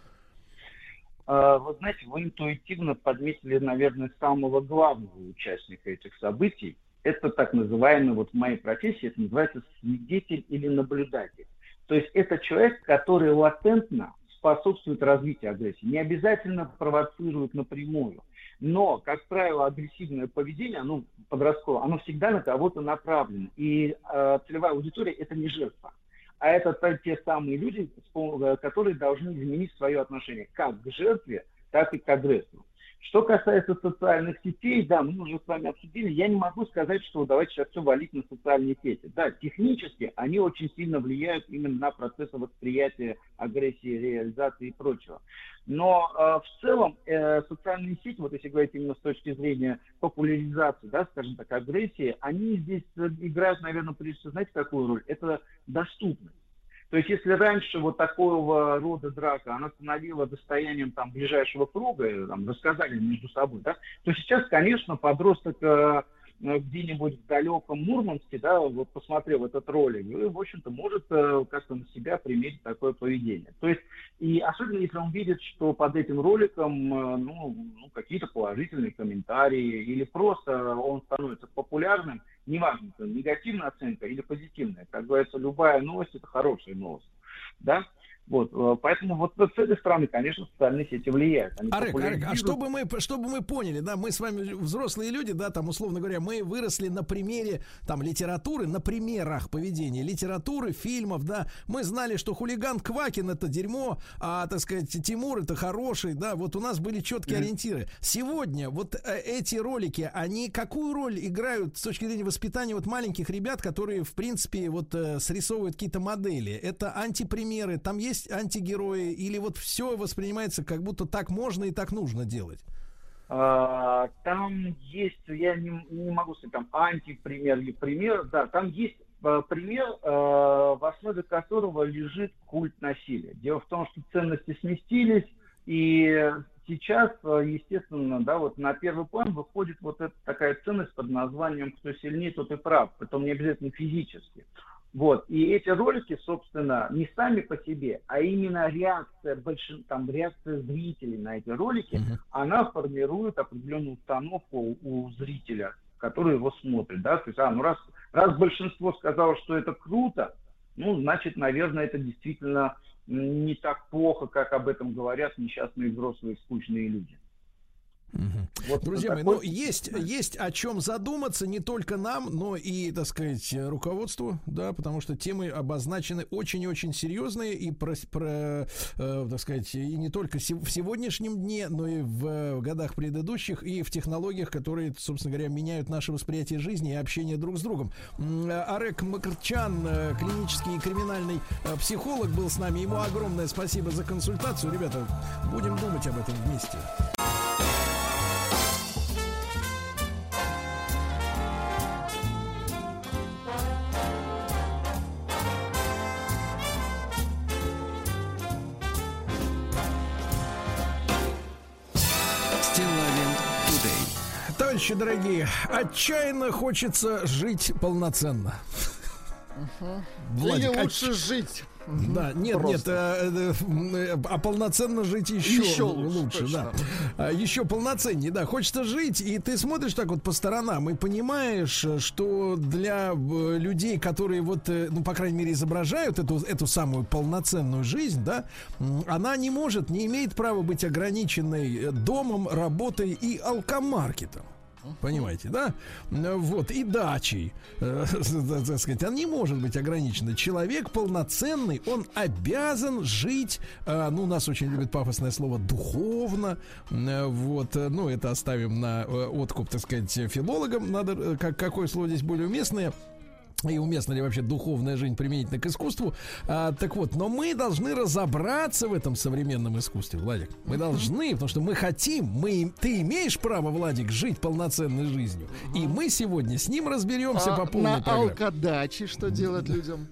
Вы знаете, вы интуитивно подметили, наверное, самого главного участника этих событий. Это так называемый, вот в моей профессии, это называется свидетель или наблюдатель. То есть это человек, который латентно способствует развитию агрессии. Не обязательно провоцирует напрямую. Но, как правило, агрессивное поведение, оно подростковое, оно всегда на кого-то направлено. И э, целевая аудитория – это не жертва. А это те самые люди, которые должны изменить свое отношение как к жертве, так и к агрессору. Что касается социальных сетей, да, мы уже с вами обсудили, я не могу сказать, что давайте сейчас все валить на социальные сети. Да, технически они очень сильно влияют именно на процессы восприятия агрессии, реализации и прочего. Но э, в целом э, социальные сети, вот если говорить именно с точки зрения популяризации, да, скажем так, агрессии, они здесь играют, наверное, прежде всего, знаете, какую роль? Это доступность. То есть, если раньше вот такого рода драка, она становилась достоянием там ближайшего круга, там, рассказали между собой, да, то сейчас, конечно, подросток э, где-нибудь в далеком Мурманске, да, вот посмотрел этот ролик, и, в общем-то, может э, как-то на себя применить такое поведение. То есть, и особенно если он видит, что под этим роликом, э, ну, ну, какие-то положительные комментарии, или просто он становится популярным, неважно, это негативная оценка или позитивная. Как говорится, любая новость – это хорошая новость. Да? Вот, поэтому вот с этой стороны, конечно, социальные сети влияют. Они Арек, Арек, а чтобы мы, чтобы мы поняли, да, мы с вами взрослые люди, да, там, условно говоря, мы выросли на примере, там, литературы, на примерах поведения литературы, фильмов, да, мы знали, что хулиган Квакин — это дерьмо, а, так сказать, Тимур — это хороший, да, вот у нас были четкие mm-hmm. ориентиры. Сегодня вот э, эти ролики, они какую роль играют с точки зрения воспитания вот маленьких ребят, которые, в принципе, вот э, срисовывают какие-то модели? Это антипримеры, там есть антигерои, или вот все воспринимается как будто так можно и так нужно делать? А, там есть, я не, не могу сказать, там антипример или пример, да, там есть а, пример, а, в основе которого лежит культ насилия. Дело в том, что ценности сместились, и сейчас, естественно, да, вот на первый план выходит вот эта такая ценность под названием «Кто сильнее, тот и прав», притом не обязательно физически. Вот. И эти ролики, собственно, не сами по себе, а именно реакция, большин... там, реакция зрителей на эти ролики, uh-huh. она формирует определенную установку у зрителя, который его смотрит. Да? То есть, а, ну раз, раз большинство сказало, что это круто, ну, значит, наверное, это действительно не так плохо, как об этом говорят несчастные взрослые скучные люди. Угу. Вот Друзья мои, такой... ну есть, есть о чем задуматься не только нам, но и, так сказать, руководству, да, потому что темы обозначены очень и очень серьезные и про, про э, так сказать, и не только в сегодняшнем дне, но и в годах предыдущих, и в технологиях, которые, собственно говоря, меняют наше восприятие жизни и общение друг с другом. Арек Макарчан, клинический и криминальный психолог, был с нами. Ему огромное спасибо за консультацию. Ребята, будем думать об этом вместе. Товарищи дорогие, отчаянно хочется жить полноценно. Угу. Владик, Или а... лучше жить. Да, нет, Просто. нет, а, а, а полноценно жить еще, еще лучше, лучше да. А, еще полноценнее, да. Хочется жить, и ты смотришь так вот по сторонам и понимаешь, что для людей, которые вот, ну, по крайней мере, изображают эту, эту самую полноценную жизнь, да, она не может, не имеет права быть ограниченной домом, работой и алкомаркетом. Понимаете, да? Вот, и дачей, э, так сказать, он не может быть ограничен. Человек полноценный, он обязан жить, э, ну, у нас очень любят пафосное слово «духовно», э, вот, э, ну, это оставим на э, откуп, так сказать, филологам, надо, э, как, какое слово здесь более уместное. И уместна ли вообще духовная жизнь применительно к искусству. А, так вот, но мы должны разобраться в этом современном искусстве, Владик. Мы должны, потому что мы хотим, мы, ты имеешь право, Владик, жить полноценной жизнью. И мы сегодня с ним разберемся а по полной на программе. алкодаче что делать людям?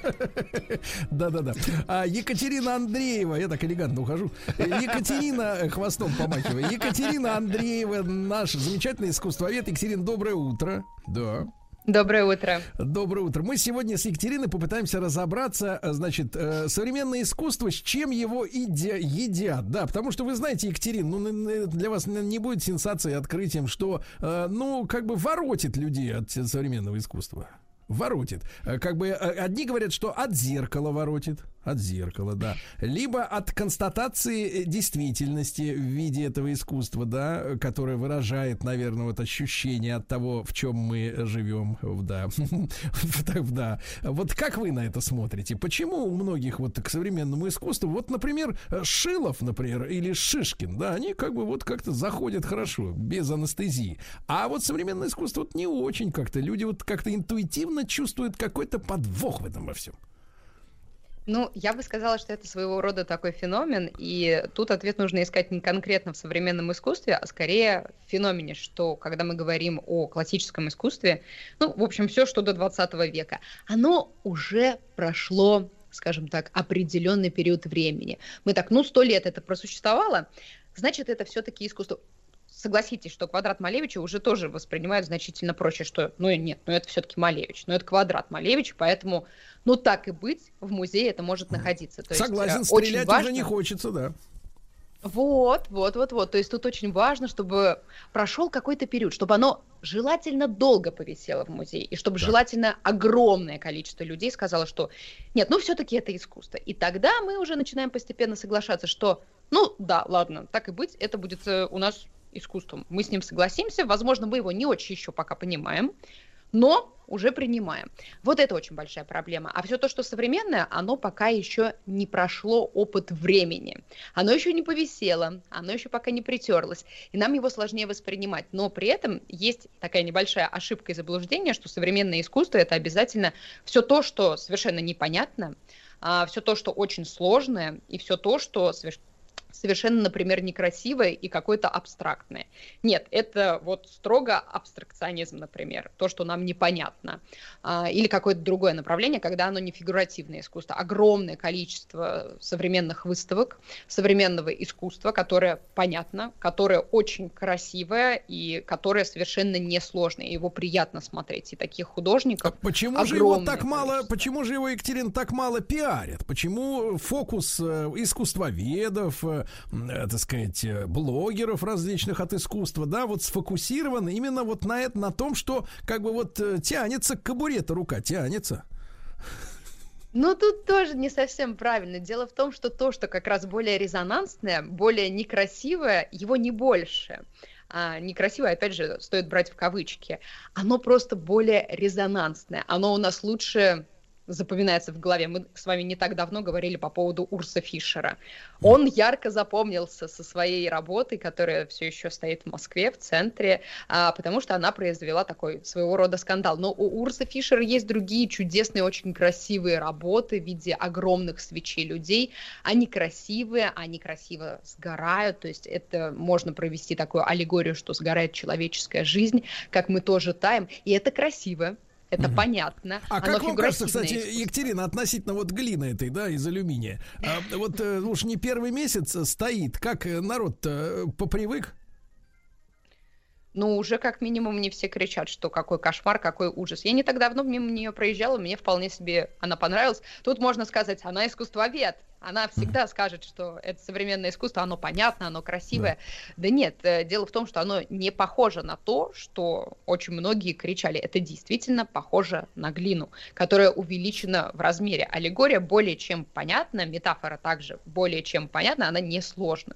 Да-да-да. А Екатерина Андреева, я так элегантно ухожу. Екатерина, хвостом помахивая. Екатерина Андреева, наш замечательный искусствовед. Екатерина, доброе утро. Да. Доброе утро. Доброе утро. Мы сегодня с Екатериной попытаемся разобраться, значит, современное искусство, с чем его иди- едят. Да, потому что вы знаете, Екатерина, ну, для вас не будет сенсацией, открытием, что, ну, как бы воротит людей от современного искусства. Воротит. Как бы одни говорят, что от зеркала воротит. От зеркала, да. Либо от констатации действительности в виде этого искусства, да, которое выражает, наверное, вот ощущение от того, в чем мы живем, да. Да. Вот как вы на это смотрите? Почему у многих вот к современному искусству, вот, например, Шилов, например, или Шишкин, да, они как бы вот как-то заходят хорошо, без анестезии. А вот современное искусство вот не очень как-то. Люди вот как-то интуитивно чувствуют какой-то подвох в этом во всем. Ну, я бы сказала, что это своего рода такой феномен, и тут ответ нужно искать не конкретно в современном искусстве, а скорее в феномене, что когда мы говорим о классическом искусстве, ну, в общем, все, что до двадцатого века, оно уже прошло, скажем так, определенный период времени. Мы так, ну, сто лет это просуществовало, значит, это все-таки искусство. Согласитесь, что квадрат Малевича уже тоже воспринимают значительно проще, что, ну нет, ну это все-таки Малевич, но это квадрат Малевича, поэтому, ну так и быть, в музее это может находиться. То Согласен, есть, стрелять важно... уже не хочется, да. Вот, вот, вот, вот. То есть тут очень важно, чтобы прошел какой-то период, чтобы оно желательно долго повисело в музее, и чтобы да. желательно огромное количество людей сказало, что нет, ну все-таки это искусство. И тогда мы уже начинаем постепенно соглашаться, что, ну да, ладно, так и быть, это будет у нас искусством. Мы с ним согласимся, возможно, мы его не очень еще пока понимаем, но уже принимаем. Вот это очень большая проблема. А все то, что современное, оно пока еще не прошло опыт времени. Оно еще не повисело, оно еще пока не притерлось, и нам его сложнее воспринимать. Но при этом есть такая небольшая ошибка и заблуждение, что современное искусство — это обязательно все то, что совершенно непонятно, все то, что очень сложное, и все то, что совершенно совершенно, например, некрасивое и какое-то абстрактное. Нет, это вот строго абстракционизм, например, то, что нам непонятно. А, или какое-то другое направление, когда оно не фигуративное искусство. Огромное количество современных выставок, современного искусства, которое понятно, которое очень красивое и которое совершенно несложное. Его приятно смотреть. И таких художников а почему же его так мало, почему же его, Екатерина, так мало пиарят? Почему фокус э, искусствоведов, э, так сказать, блогеров различных от искусства, да, вот сфокусирован именно вот на это, на том, что как бы вот тянется к кобуре-то рука, тянется. Ну, тут тоже не совсем правильно. Дело в том, что то, что как раз более резонансное, более некрасивое, его не больше. А некрасивое, опять же, стоит брать в кавычки. Оно просто более резонансное. Оно у нас лучше запоминается в голове. Мы с вами не так давно говорили по поводу Урса Фишера. Он ярко запомнился со своей работой, которая все еще стоит в Москве, в центре, а, потому что она произвела такой своего рода скандал. Но у Урса Фишера есть другие чудесные, очень красивые работы в виде огромных свечей людей. Они красивые, они красиво сгорают, то есть это можно провести такую аллегорию, что сгорает человеческая жизнь, как мы тоже таем, и это красиво. Это угу. понятно. А Оно как вам кажется, кстати, искусство. Екатерина, относительно вот глины этой, да, из алюминия, а, вот э, уж не первый месяц стоит, как народ-то попривык? Ну, уже как минимум не все кричат, что какой кошмар, какой ужас. Я не так давно мимо нее проезжала, мне вполне себе она понравилась. Тут можно сказать, она искусствовед. Она всегда скажет, что это современное искусство, оно понятно, оно красивое. Да. да нет, дело в том, что оно не похоже на то, что очень многие кричали. Это действительно похоже на глину, которая увеличена в размере. Аллегория более чем понятна, метафора также более чем понятна, она несложная.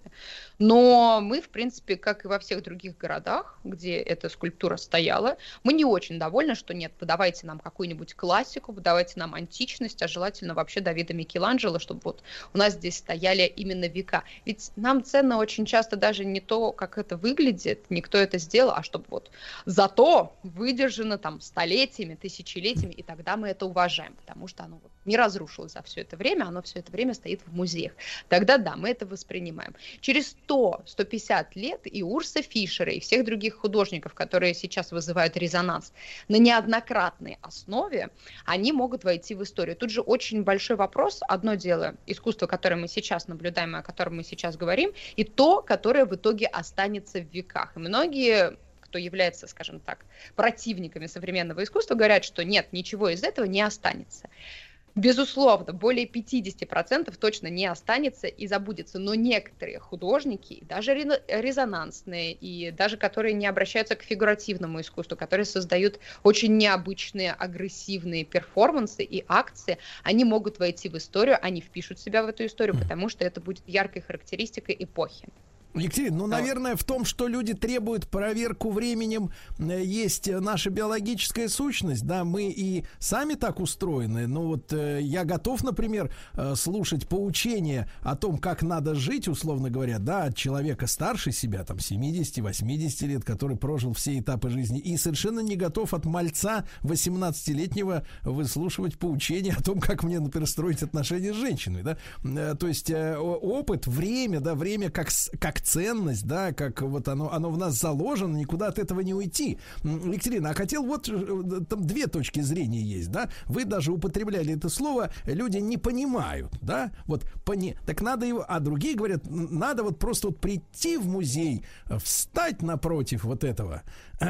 Но мы, в принципе, как и во всех других городах, где эта скульптура стояла, мы не очень довольны, что нет, подавайте нам какую-нибудь классику, подавайте нам античность, а желательно вообще Давида Микеланджело, чтобы вот у нас здесь стояли именно века. Ведь нам ценно очень часто даже не то, как это выглядит, не кто это сделал, а чтобы вот зато выдержано там столетиями, тысячелетиями, и тогда мы это уважаем, потому что оно вот не разрушилось за все это время, оно все это время стоит в музеях. Тогда да, мы это воспринимаем. Через сто - сто пятьдесят лет и Урса Фишера, и всех других художников, которые сейчас вызывают резонанс, на неоднократной основе, они могут войти в историю. Тут же очень большой вопрос. Одно дело – искусство, которое мы сейчас наблюдаем, и о котором мы сейчас говорим, и то, которое в итоге останется в веках. И многие, кто является, скажем так, противниками современного искусства, говорят, что нет, ничего из этого не останется. Безусловно, более пятьдесят процентов точно не останется и забудется, но некоторые художники, даже резонансные, и даже которые не обращаются к фигуративному искусству, которые создают очень необычные, агрессивные перформансы и акции, они могут войти в историю, они впишут себя в эту историю, потому что это будет яркой характеристикой эпохи. Екатерина, ну, наверное, в том, что люди требуют проверку временем, есть наша биологическая сущность, да, мы и сами так устроены. Ну, вот э, я готов, например, э, слушать поучения о том, как надо жить, условно говоря, да, от человека старше себя, там, семьдесят-восемьдесят лет, который прожил все этапы жизни, и совершенно не готов от мальца восемнадцатилетнего выслушивать поучения о том, как мне, например, строить отношения с женщиной, да. Э, то есть э, опыт, время, да, время как, как ценность, да, как вот оно, оно в нас заложено, никуда от этого не уйти. Екатерина, а хотел вот, там две точки зрения есть, да, вы даже употребляли это слово, люди не понимают, да, вот, пони... так надо его, а другие говорят, надо вот просто вот прийти в музей, встать напротив вот этого,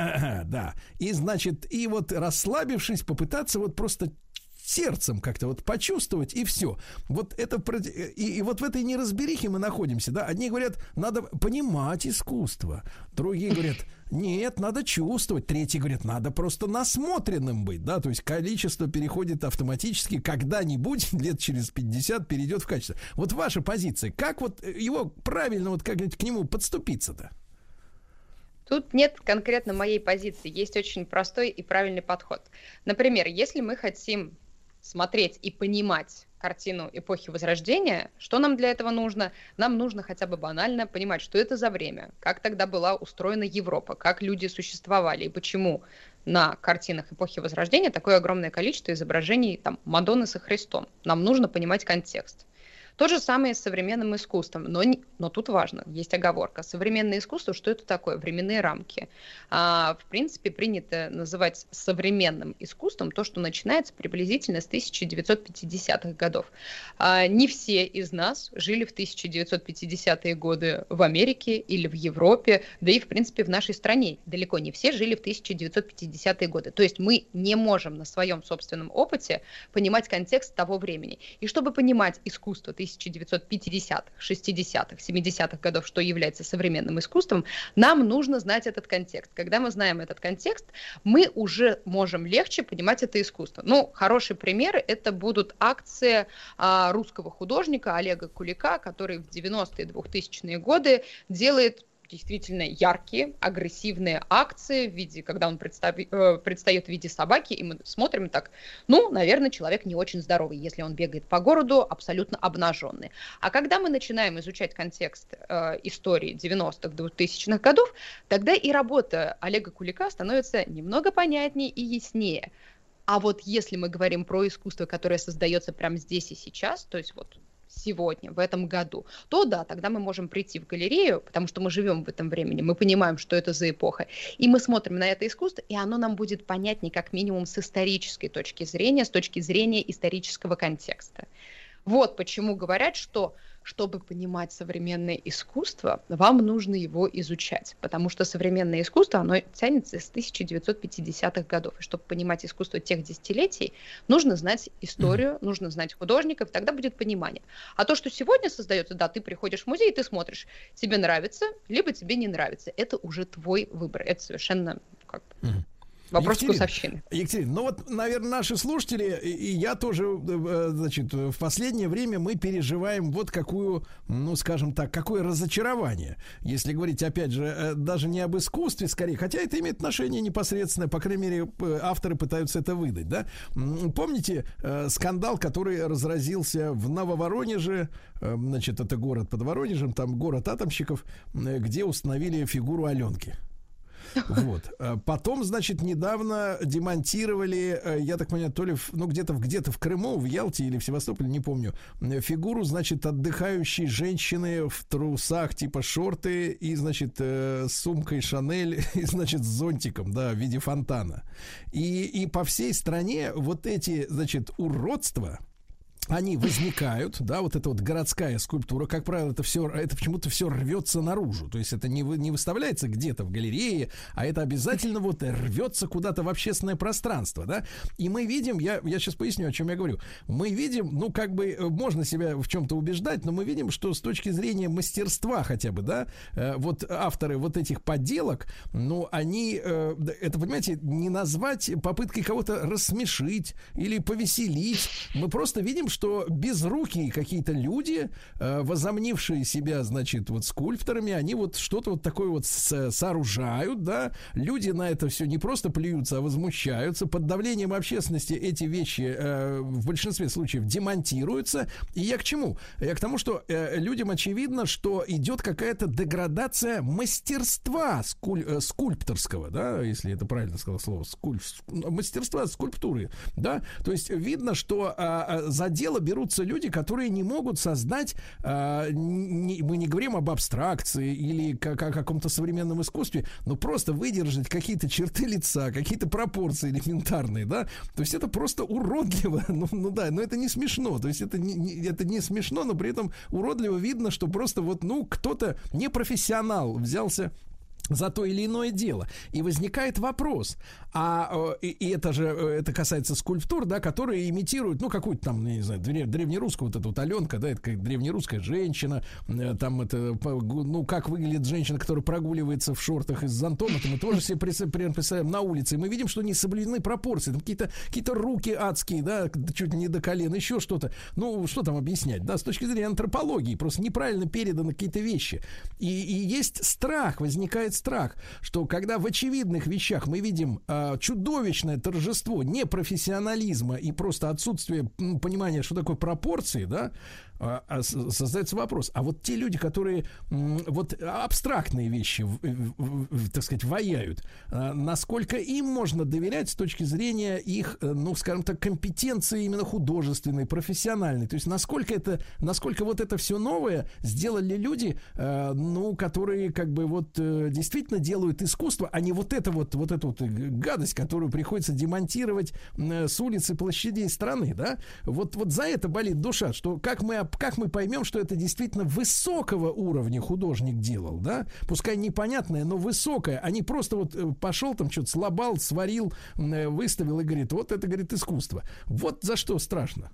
да, и, значит, и вот расслабившись, попытаться вот просто сердцем как-то вот почувствовать, и все. Вот это и, и вот в этой неразберихе мы находимся, да. Одни говорят, надо понимать искусство, другие говорят, нет, надо чувствовать, третьи говорят, надо просто насмотренным быть, да, то есть количество переходит автоматически, когда-нибудь лет через пятьдесят перейдет в качество. Вот ваша позиция, как вот его правильно вот как к нему подступиться-то? Тут нет конкретно моей позиции, есть очень простой и правильный подход. Например, если мы хотим смотреть и понимать картину эпохи Возрождения, что нам для этого нужно? Нам нужно хотя бы банально понимать, что это за время, как тогда была устроена Европа, как люди существовали и почему на картинах эпохи Возрождения такое огромное количество изображений там, Мадонны со Христом. Нам нужно понимать контекст. То же самое с современным искусством, но, не, но тут важно, есть оговорка. Современное искусство, что это такое? Временные рамки. А, в принципе, принято называть современным искусством то, что начинается приблизительно с тысяча девятьсот пятидесятых годов. А, не все из нас жили в тысяча девятьсот пятидесятые годы в Америке или в Европе, да и, в принципе, в нашей стране. Далеко не все жили в тысяча девятьсот пятидесятые годы. То есть мы не можем на своем собственном опыте понимать контекст того времени. И чтобы понимать искусство тысяча тысяча девятьсот пятидесятых, шестидесятых, семидесятых годов, что является современным искусством, нам нужно знать этот контекст. Когда мы знаем этот контекст, мы уже можем легче понимать это искусство. Ну, хороший пример – это будут акции а, русского художника Олега Кулика, который в девяностые, двухтысячные годы делает действительно яркие, агрессивные акции, в виде, когда он представ... э, предстает в виде собаки, и мы смотрим так, ну, наверное, человек не очень здоровый, если он бегает по городу абсолютно обнаженный. А когда мы начинаем изучать контекст э, истории девяностых, двухтысячных годов, тогда и работа Олега Кулика становится немного понятнее и яснее. А вот если мы говорим про искусство, которое создается прямо здесь и сейчас, то есть вот сегодня, в этом году, то да, тогда мы можем прийти в галерею, потому что мы живем в этом времени, мы понимаем, что это за эпоха, и мы смотрим на это искусство, и оно нам будет понятнее как минимум с исторической точки зрения, с точки зрения исторического контекста. Вот почему говорят, что чтобы понимать современное искусство, вам нужно его изучать, потому что современное искусство, оно тянется с тысяча девятьсот пятидесятых годов, и чтобы понимать искусство тех десятилетий, нужно знать историю, mm-hmm. нужно знать художников, тогда будет понимание. А то, что сегодня создается, да, ты приходишь в музей, и ты смотришь, тебе нравится, либо тебе не нравится, это уже твой выбор, это совершенно как бы... Mm-hmm. Вопрос вкусовщины. Екатерина, ну вот, наверное, наши слушатели, и я тоже, значит, в последнее время мы переживаем вот какую, ну, скажем так, какое разочарование. Если говорить, опять же, даже не об искусстве, скорее, хотя это имеет отношение непосредственно, по крайней мере, авторы пытаются это выдать, да? Помните скандал, который разразился в Нововоронеже, значит, это город под Воронежем, там город атомщиков, где установили фигуру Аленки. Вот. Потом, значит, недавно демонтировали, я так понимаю, то ли в, ну, где-то, где-то в Крыму, в Ялте или в Севастополе, не помню, фигуру, значит, отдыхающей женщины в трусах типа шорты и, значит, с сумкой Шанель и, значит, с зонтиком, да, в виде фонтана. И, и по всей стране вот эти, значит, уродства, они возникают, да, вот эта вот городская скульптура, как правило, это все, это почему-то все рвется наружу, то есть это не, вы, не выставляется где-то в галерее, а это обязательно вот рвется куда-то в общественное пространство, да, и мы видим, я, я сейчас поясню, о чем я говорю, мы видим, ну, как бы, можно себя в чем-то убеждать, но мы видим, что с точки зрения мастерства хотя бы, да, вот авторы вот этих подделок, ну, они, это, понимаете, не назвать попыткой кого-то рассмешить или повеселить, мы просто видим, что безрукие какие-то люди, э, возомнившие себя, значит, вот скульпторами, они вот что-то вот такое вот с- сооружают, да, люди на это все не просто плюются, а возмущаются, под давлением общественности эти вещи э, в большинстве случаев демонтируются, и я к чему? Я к тому, что э, людям очевидно, что идет какая-то деградация мастерства скуль- э, скульпторского, да, если это правильно сказал слово, скуль- мастерства скульптуры, да, то есть видно, что э, за дело берутся люди, которые не могут создать, э, не, мы не говорим об абстракции или как, о каком-то современном искусстве, но просто выдержать какие-то черты лица, какие-то пропорции элементарные, да, то есть это просто уродливо, ну, ну да, но это не смешно, то есть это не, не, это не смешно, но при этом уродливо видно, что просто вот, ну, кто-то непрофессионал взялся за то или иное дело. И возникает вопрос, а и, и это же, это касается скульптур, да, которые имитируют, ну, какую-то там, не знаю, древнерусскую, вот эта вот Аленка, да, это как древнерусская женщина, там это, ну, как выглядит женщина, которая прогуливается в шортах и с зонтом, это мы тоже себе представляем на улице, и мы видим, что не соблюдены пропорции, там какие-то, какие-то руки адские, да, чуть не до колена, еще что-то, ну, что там объяснять, да, с точки зрения антропологии, просто неправильно переданы какие-то вещи, и, и есть страх, возникает страх, что когда в очевидных вещах мы видим э, чудовищное торжество непрофессионализма и просто отсутствие ну, понимания, что такое пропорции, да, э, э, создается вопрос. А вот те люди, которые э, вот абстрактные вещи, э, э, так сказать, ваяют, э, насколько им можно доверять с точки зрения их, э, ну, скажем так, компетенции именно художественной, профессиональной? То есть насколько это, насколько вот это все новое сделали люди, э, ну, которые как бы вот э, действительно делают искусство, а не вот это вот, вот эту вот гадость, которую приходится демонтировать э, с улицы площадей страны, да? Вот, вот за это болит душа, что как мы, как мы поймем, что это действительно высокого уровня художник делал, да? Пускай непонятное, но высокое, а не просто вот э, пошел там что-то слабал, сварил, э, выставил и говорит, вот это, говорит, искусство. Вот за что страшно.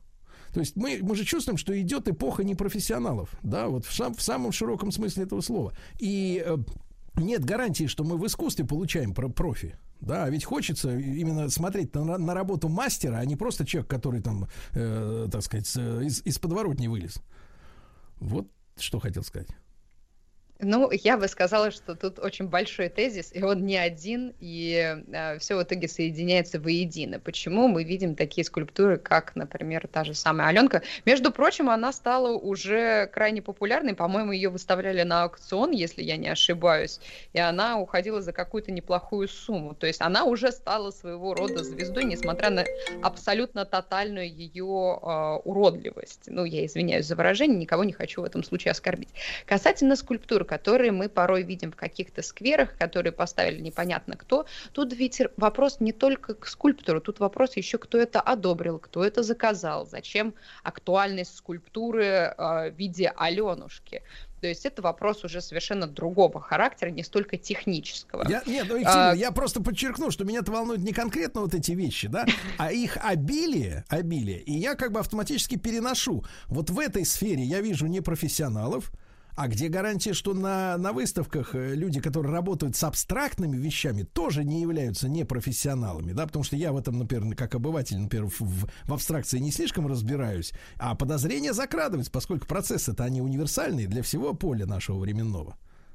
То есть мы, мы же чувствуем, что идет эпоха непрофессионалов, да, вот в, сам, в самом широком смысле этого слова. И э, нет гарантии, что мы в искусстве получаем про профи. Да, ведь хочется именно смотреть на, на работу мастера, а не просто человек, который там, э, так сказать, из, из подворотни вылез. Вот что хотел сказать. Ну, я бы сказала, что тут очень большой тезис, и он не один, и э, все в итоге соединяется воедино. Почему мы видим такие скульптуры, как, например, та же самая Аленка? Между прочим, она стала уже крайне популярной, по-моему, ее выставляли на аукцион, если я не ошибаюсь, и она уходила за какую-то неплохую сумму. То есть она уже стала своего рода звездой, несмотря на абсолютно тотальную ее э, уродливость. Ну, я извиняюсь за выражение, никого не хочу в этом случае оскорбить. Касательно скульптур, которые мы порой видим в каких-то скверах, которые поставили непонятно кто. Тут ведь вопрос не только к скульптору, тут вопрос еще, кто это одобрил, кто это заказал, зачем актуальность скульптуры э, в виде Аленушки. То есть это вопрос уже совершенно другого характера, не столько технического. Я, нет, ну, Екатерина, а, я просто подчеркну, что меня-то волнуют не конкретно вот эти вещи, да, а их обилие, обилие. И я как бы автоматически переношу. Вот в этой сфере я вижу непрофессионалов. А где гарантия, что на, на выставках люди, которые работают с абстрактными вещами, тоже не являются непрофессионалами, да, потому что я в этом, например, как обыватель, например, в, в абстракции не слишком разбираюсь, а подозрения закрадываются, поскольку процессы-то они универсальные для всего поля нашего временного.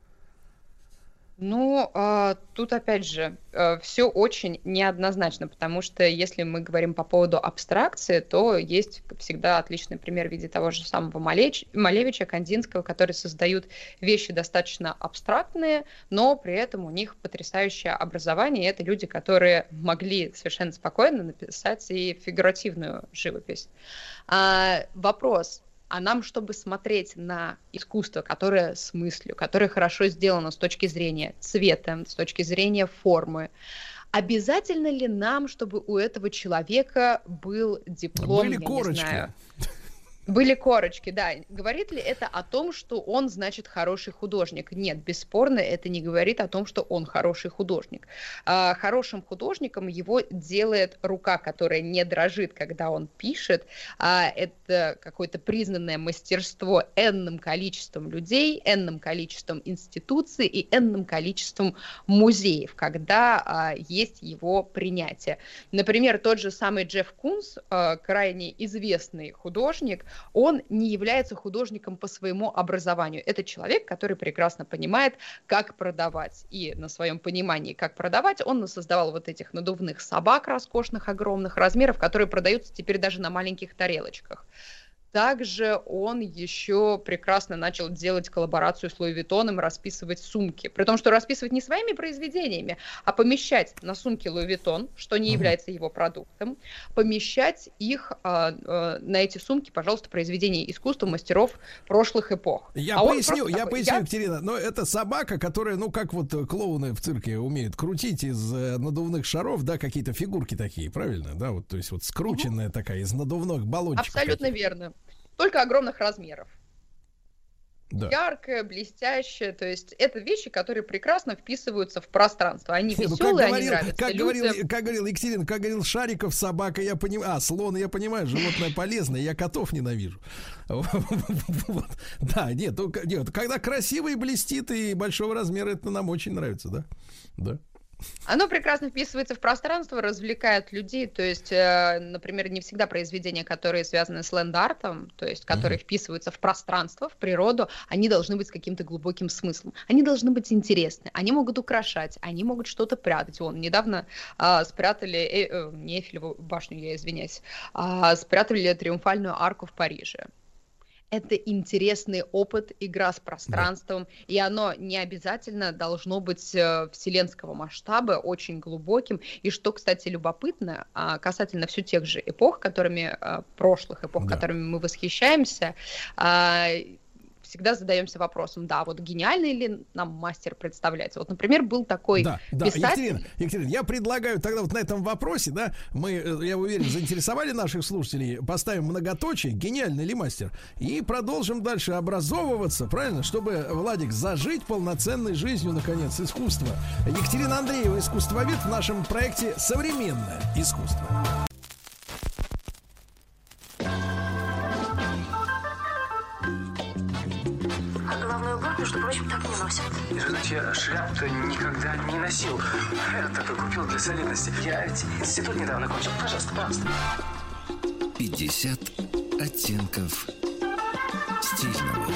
Ну, э, тут, опять же, э, все очень неоднозначно, потому что если мы говорим по поводу абстракции, то есть всегда отличный пример в виде того же самого Малеч, Малевича, Кандинского, которые создают вещи достаточно абстрактные, но при этом у них потрясающее образование, и это люди, которые могли совершенно спокойно написать и фигуративную живопись. А, вопрос. А нам, чтобы смотреть на искусство, которое с мыслью, которое хорошо сделано с точки зрения цвета, с точки зрения формы, обязательно ли нам, чтобы у этого человека был диплом, Были я корочки. не знаю... Были корочки, да. Говорит ли это о том, что он, значит, хороший художник? Нет, бесспорно, это не говорит о том, что он хороший художник. А, хорошим художником его делает рука, которая не дрожит, когда он пишет. А, это какое-то признанное мастерство энным количеством людей, энным количеством институций и энным количеством музеев, когда а, есть его принятие. Например, тот же самый Джефф Кунс, а, крайне известный художник, он не является художником по своему образованию. Это человек, который прекрасно понимает, как продавать. И на своем понимании, как продавать, он создавал вот этих надувных собак роскошных, огромных размеров, которые продаются теперь даже на маленьких тарелочках. Также он еще прекрасно начал делать коллаборацию с Луи Виттоном, расписывать сумки. При том, что расписывать не своими произведениями, а помещать на сумки Луи Виттон, что не является его продуктом, помещать их а, а, на эти сумки, пожалуйста, произведения искусства мастеров прошлых эпох. Я а поясню, я такой, поясню, я... Екатерина, но это собака, которая, ну, как вот клоуны в цирке умеют крутить из э, надувных шаров, да, какие-то фигурки такие, правильно? Да, вот, то есть вот скрученная угу. такая из надувных баллончиков. Абсолютно таких. Верно. Только огромных размеров. Да. Яркая, блестящая, то есть это вещи, которые прекрасно вписываются в пространство. Они Не, веселые, ну, они говорил, нравятся как людям. Говорил, как говорил Екатерина, как говорил Шариков, собака, я понимаю, а, слон, я понимаю, животное полезное, я котов ненавижу. Вот. Да, нет, нет, когда красиво и блестит, и большого размера, это нам очень нравится, да? Да. Оно прекрасно вписывается в пространство, развлекает людей, то есть, э, например, не всегда произведения, которые связаны с ленд-артом, то есть, которые mm-hmm. вписываются в пространство, в природу, они должны быть с каким-то глубоким смыслом, они должны быть интересны, они могут украшать, они могут что-то прятать. Вон, недавно э, спрятали, э, э, не Эйфелеву башню, я извиняюсь, а спрятали Триумфальную арку в Париже. Это интересный опыт, игра с пространством, да. И оно не обязательно должно быть э, вселенского масштаба, очень глубоким. И что, кстати, любопытно, э, касательно все тех же эпох, которыми, э, прошлых эпох, да. которыми мы восхищаемся, э, всегда задаемся вопросом, да, вот гениальный ли нам мастер представляется? Вот, например, был такой да, да. писатель... Екатерина, Екатерина, я предлагаю тогда вот на этом вопросе, да, мы, я уверен, заинтересовали наших слушателей, поставим многоточие, гениальный ли мастер, и продолжим дальше образовываться, правильно, чтобы, Владик, зажить полноценной жизнью, наконец, искусства. Екатерина Андреева, искусствовед, в нашем проекте «Современное искусство». головной убор, между прочим, так не носят. Значит, я шляп-то никогда не носил. Я только купил для солидности. Я ведь институт недавно кончил. Пожалуйста, пожалуйста. пятьдесят оттенков стильного.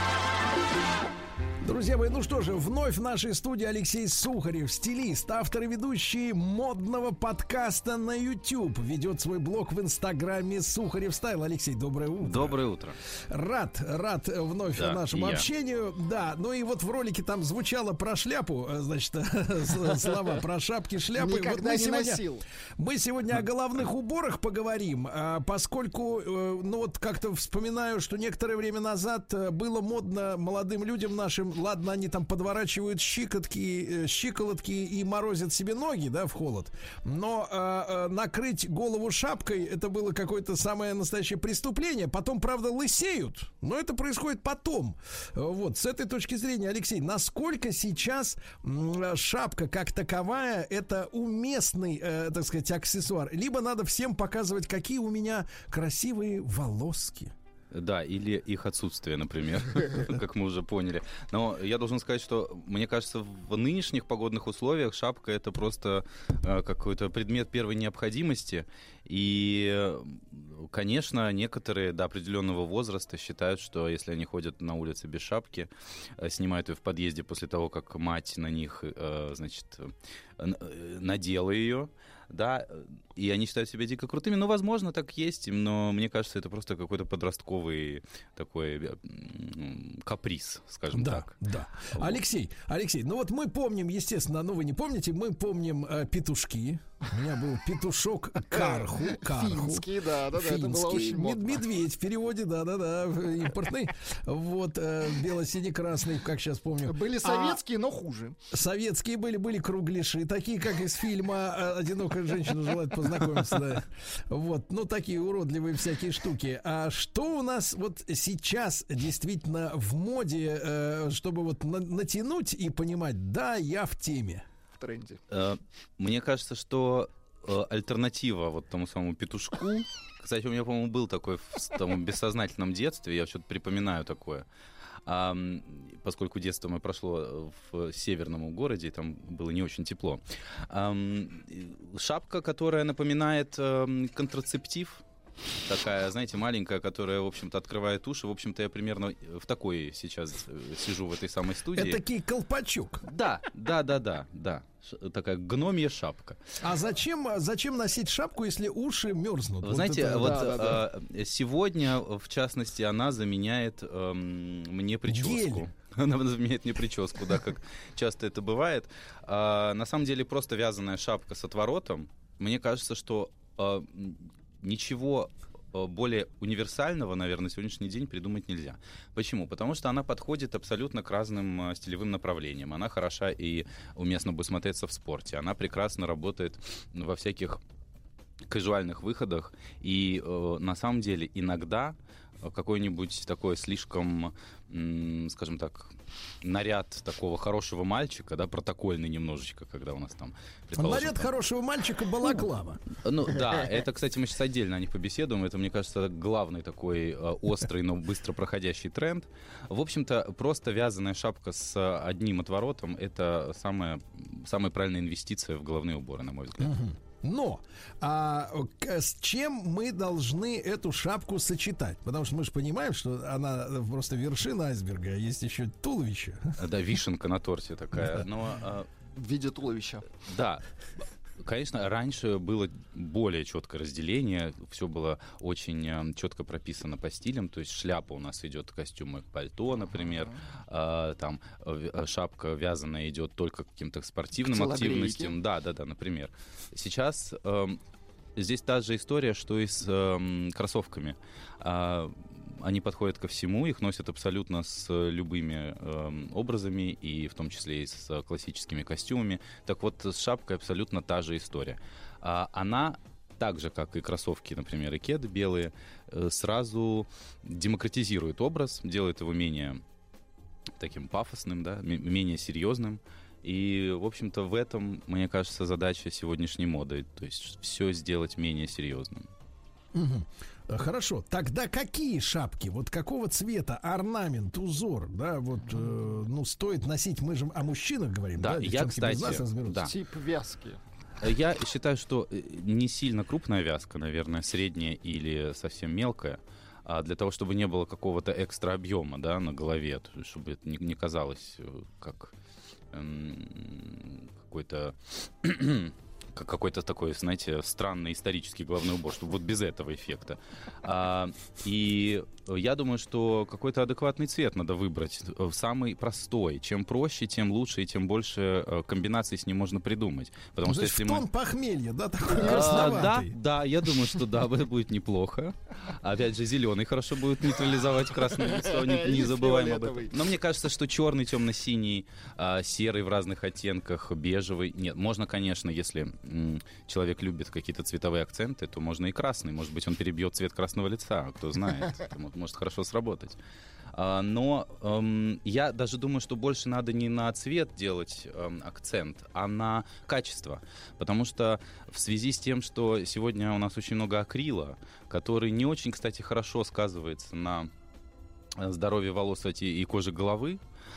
Друзья мои, ну что же, вновь в нашей студии Алексей Сухарев, стилист, автор и ведущий модного подкаста на YouTube. Ведет свой блог в Инстаграме Сухарев Стайл. Алексей, доброе утро. Доброе утро. Рад, рад вновь да, нашему я. общению. Да, ну и вот в ролике там звучало про шляпу, значит, слова про шапки, шляпы. Никогда не носил. Мы сегодня о головных уборах поговорим, поскольку, ну вот как-то вспоминаю, что некоторое время назад было модно молодым людям нашим. Ладно, они там подворачивают щиколотки, щиколотки и морозят себе ноги, да, в холод. Но э, э, накрыть голову шапкой — это было какое-то самое настоящее преступление. Потом, правда, лысеют, но это происходит потом. Вот, с этой точки зрения, Алексей, насколько сейчас э, шапка как таковая — это уместный, э, так сказать, аксессуар? Либо надо всем показывать, какие у меня красивые волоски. Да, или их отсутствие, например, как мы уже поняли. Но я должен сказать, что, мне кажется, в нынешних погодных условиях шапка — это просто э, какой-то предмет первой необходимости. И, конечно, некоторые до определенного возраста считают, что если они ходят на улице без шапки, э, снимают ее в подъезде после того, как мать на них, э, значит, э, надела ее, да, и они считают себя дико крутыми. Ну, возможно, так есть, но мне кажется, это просто какой-то подростковый такой каприз, скажем да, так. Да, вот. Алексей, Алексей, ну вот мы помним, естественно, ну вы не помните, мы помним э, петушки. У меня был петушок Карху. Карху. Финский, да, да, да, это было очень модно. Медведь в переводе, да, да, да, импортный. Вот, э, бело-сине-красный, как сейчас помню. Были советские, а, но хуже. Советские были, были кругляши, такие, как из фильма «Одинокая женщина желает познакомиться». Да. Вот, ну, такие уродливые всякие штуки. А что у нас вот сейчас действительно в моде, э, чтобы вот на- натянуть и понимать, да, я в теме? Тренде. Мне кажется, что альтернатива вот тому самому петушку. Кстати, у меня, по-моему, был такой в том бессознательном детстве, я что-то припоминаю такое. А, поскольку детство мое прошло в северном городе, там было не очень тепло. А, шапка, которая напоминает а, контрацептив. Такая, знаете, маленькая, которая, в общем-то, открывает уши. В общем-то, я примерно в такой сейчас сижу в этой самой студии. Это такой колпачок. Да, да, да, да, да. Ш- такая гномья шапка. А зачем, зачем носить шапку, если уши мерзнут? Вы вот знаете, это... вот да, да, э, сегодня, в частности, она заменяет э, мне прическу. Гель. Она заменяет мне прическу, да, как часто это бывает. А, на самом деле, просто вязаная шапка с отворотом. Мне кажется, что э, ничего более универсального, наверное, на сегодняшний день придумать нельзя. Почему? Потому что она подходит абсолютно к разным стилевым направлениям. Она хороша и уместно будет смотреться в спорте. Она прекрасно работает во всяких казуальных выходах. И э, на самом деле иногда какой-нибудь такой слишком, м, скажем так, наряд такого хорошего мальчика, да, протокольный немножечко, когда у нас там... Наряд там... хорошего мальчика — балаклава. Ну да, это, кстати, мы сейчас отдельно о них побеседуем. Это, мне кажется, главный такой э, острый, но быстро проходящий тренд. В общем-то, просто вязаная шапка с одним отворотом — это самая, самая правильная инвестиция в головные уборы, на мой взгляд. Угу. Но а, с чем мы должны эту шапку сочетать? Потому что мы же понимаем, что она просто вершина айсберга, а есть еще туловище. Да, вишенка на торте такая. Но, а... в виде туловища. Да. Конечно, раньше было более четкое разделение, все было очень четко прописано по стилям, то есть шляпа у нас идет костюмы, пальто, например, uh-huh. э, там э, шапка вязаная идет только к каким-то спортивным активностям, да, да, да, например. Сейчас э, здесь та же история, что и с э, кроссовками. Э, Они подходят ко всему, их носят абсолютно с любыми э, образами, и в том числе и с классическими костюмами. Так вот, с шапкой абсолютно та же история. А, она, так же, как и кроссовки, например, и кеды белые, э, сразу демократизирует образ, делает его менее таким пафосным, да, м- менее серьезным. И, в общем-то, в этом, мне кажется, задача сегодняшней моды. То есть все сделать менее серьезным. Угу. Хорошо, тогда какие шапки, вот какого цвета, орнамент, узор, да, вот, э, ну, стоит носить, мы же о мужчинах говорим, да, Да, я, кстати, без нас разберутся. да. Тип вязки. Я считаю, что не сильно крупная вязка, наверное, средняя или совсем мелкая, а для того, чтобы не было какого-то экстра объема, да, на голове, чтобы это не, не казалось как эм, какой-то как какой-то такой, знаете, странный исторический головной убор, чтобы вот без этого эффекта. А, и я думаю, что какой-то адекватный цвет надо выбрать, самый простой. Чем проще, тем лучше, и тем больше комбинаций с ним можно придумать. Потому Ну, что то есть если в тон мы... похмелья, да, такой А, да, красноватый. да, я думаю, что да, это будет неплохо. Опять же, зеленый хорошо будет нейтрализовать красное лицо, не, не И забываем об этом. фиолетовый. Но мне кажется, что черный, темно-синий, а, серый в разных оттенках, бежевый. Нет, можно, конечно, если м, человек любит какие-то цветовые акценты, то можно и красный. Может быть, он перебьет цвет красного лица, кто знает. Это мо- может хорошо сработать. А, но эм, я даже думаю, что больше надо не на цвет делать эм, акцент, а на качество. Потому что в связи с тем, что сегодня у нас очень много акрила, который не очень, кстати, хорошо сказывается на здоровье волос эти и кожи головы,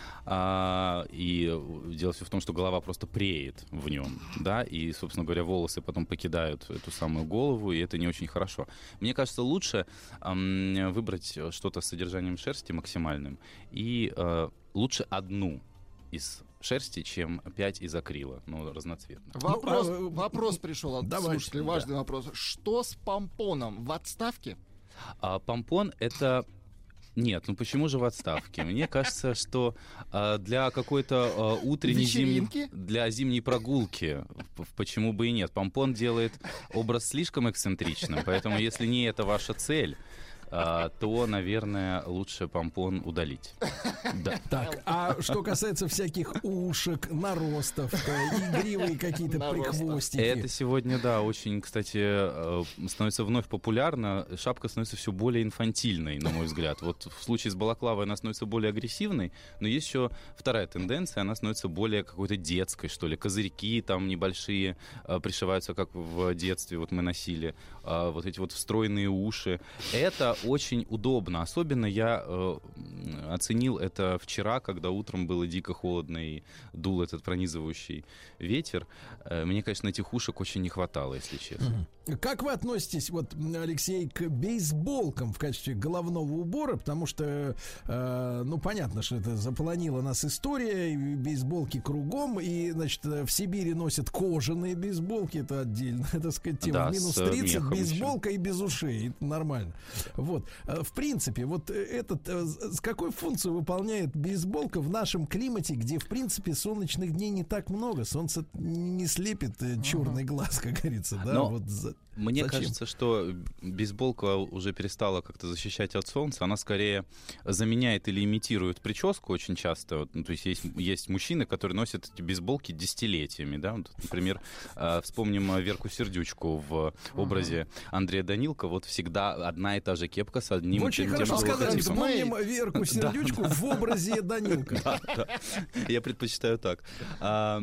а, и дело все в том, что голова просто преет в нем, да, и, собственно говоря, волосы потом покидают эту самую голову, и это не очень хорошо. Мне кажется, лучше эм, выбрать что-то с содержанием шерсти максимальным, и э, лучше одну из шерсти, чем пять из акрила, ну, разноцветных. Вопрос, Ну, а, вопрос пришел от давайте, слушателей, да. важный вопрос. Что с помпоном? В отставке? А, помпон — это... Нет, ну почему же в отставке? Мне кажется, что а, для какой-то а, утренней зимней, Вечеринки? для зимней прогулки, п- почему бы и нет? Помпон делает образ слишком эксцентричным, поэтому если не это ваша цель, а, то, наверное, лучше помпон удалить. Да. Так, а что касается всяких ушек, наростов, да, игривые какие-то Наростов. прихвостики. Это сегодня, да, очень, кстати, э, становится вновь популярно. Шапка становится все более инфантильной, на мой взгляд. Вот в случае с балаклавой она становится более агрессивной, но есть еще вторая тенденция, она становится более какой-то детской, что ли. Козырьки там небольшие э, пришиваются, как в детстве вот мы носили. Э, вот эти вот встроенные уши. Это очень удобно. Особенно я э, оценил это вчера, когда утром было дико холодно и дул этот пронизывающий ветер. Э, мне, конечно, этих ушек очень не хватало, если честно. Как вы относитесь, вот, Алексей, к бейсболкам в качестве головного убора? Потому что, э, ну, понятно, что это заполонила нас история, и бейсболки кругом, и, значит, в Сибири носят кожаные бейсболки, это отдельно, так сказать, тема. Да, Минус с тридцать, мехом бейсболка и без ушей, это нормально. Вот, Э, в принципе, вот этот, э, с какой функцию выполняет бейсболка в нашем климате, где, в принципе, солнечных дней не так много, солнце не слепит э, черный глаз, как говорится, да, Но вот за- Мне Зачем? кажется, что бейсболка уже перестала как-то защищать от солнца. Она скорее заменяет или имитирует прическу очень часто. Ну, то есть, есть есть мужчины, которые носят эти бейсболки десятилетиями. Да? Вот, например, э, вспомним Верку Сердючку в образе Андрея Данилко. Вот всегда одна и та же кепка с одним и Очень тем хорошо же сказали. логотипом. Вспомним Верку Сердючку в образе Данилка. Да, да. Я предпочитаю так. А,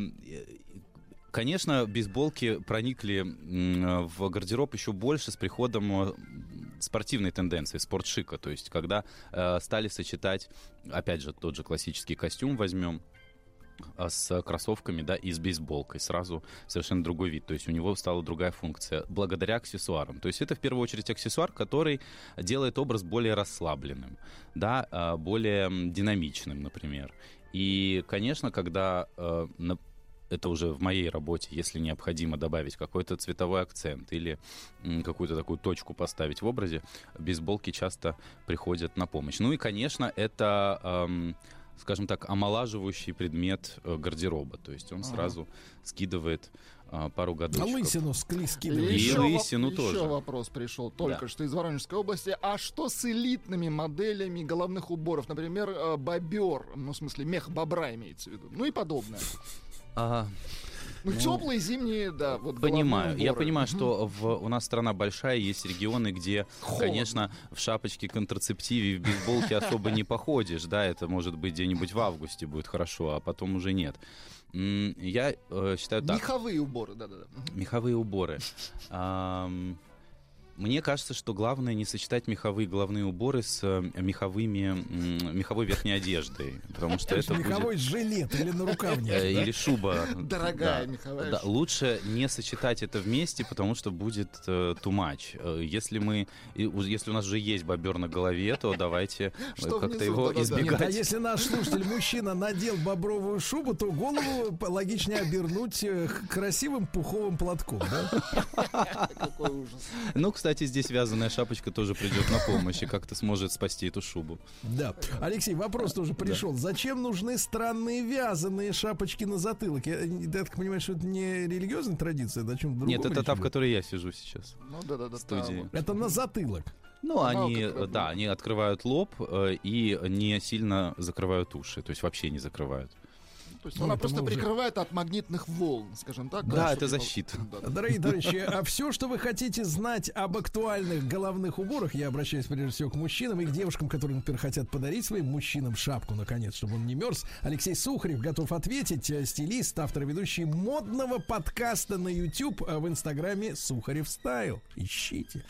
Конечно, бейсболки проникли м, в гардероб еще больше с приходом э, спортивной тенденции, спортшика. То есть, когда э, стали сочетать, опять же, тот же классический костюм возьмем, а, с кроссовками, да, и с бейсболкой. Сразу совершенно другой вид. То есть у него стала другая функция благодаря аксессуарам. То есть это в первую очередь аксессуар, который делает образ более расслабленным, да, а, более динамичным, например. И, конечно, когда э, на это уже в моей работе, если необходимо добавить какой-то цветовой акцент или м, какую-то такую точку поставить в образе, бейсболки часто приходят на помощь. Ну и, конечно, это, эм, скажем так, омолаживающий предмет э, гардероба. То есть он Ага. сразу скидывает э, пару А годочков. лысину скли- скидывает. И Еще лысину воп- тоже. Еще вопрос пришел только Да. что из Воронежской области. А что с элитными моделями головных уборов? Например, э, бобер, ну, в смысле, мех бобра имеется в виду. Ну и подобное. А, Ну, Ну, теплые зимние, да, вот Понимаю. головные Я уборы. понимаю, Мгм. что в, у нас страна большая, есть регионы, где, Холодно. конечно, в шапочке, контрацептиве, в бейсболке особо не походишь. Да, это может быть где-нибудь в августе будет хорошо, а потом уже нет. М, Я э, считаю так. Меховые уборы, да-да-да. Мгм. Меховые уборы. Ам, Мне кажется, что главное не сочетать меховые головные уборы с э, меховыми, м, меховой верхней одеждой, потому что это меховой будет... жилет или нарукавник. Э, Или шуба. Дорогая Да. меховая Да, шуба. лучше не сочетать это вместе, потому что будет э, too much. Э, Если мы, и у- если у нас уже есть бобер на голове, то давайте э, Что как-то внизу, его да-да-да. Нет, а избегать. если наш слушатель мужчина надел бобровую шубу, то голову логичнее обернуть э, х- красивым пуховым платком, да? Какой ужас. Ну, кстати, здесь вязаная шапочка тоже придет на помощь и как-то сможет спасти эту шубу. Да. Алексей, вопрос тоже пришел. Зачем нужны странные вязаные шапочки на затылок? Я, я так понимаю, что это не религиозная традиция, да, о чем Нет, это та, в которой я сижу сейчас. Ну да-да-да. В студии. там. Это на затылок. Ну, они, как да, они открывают лоб э, и не сильно закрывают уши, то есть вообще не закрывают. То есть Ну, она это просто мы уже- прикрывает от магнитных волн, скажем так. Да, чтобы это не защита. было- да-да. Дорогие товарищи, а все, что вы хотите знать об актуальных головных уборах, я обращаюсь прежде всего к мужчинам и к девушкам, которые, например, хотят подарить своим мужчинам шапку, наконец, чтобы он не мерз. Алексей Сухарев готов ответить, э, стилист, автор и ведущий модного подкаста на YouTube, а в Инстаграме Сухарев Стайл. Ищите.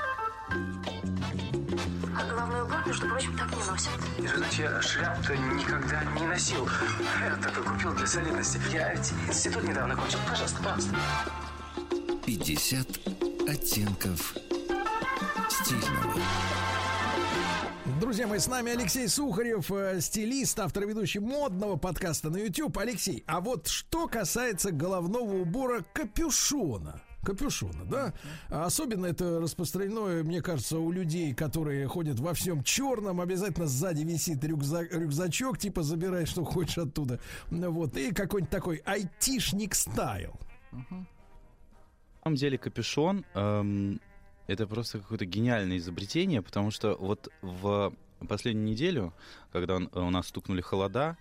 А головной убор, между прочим, так не носят. Значит, я шляпу-то никогда не носил. Я только купил для солидности. Я ведь институт недавно кончил. Пожалуйста, пожалуйста. пятьдесят оттенков стильного. Друзья мои, с нами Алексей Сухарев, э, стилист, автор и ведущий модного подкаста на YouTube. Алексей, а вот что касается головного убора капюшона. Капюшона, да? А особенно это распространено, мне кажется, у людей, которые ходят во всем черном. Обязательно сзади висит рюкзак, рюкзачок, типа забирай, что хочешь оттуда. Ну вот, и какой-нибудь такой айтишник стайл. На самом деле капюшон эм, это просто какое-то гениальное изобретение, потому что вот в последнюю неделю, когда он- у нас стукнули холода,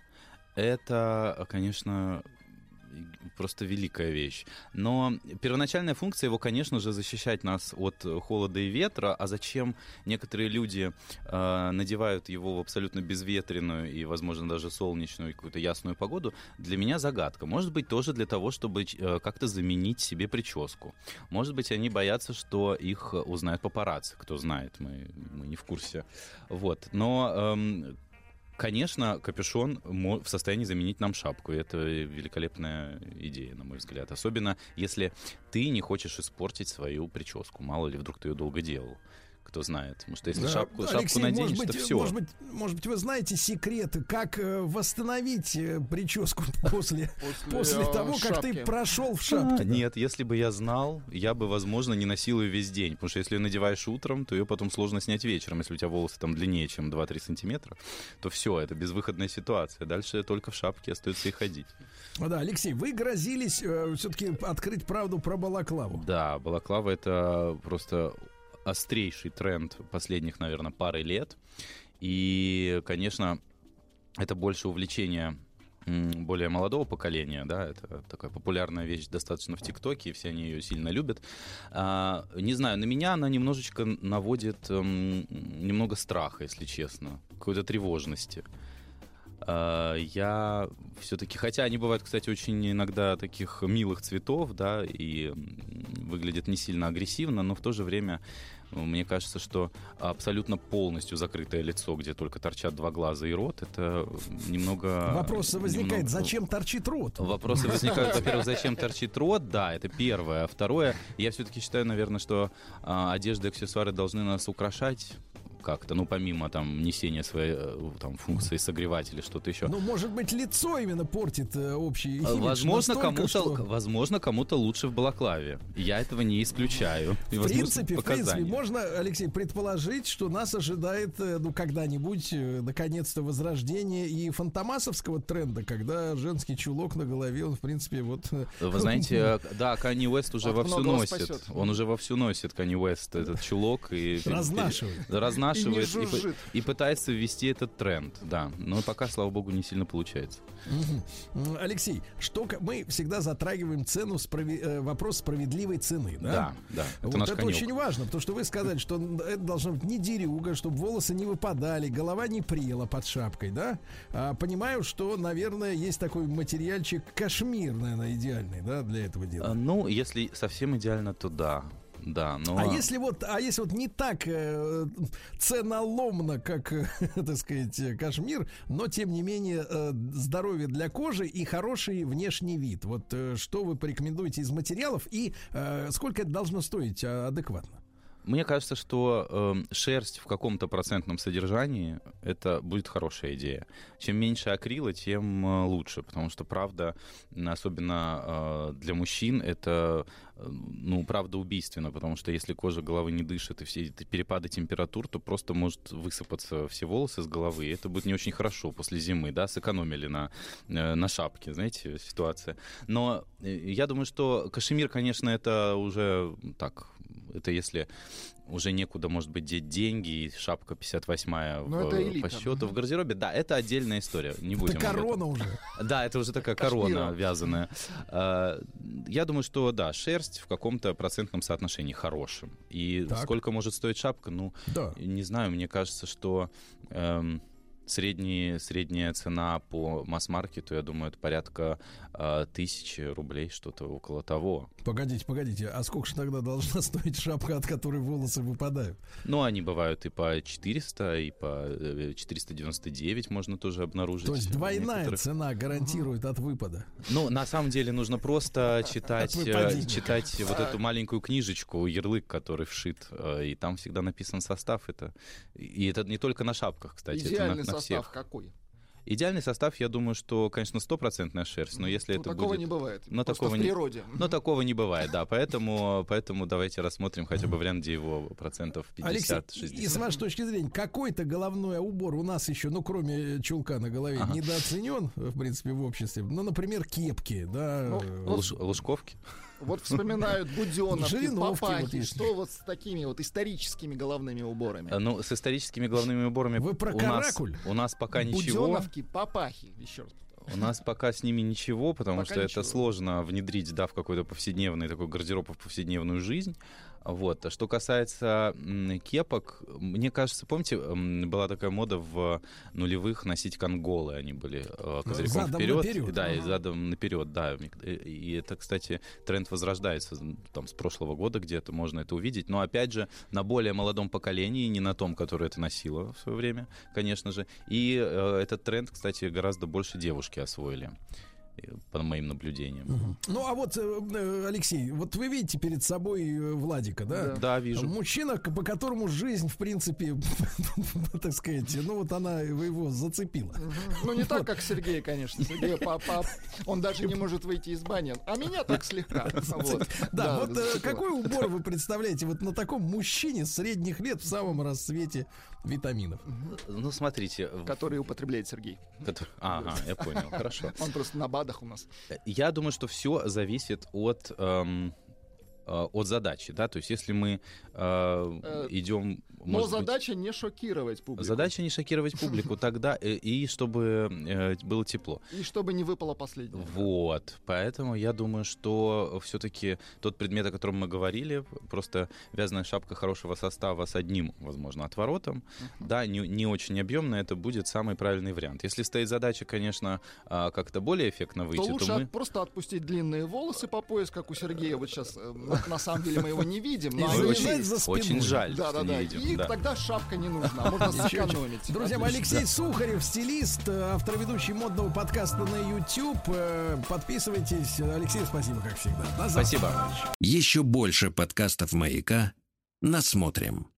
это, конечно, просто великая вещь. Но первоначальная функция его, конечно же, защищать нас от холода и ветра. А зачем некоторые люди э, надевают его в абсолютно безветренную и, возможно, даже солнечную и какую-то ясную погоду, для меня загадка. Может быть, тоже для того, чтобы э, как-то заменить себе прическу. Может быть, они боятся, что их узнают папарацци. Кто знает, мы, мы не в курсе. Вот. Но... эм, Конечно, капюшон мо- в состоянии заменить нам шапку. И это великолепная идея, на мой взгляд. Особенно, если ты не хочешь испортить свою прическу. Мало ли, вдруг ты ее долго делал. Кто знает. Потому что если Да, шапку, да, шапку Алексей, наденешь, может быть, то все. Может быть, может быть, вы знаете секреты, как э, восстановить э, прическу после, после э, того, как шапки. ты прошел в шапке. да? Нет, если бы я знал, я бы, возможно, не носил ее весь день. Потому что если ее надеваешь утром, то ее потом сложно снять вечером. Если у тебя волосы там длиннее, чем два-три сантиметра, то все, это безвыходная ситуация. Дальше только в шапке остается и ходить. Ну да, Алексей, вы грозились э, все-таки открыть правду про балаклаву. Да, балаклава — это просто острейший тренд последних, наверное, пары лет. И, конечно, это больше увлечение м, более молодого поколения, да, это такая популярная вещь достаточно в ТикТоке, и все они ее сильно любят. А, не знаю, на меня она немножечко наводит м, немного страха, если честно, какой-то тревожности. А, я все-таки, хотя они бывают, кстати, очень иногда таких милых цветов, да, и м, выглядят не сильно агрессивно, но в то же время мне кажется, что абсолютно полностью закрытое лицо, где только торчат два глаза и рот, это немного... Вопрос возникает, немного- зачем торчит рот? Вопросы возникают, во-первых, зачем торчит рот, да, это первое. А второе, я все-таки считаю, наверное, что а, одежда и аксессуары должны нас украшать как-то, ну, помимо там несения своей э, там функции согревать или что-то еще. Ну, может быть, лицо именно портит э, общий имидж Возможно, настолько, кому-то, что- возможно, кому-то лучше в балаклаве. Я этого не исключаю. И, В возможно, принципе, в показания. принципе, можно, Алексей, предположить, что нас ожидает, э, ну, когда-нибудь, э, наконец-то, возрождение и фантомасовского тренда, когда женский чулок на голове, он, в принципе, вот... э, Вы знаете, да, Канье Уэст уже От вовсю многого носит. спасет. Он уже вовсю носит, Канье Уэст, этот чулок. И Разнашивает. Да, разнашивает. И не И, жужжит. и пытается ввести этот тренд, да. Но пока, слава богу, не сильно получается. Мгм. М, Алексей, что ка- мы всегда затрагиваем цену, справи- э, вопрос справедливой цены, да? Да, да. Это Вот наш это конек. очень важно, потому что вы сказали, что это должно быть не дерюга, чтобы волосы не выпадали, голова не прела под шапкой, да? А, понимаю, что, наверное, есть такой материальчик кашмир, наверное, идеальный, да, для этого А, дела. Ну, если совсем идеально, то да. Да, но... А если вот, а если вот не так э, ценоломно, как, э, так сказать, кашмир, но тем не менее э, здоровье для кожи и хороший внешний вид. Вот э, что вы порекомендуете из материалов и э, сколько это должно стоить э, адекватно? Мне кажется, что э, шерсть в каком-то процентном содержании — это будет хорошая идея. Чем меньше акрила, тем э, лучше, потому что, правда, особенно э, для мужчин, это, э, ну, правда, убийственно, потому что если кожа головы не дышит и все эти перепады температур, то просто может высыпаться все волосы с головы, и это будет не очень хорошо после зимы, да, сэкономили на, э, на шапке, знаете, ситуация. Но э, я думаю, что кашемир, конечно, это уже так... Это если уже некуда, может быть, деть деньги, и шапка пятьдесят восьмая в, по счету в гардеробе. Да, это отдельная история. Не будем это корона уже. Да, это уже такая корона вязаная. Я думаю, что да, шерсть в каком-то процентном соотношении хорошем. И так. Сколько может стоить шапка? Ну, да. Не знаю, мне кажется, что... Эм, Средний, средняя цена по масс-маркету, я думаю, это порядка э, тысячи рублей, что-то около того. Погодите, погодите, а сколько же тогда должна стоить шапка, от которой волосы выпадают? Ну, они бывают и по четыреста, и по четыреста девяносто девять можно тоже обнаружить. То есть двойная некоторых... цена гарантирует от выпада? Ну, на самом деле нужно просто читать, читать вот эту маленькую книжечку, ярлык, который вшит, и там всегда написан состав. Это... И это не только на шапках, кстати. Идеальный это на, на состав всех. Какой? Идеальный состав, я думаю, что, конечно, стопроцентная шерсть, но если ну, это такого будет... не бывает, но просто такого в природе. Не... Но такого не бывает, да, поэтому, поэтому давайте рассмотрим хотя бы вариант, где его процентов пятьдесят-шестьдесят. Алексей, и с вашей точки зрения, какой-то головной убор у нас еще, ну, кроме чулка на голове, ага. недооценен, в принципе, в обществе? Ну, например, кепки, да? Ну, Луж... Лужковки? Вот вспоминают Буденовки, Папахи, вот что вот с такими вот историческими головными уборами? Ну, с историческими головными уборами Вы про у каракуль? Нас, у нас пока ничего. Буденовки, Папахи, еще раз. У нас пока с ними ничего, потому пока что ничего. Это сложно внедрить, да, в какой-то повседневный такой гардероб, в повседневную жизнь. Вот. А что касается м, кепок, мне кажется, помните, м, была такая мода в нулевых носить конголы, они были э, козырьком задом вперед, наперед. да, ага. и задом наперед, да. И это, кстати, тренд возрождается там с прошлого года где-то, можно это увидеть. Но опять же на более молодом поколении, не на том, которое это носило в свое время, конечно же. И э, этот тренд, кстати, гораздо больше девушки освоили. По моим наблюдениям. Угу. Ну, а вот, Алексей, вот вы видите перед собой Владика, да? Да, да, вижу. Мужчина, по которому жизнь, в принципе, так сказать, ну вот она его зацепила. Ну, не так, как Сергей, конечно. Сергей, папа, он даже не может выйти из бани. А меня так слегка. Да, вот какой убор вы представляете вот на таком мужчине средних лет в самом расцвете витаминов? Ну, смотрите. Который употребляет Сергей. Ага, я понял, хорошо. Он просто на баде у нас. Я думаю, что все зависит от, эм, э, от задачи, да, то есть если мы э, э, идем... Но задача быть, не шокировать публику. Задача не шокировать публику тогда, и, и чтобы э, было тепло. И чтобы не выпало последнее. Вот, поэтому я думаю, что все-таки тот предмет, о котором мы говорили, просто вязаная шапка хорошего состава с одним, возможно, отворотом, uh-huh. да, не, не очень объемная, это будет самый правильный вариант. Если стоит задача, конечно, как-то более эффектно выйти, то лучше то мы... от, просто отпустить длинные волосы по пояс, как у Сергея. Вот сейчас, на самом деле, мы его не видим. Но очень, очень жаль, да, что да, не да. видим. И да. тогда шапка не нужна, можно сэкономить. Друзья мои, Алексей Сухарев, стилист, автор ведущий модного подкаста на YouTube. Подписывайтесь. Алексей, спасибо, как всегда. Спасибо. Еще больше подкастов «Маяка» насмотрим.